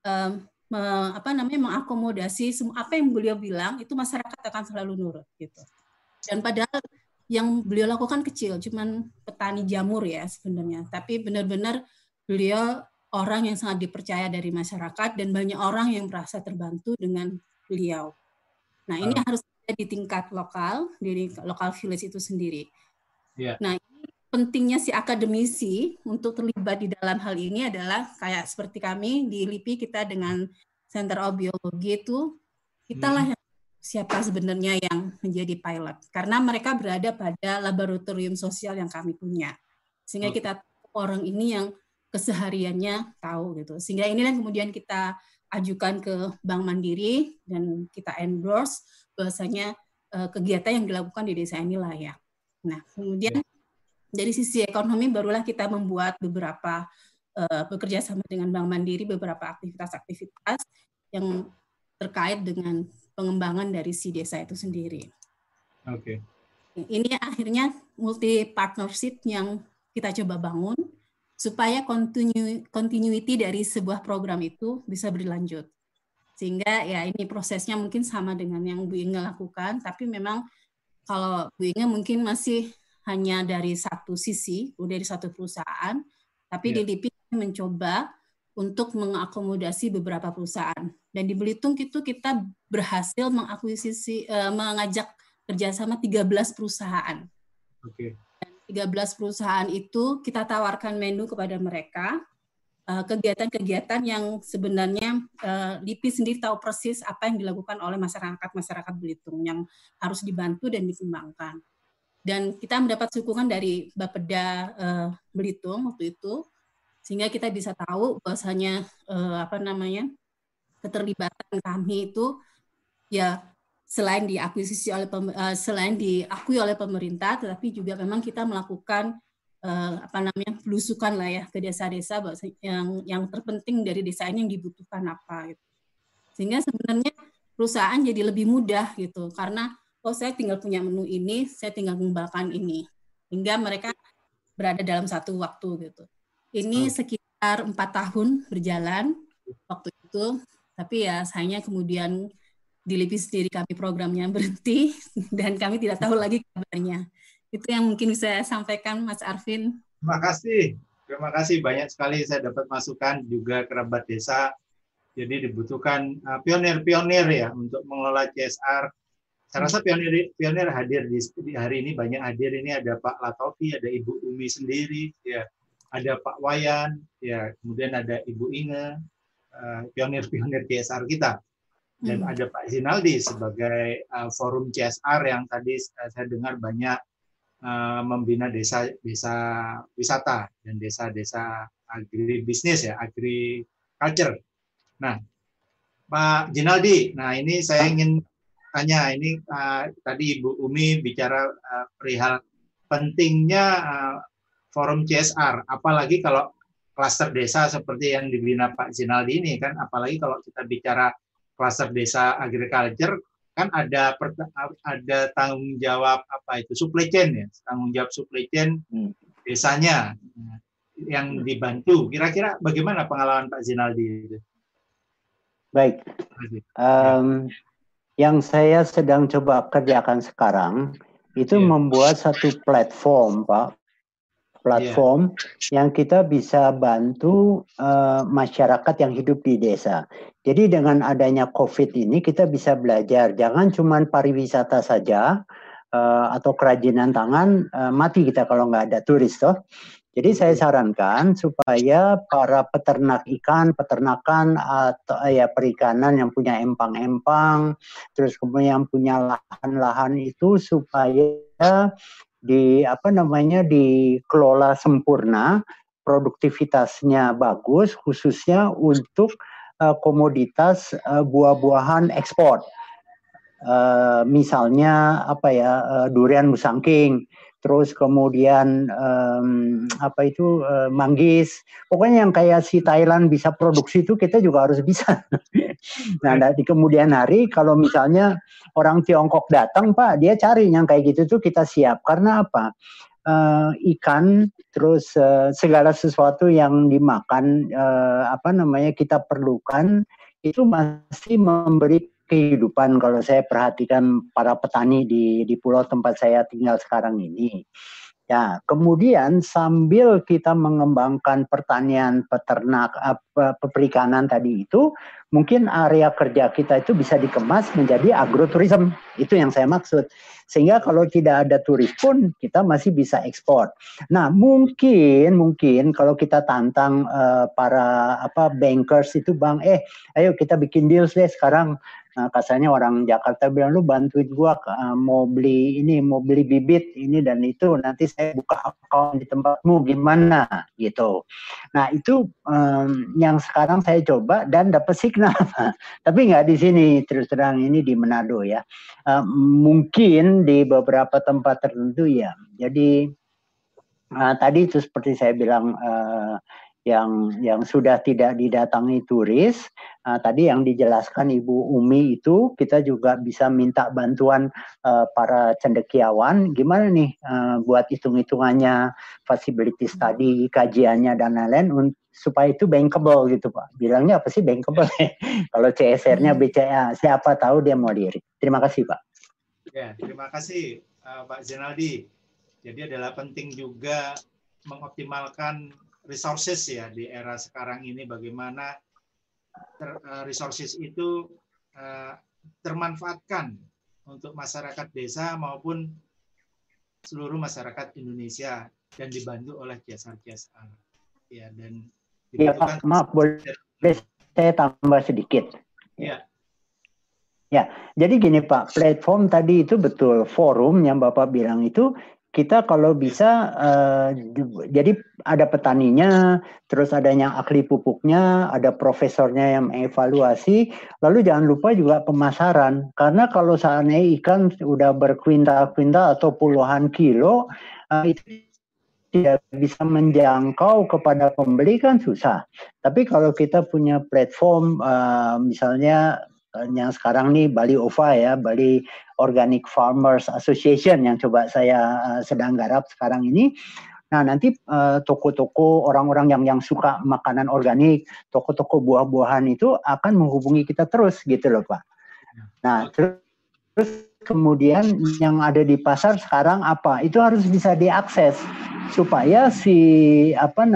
mengakomodasi semua apa yang beliau bilang itu masyarakat akan selalu nurut gitu. Dan padahal yang beliau lakukan kecil, cuman petani jamur ya sebenarnya. Tapi benar-benar beliau orang yang sangat dipercaya dari masyarakat dan banyak orang yang merasa terbantu dengan beliau. Nah ini harus ada di tingkat lokal, di lokal village itu sendiri. Nah ini pentingnya si akademisi untuk terlibat di dalam hal ini adalah kayak seperti kami di LIPI kita dengan Center of Biology itu, kita lah yang siapa sebenarnya yang menjadi pilot. Karena mereka berada pada laboratorium sosial yang kami punya. Sehingga kita orang ini yang kesehariannya tahu gitu. Sehingga inilah yang kemudian kita ajukan ke Bank Mandiri dan kita endorse bahwasanya kegiatan yang dilakukan di desa ini layak. Nah, kemudian dari sisi ekonomi barulah kita membuat beberapa bekerja sama dengan Bank Mandiri beberapa aktivitas-aktivitas yang terkait dengan pengembangan dari si desa itu sendiri. Ini akhirnya multi partnership yang kita coba bangun supaya continuity dari sebuah program itu bisa berlanjut. Sehingga ya ini prosesnya mungkin sama dengan yang Bu Inge lakukan, tapi memang kalau Bu Inge mungkin masih hanya dari satu sisi, dari satu perusahaan, tapi di LIPI mencoba untuk mengakomodasi beberapa perusahaan. Dan di Belitung itu kita berhasil mengajak kerjasama 13 perusahaan. Dan 13 perusahaan itu kita tawarkan menu kepada mereka, kegiatan-kegiatan yang sebenarnya LIPI sendiri tahu persis apa yang dilakukan oleh masyarakat Belitung yang harus dibantu dan dikembangkan. Dan kita mendapat dukungan dari Bapeda Belitung waktu itu, sehingga kita bisa tahu bahwasanya keterlibatan kami itu ya selain diakuisisi oleh diakui oleh pemerintah, tetapi juga memang kita melakukan belusukan lah ya ke desa-desa yang terpenting dari desa ini yang dibutuhkan apa gitu. Sehingga sebenarnya perusahaan jadi lebih mudah gitu karena saya tinggal punya menu ini, saya tinggal mengembangkan ini. Hingga mereka berada dalam satu waktu gitu. Ini sekitar 4 tahun berjalan waktu itu, tapi ya sayangnya kemudian di LIPI sendiri kami programnya berhenti dan kami tidak tahu lagi kabarnya. Itu yang mungkin bisa saya sampaikan, Mas Arvin. Terima kasih banyak sekali saya dapat masukan juga kerabat desa. Jadi dibutuhkan pionir-pionir ya untuk mengelola CSR. Saya rasa pionir hadir di hari ini, banyak hadir ini, ada Pak Latofi, ada Ibu Umi sendiri, ya, ada Pak Wayan, ya, kemudian ada Ibu Inge, pionir-pionir CSR kita, dan ada Pak Zinaldi sebagai forum CSR yang tadi saya dengar banyak membina desa-desa wisata dan desa-desa agribisnis ya, agriculture. Nah, Pak Zinaldi, nah ini saya ingin tanya, ini tadi Ibu Umi bicara perihal pentingnya forum CSR, apalagi kalau klaster desa seperti yang dibina Pak Zinaldi ini kan, apalagi kalau kita bicara klaster desa agriculture kan ada tanggung jawab supply chain ya, tanggung jawab supply chain desanya yang dibantu. Kira-kira bagaimana pengalaman Pak Zinaldi itu? Baik. Yang saya sedang coba kerjakan sekarang itu membuat satu platform, Pak. Platform yang kita bisa bantu masyarakat yang hidup di desa. Jadi dengan adanya COVID ini kita bisa belajar, jangan cuma pariwisata saja atau kerajinan tangan, mati kita kalau nggak ada turis toh. Jadi saya sarankan supaya para peternak ikan, peternakan atau perikanan yang punya empang-empang, terus kemudian punya lahan-lahan itu supaya dikelola sempurna, produktivitasnya bagus, khususnya untuk komoditas buah-buahan ekspor. Misalnya durian musangking, terus kemudian manggis, pokoknya yang kayak si Thailand bisa produksi itu kita juga harus bisa. Nah di kemudian hari kalau misalnya orang Tiongkok datang, Pak, dia cari yang kayak gitu tuh kita siap. Karena apa? Ikan, terus segala sesuatu yang dimakan kita perlukan itu masih memberi kehidupan kalau saya perhatikan para petani di pulau tempat saya tinggal sekarang ini. Ya, kemudian sambil kita mengembangkan pertanian, peternak, perikanan tadi itu, mungkin area kerja kita itu bisa dikemas menjadi agroturism. Itu yang saya maksud. Sehingga kalau tidak ada turis pun kita masih bisa ekspor. Nah, mungkin kalau kita tantang para bankers itu, Bang, ayo kita bikin deals deh sekarang. Nah, kasarnya orang Jakarta bilang, lu bantuin gua mau beli bibit ini dan itu, nanti saya buka akun di tempatmu gimana gitu. Nah itu yang sekarang saya coba dan dapat signal, tapi nggak di sini, terus terang ini di Manado ya. Mungkin di beberapa tempat tertentu ya. Jadi tadi itu seperti saya bilang yang sudah tidak didatangi turis. Tadi yang dijelaskan Ibu Umi itu kita juga bisa minta bantuan para cendekiawan. Gimana nih buat hitung-hitungannya, feasibility study, kajiannya dan lain-lain supaya itu bankable gitu Pak. Bilangnya apa sih bankable? Kalau CSR-nya BCA, siapa tahu dia mau diri. Terima kasih Pak. Ya, terima kasih Pak Zenaldi. Jadi adalah penting juga mengoptimalkan resources ya di era sekarang ini, bagaimana resources itu termanfaatkan untuk masyarakat desa maupun seluruh masyarakat Indonesia dan dibantu oleh CSR. Ya, dan ya Pak, maaf boleh saya tambah sedikit. Ya. Ya, jadi gini Pak, platform tadi itu betul, forum yang Bapak bilang itu kita kalau bisa jadi ada petaninya, terus adanya ahli pupuknya, ada profesornya yang mengevaluasi, lalu jangan lupa juga pemasaran. Karena kalau seandainya ikan udah berkuintal-kuintal atau puluhan kilo, itu tidak bisa menjangkau kepada pembeli kan susah. Tapi kalau kita punya platform, misalnya yang sekarang nih Bali OVA ya, Bali Organic Farmers Association yang coba saya sedang garap sekarang ini. Nah nanti toko-toko orang-orang yang suka makanan organik, toko-toko buah-buahan itu akan menghubungi kita terus gitu loh Pak. Nah terus kemudian yang ada di pasar sekarang apa? Itu harus bisa diakses supaya si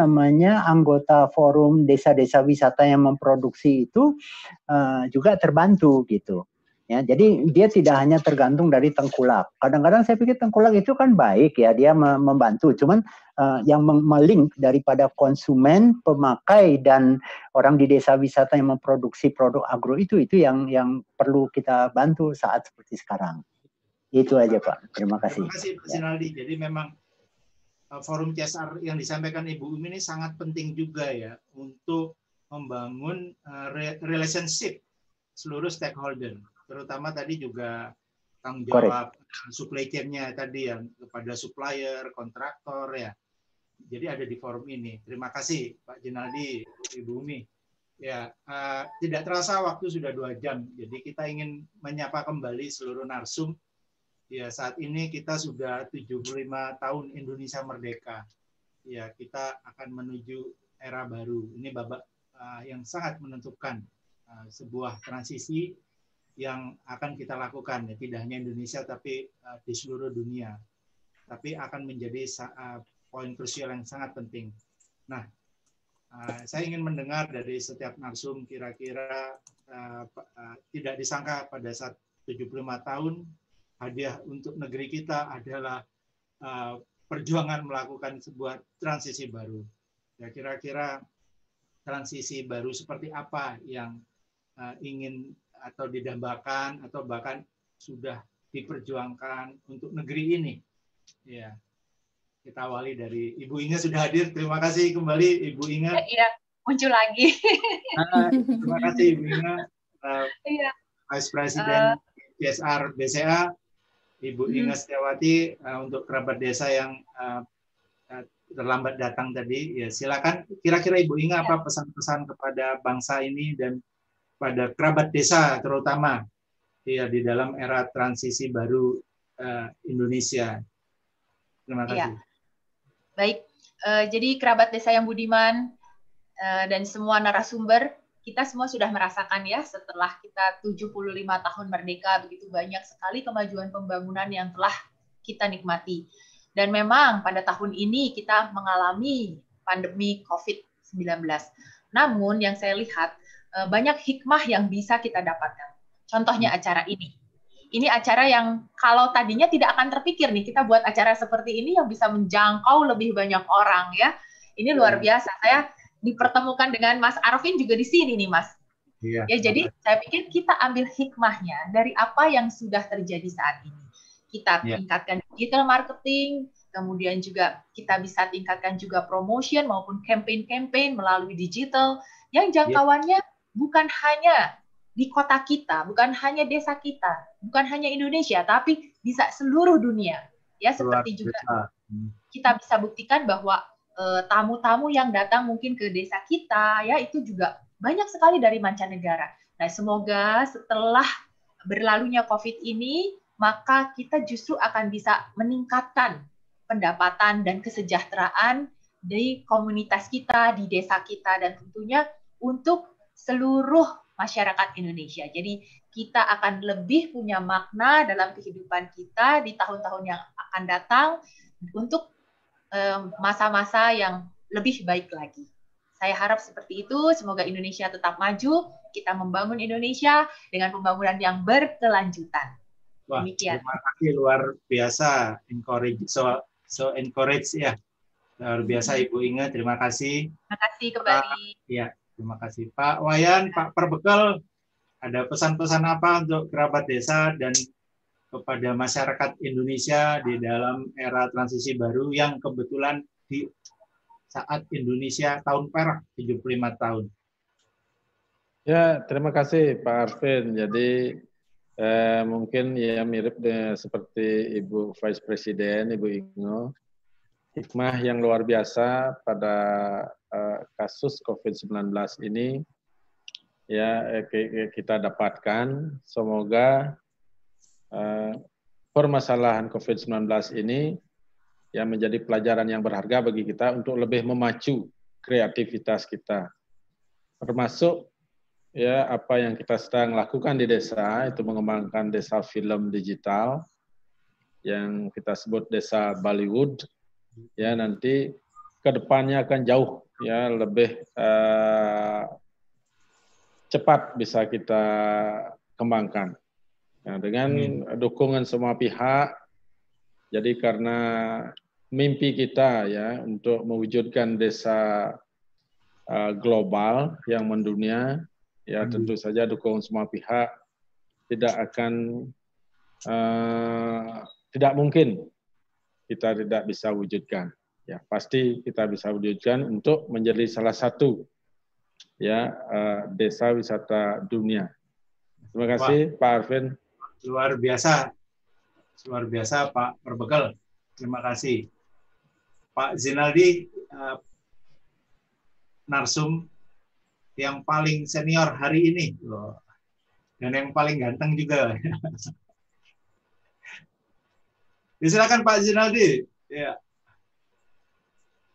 anggota forum desa-desa wisata yang memproduksi itu juga terbantu gitu. Ya, jadi dia tidak hanya tergantung dari tengkulak. Kadang-kadang saya pikir tengkulak itu kan baik ya, dia membantu. Cuman yang melink daripada konsumen, pemakai dan orang di desa wisata yang memproduksi produk agro itu yang perlu kita bantu saat seperti sekarang. Itu aja Pak. Terima kasih. Terima kasih Pak Zenaldi. Jadi memang forum CSR yang disampaikan Ibu Umi ini sangat penting juga ya untuk membangun relationship seluruh stakeholder, terutama tadi juga tanggung jawab supply chain-nya tadi yang kepada supplier, kontraktor ya. Jadi ada di forum ini. Terima kasih Pak Zenaldi, Ibu Umi. Ya, tidak terasa waktu sudah 2 jam. Jadi kita ingin menyapa kembali seluruh narsum. Ya, saat ini kita sudah 75 tahun Indonesia merdeka. Ya, kita akan menuju era baru. Ini babak yang sangat menentukan sebuah transisi yang akan kita lakukan, ya, tidak hanya Indonesia tapi di seluruh dunia. Tapi akan menjadi poin krusial yang sangat penting. Nah, saya ingin mendengar dari setiap narsum kira-kira tidak disangka pada saat 75 tahun hadiah untuk negeri kita adalah perjuangan melakukan sebuah transisi baru. Ya, kira-kira transisi baru seperti apa yang ingin atau didambakan atau bahkan sudah diperjuangkan untuk negeri ini. Ya, kita awali dari Ibu Inge sudah hadir. Terima kasih kembali Ibu Inge. Iya, muncul lagi. Terima kasih Ibu Inge, Vice President CSR BCA, Ibu Inge Setiawati untuk kerabat desa yang terlambat datang tadi. Ya, silakan. Kira-kira Ibu Inge apa pesan-pesan kepada bangsa ini dan pada kerabat desa terutama ya di dalam era transisi baru Indonesia. Terima kasih. Ya. Baik, jadi kerabat desa yang budiman dan semua narasumber, kita semua sudah merasakan ya setelah kita 75 tahun merdeka, begitu banyak sekali kemajuan pembangunan yang telah kita nikmati. Dan memang pada tahun ini kita mengalami pandemi COVID-19. Namun yang saya lihat banyak hikmah yang bisa kita dapatkan. Contohnya acara ini. Ini acara yang kalau tadinya tidak akan terpikir nih, kita buat acara seperti ini yang bisa menjangkau lebih banyak orang ya. Ini luar biasa. Saya dipertemukan dengan Mas Arvin juga di sini nih Mas. Iya. Ya, jadi saya pikir kita ambil hikmahnya dari apa yang sudah terjadi saat ini. Kita tingkatkan digital marketing, kemudian juga kita bisa tingkatkan juga promotion maupun campaign-campaign melalui digital yang jangkauannya bukan hanya di kota kita, bukan hanya desa kita, bukan hanya Indonesia, tapi bisa seluruh dunia. Ya, seperti juga kita bisa buktikan bahwa tamu-tamu yang datang mungkin ke desa kita, ya itu juga banyak sekali dari mancanegara. Nah, semoga setelah berlalunya COVID ini, maka kita justru akan bisa meningkatkan pendapatan dan kesejahteraan di komunitas kita, di desa kita, dan tentunya untuk seluruh masyarakat Indonesia. Jadi kita akan lebih punya makna dalam kehidupan kita di tahun-tahun yang akan datang untuk masa-masa yang lebih baik lagi. Saya harap seperti itu. Semoga Indonesia tetap maju. Kita membangun Indonesia dengan pembangunan yang berkelanjutan. Wah, demikian. Terima kasih, luar biasa. So encourage ya. Luar biasa Ibu Inge. Terima kasih. Terima kasih kembali. Ya. Terima kasih Pak Wayan, Pak Perbekal, ada pesan-pesan apa untuk kerabat desa dan kepada masyarakat Indonesia di dalam era transisi baru yang kebetulan di saat Indonesia tahun perak 75 tahun. Ya, terima kasih Pak Arvin. Jadi mungkin ya mirip seperti Ibu Vice President, Ibu Inge, hikmah yang luar biasa pada kasus COVID-19 ini ya kita dapatkan. Semoga permasalahan COVID-19 ini ya menjadi pelajaran yang berharga bagi kita untuk lebih memacu kreativitas kita. Termasuk ya apa yang kita sedang lakukan di desa, itu mengembangkan desa film digital yang kita sebut desa Bollywood. Ya, nanti kedepannya akan jauh ya lebih cepat bisa kita kembangkan ya, dengan dukungan semua pihak. Jadi karena mimpi kita ya untuk mewujudkan desa global yang mendunia ya tentu saja dukungan semua pihak tidak mungkin kita tidak bisa wujudkan. Ya, pasti kita bisa wujudkan untuk menjadi salah satu ya desa wisata dunia. Terima kasih Pak Arvin. Luar biasa Pak Perbekal. Terima kasih Pak Zinaldi, narsum yang paling senior hari ini dan yang paling ganteng juga. Silakan Pak Zinaldi. Ya.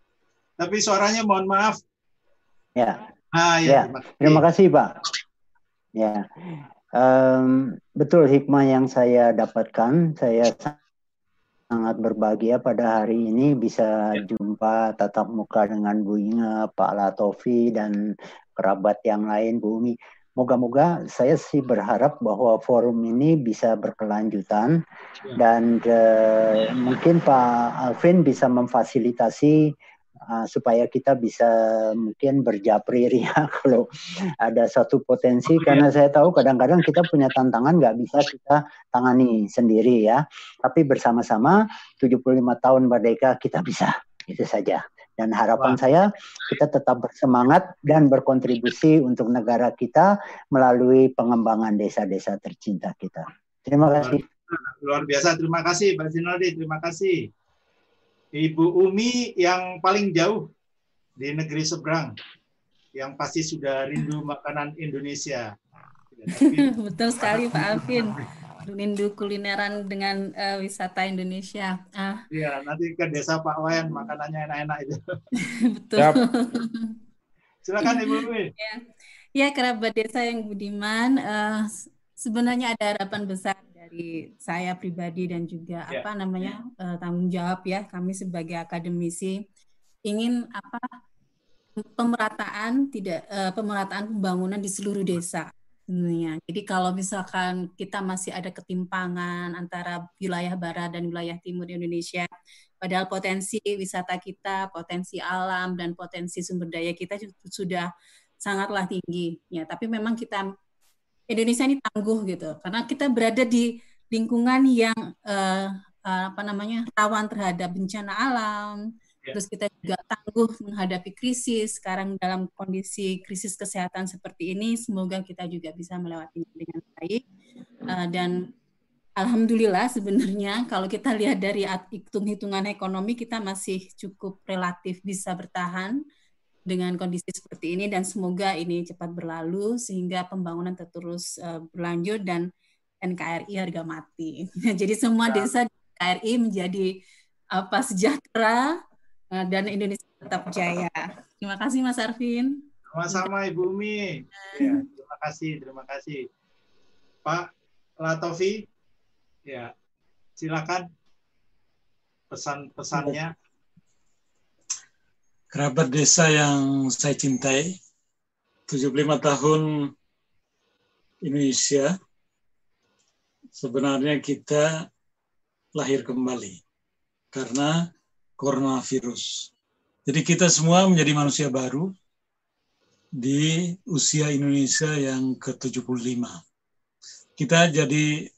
Tapi suaranya mohon maaf. Ya. Ya. Terima kasih Pak. Ya, betul hikmah yang saya dapatkan. Saya sangat berbahagia pada hari ini bisa jumpa tatap muka dengan Bu Inge, Pak Latofi, dan kerabat yang lain, Bu Umi. Moga-moga saya sih berharap bahwa forum ini bisa berkelanjutan dan mungkin Pak Alvin bisa memfasilitasi supaya kita bisa mungkin berjapri ya kalau ada satu potensi, karena saya tahu kadang-kadang kita punya tantangan nggak bisa kita tangani sendiri ya, tapi bersama-sama 75 tahun merdeka kita bisa, itu saja. Dan harapan saya kita tetap bersemangat dan berkontribusi untuk negara kita melalui pengembangan desa-desa tercinta kita. Terima kasih. Luar biasa, terima kasih Pak Zinaldi, terima kasih. Ibu Umi yang paling jauh di negeri seberang, yang pasti sudah rindu makanan Indonesia. Betul sekali Pak Alvin, rindu kulineran dengan wisata Indonesia. Iya, nanti ke desa Pak Wayan makanannya enak-enak itu. Betul. Yep. Silakan Ibu Umi. Ya, kerabat desa yang budiman, sebenarnya ada harapan besar dari saya pribadi dan juga tanggung jawab ya, kami sebagai akademisi ingin pemerataan pembangunan di seluruh desa sebenarnya. Jadi kalau misalkan kita masih ada ketimpangan antara wilayah barat dan wilayah timur Indonesia, padahal potensi wisata kita, potensi alam dan potensi sumber daya kita sudah sangatlah tinggi ya, tapi memang Indonesia ini tangguh gitu, karena kita berada di lingkungan yang rawan terhadap bencana alam. Terus kita juga tangguh menghadapi krisis. Sekarang dalam kondisi krisis kesehatan seperti ini, semoga kita juga bisa melewatinya dengan baik. Dan alhamdulillah sebenarnya kalau kita lihat dari hitung-hitungan ekonomi, kita masih cukup relatif bisa bertahan dengan kondisi seperti ini, dan semoga ini cepat berlalu sehingga pembangunan terus berlanjut dan NKRI harga mati. Jadi semua desa di NKRI menjadi sejahtera dan Indonesia tetap jaya. Terima kasih Mas Arvin. Sama-sama Ibu Umi. Ya, terima kasih. Pak Latofi, ya silakan pesan-pesannya. Kerabat desa yang saya cintai, 75 tahun Indonesia, sebenarnya kita lahir kembali karena coronavirus. Jadi kita semua menjadi manusia baru di usia Indonesia yang ke-75. Kita jadi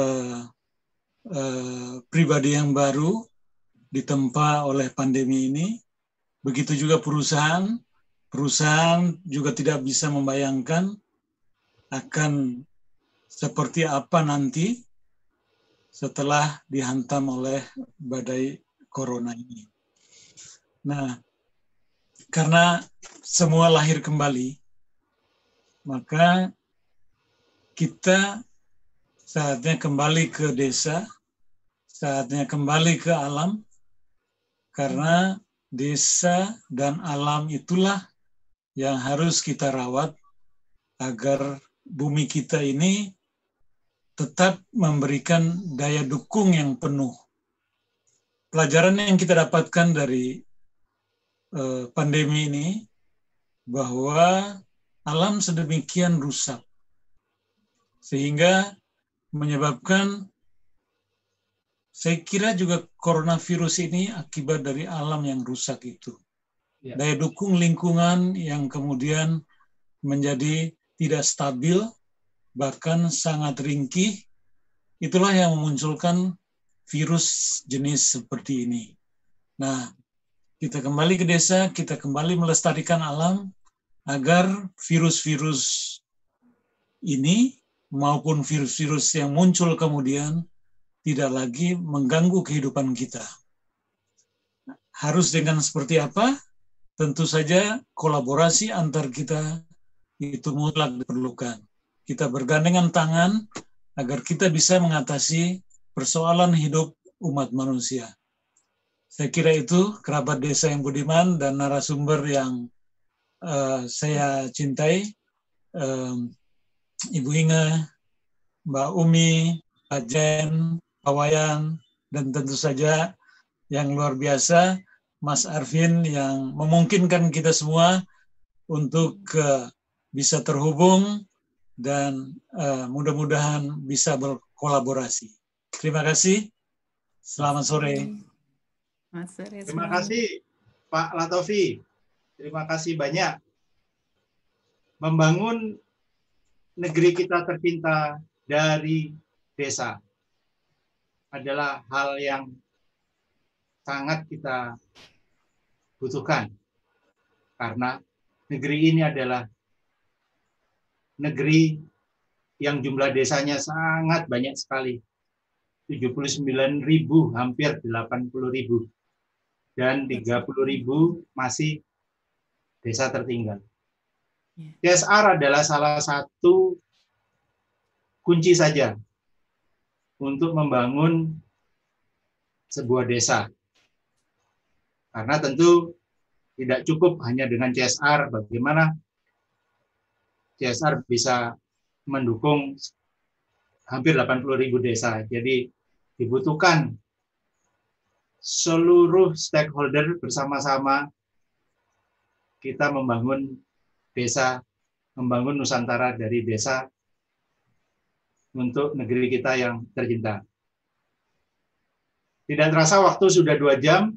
pribadi yang baru ditempa oleh pandemi ini. Begitu juga perusahaan juga tidak bisa membayangkan akan seperti apa nanti setelah dihantam oleh badai corona ini. Nah, karena semua lahir kembali, maka kita saatnya kembali ke desa, saatnya kembali ke alam, karena desa dan alam itulah yang harus kita rawat agar bumi kita ini tetap memberikan daya dukung yang penuh. Pelajaran yang kita dapatkan dari pandemi ini, bahwa alam sedemikian rusak, sehingga menyebabkan, saya kira juga coronavirus ini akibat dari alam yang rusak itu. Daya dukung lingkungan yang kemudian menjadi tidak stabil, bahkan sangat ringkih, itulah yang memunculkan virus jenis seperti ini. Nah, kita kembali ke desa, kita kembali melestarikan alam, agar virus-virus ini maupun virus-virus yang muncul kemudian tidak lagi mengganggu kehidupan kita. Harus dengan seperti apa? Tentu saja kolaborasi antar kita itu mutlak diperlukan. Kita bergandengan tangan agar kita bisa mengatasi persoalan hidup umat manusia. Saya kira itu kerabat desa yang budiman dan narasumber yang saya cintai. Ibu Inge, Mbak Umi, Pak Jen, Pak Wayan, dan tentu saja yang luar biasa, Mas Arvin yang memungkinkan kita semua untuk bisa terhubung dan mudah-mudahan bisa berkolaborasi. Terima kasih. Selamat sore. Terima kasih Pak Latofi. Terima kasih banyak. Membangun negeri kita tercinta dari desa adalah hal yang sangat kita butuhkan. Karena negeri ini adalah negeri yang jumlah desanya sangat banyak sekali. 79.000, hampir 80.000. Dan 30.000 masih desa tertinggal. CSR adalah salah satu kunci saja untuk membangun sebuah desa. Karena tentu tidak cukup hanya dengan CSR, bagaimana CSR bisa mendukung hampir 80.000 desa. Jadi dibutuhkan seluruh stakeholder bersama-sama kita membangun desa, membangun Nusantara dari desa untuk negeri kita yang tercinta. Tidak terasa waktu sudah 2 jam.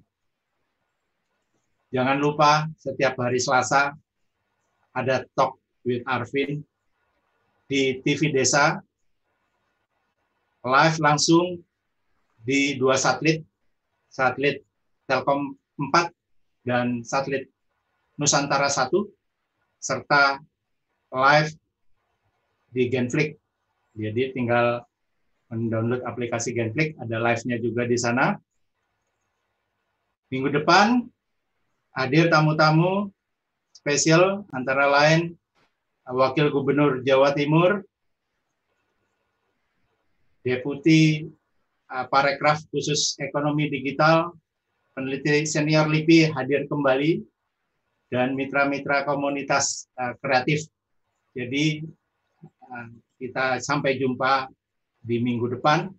Jangan lupa setiap hari Selasa ada Talk with Arvin di TV Desa, live langsung di 2 satelit Telkom 4 dan satelit Nusantara 1, serta live di Genflix. Jadi tinggal mendownload aplikasi Genflix, ada live-nya juga di sana. Minggu depan hadir tamu-tamu spesial, antara lain Wakil Gubernur Jawa Timur, Deputi Parekraf khusus Ekonomi Digital, peneliti senior LIPI hadir kembali, dan mitra-mitra komunitas kreatif. Jadi kita sampai jumpa di minggu depan,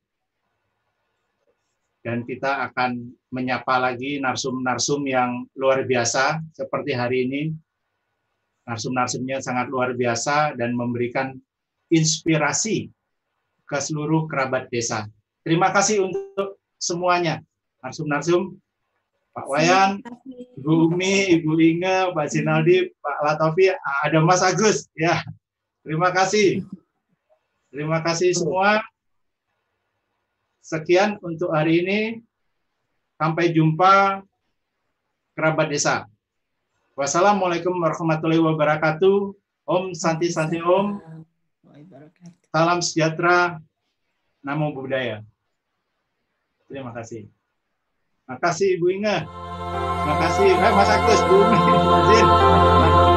dan kita akan menyapa lagi narsum-narsum yang luar biasa seperti hari ini. Narsum-narsumnya sangat luar biasa dan memberikan inspirasi ke seluruh kerabat desa. Terima kasih untuk semuanya. Narsum-narsum, Pak Wayan, Ibu Umi, Ibu Inge, Pak Sinaldi, Pak Latofi, ada Mas Agus. Ya, terima kasih. Terima kasih semua. Sekian untuk hari ini. Sampai jumpa kerabat desa. Wassalamualaikum warahmatullahi wabarakatuh. Om Santi Santi Om. Salam sejahtera. Namo Buddhaya. Terima kasih. Terima kasih Ibu Inge. Terima kasih Mas Agus, Bu Umi, Mas Zin.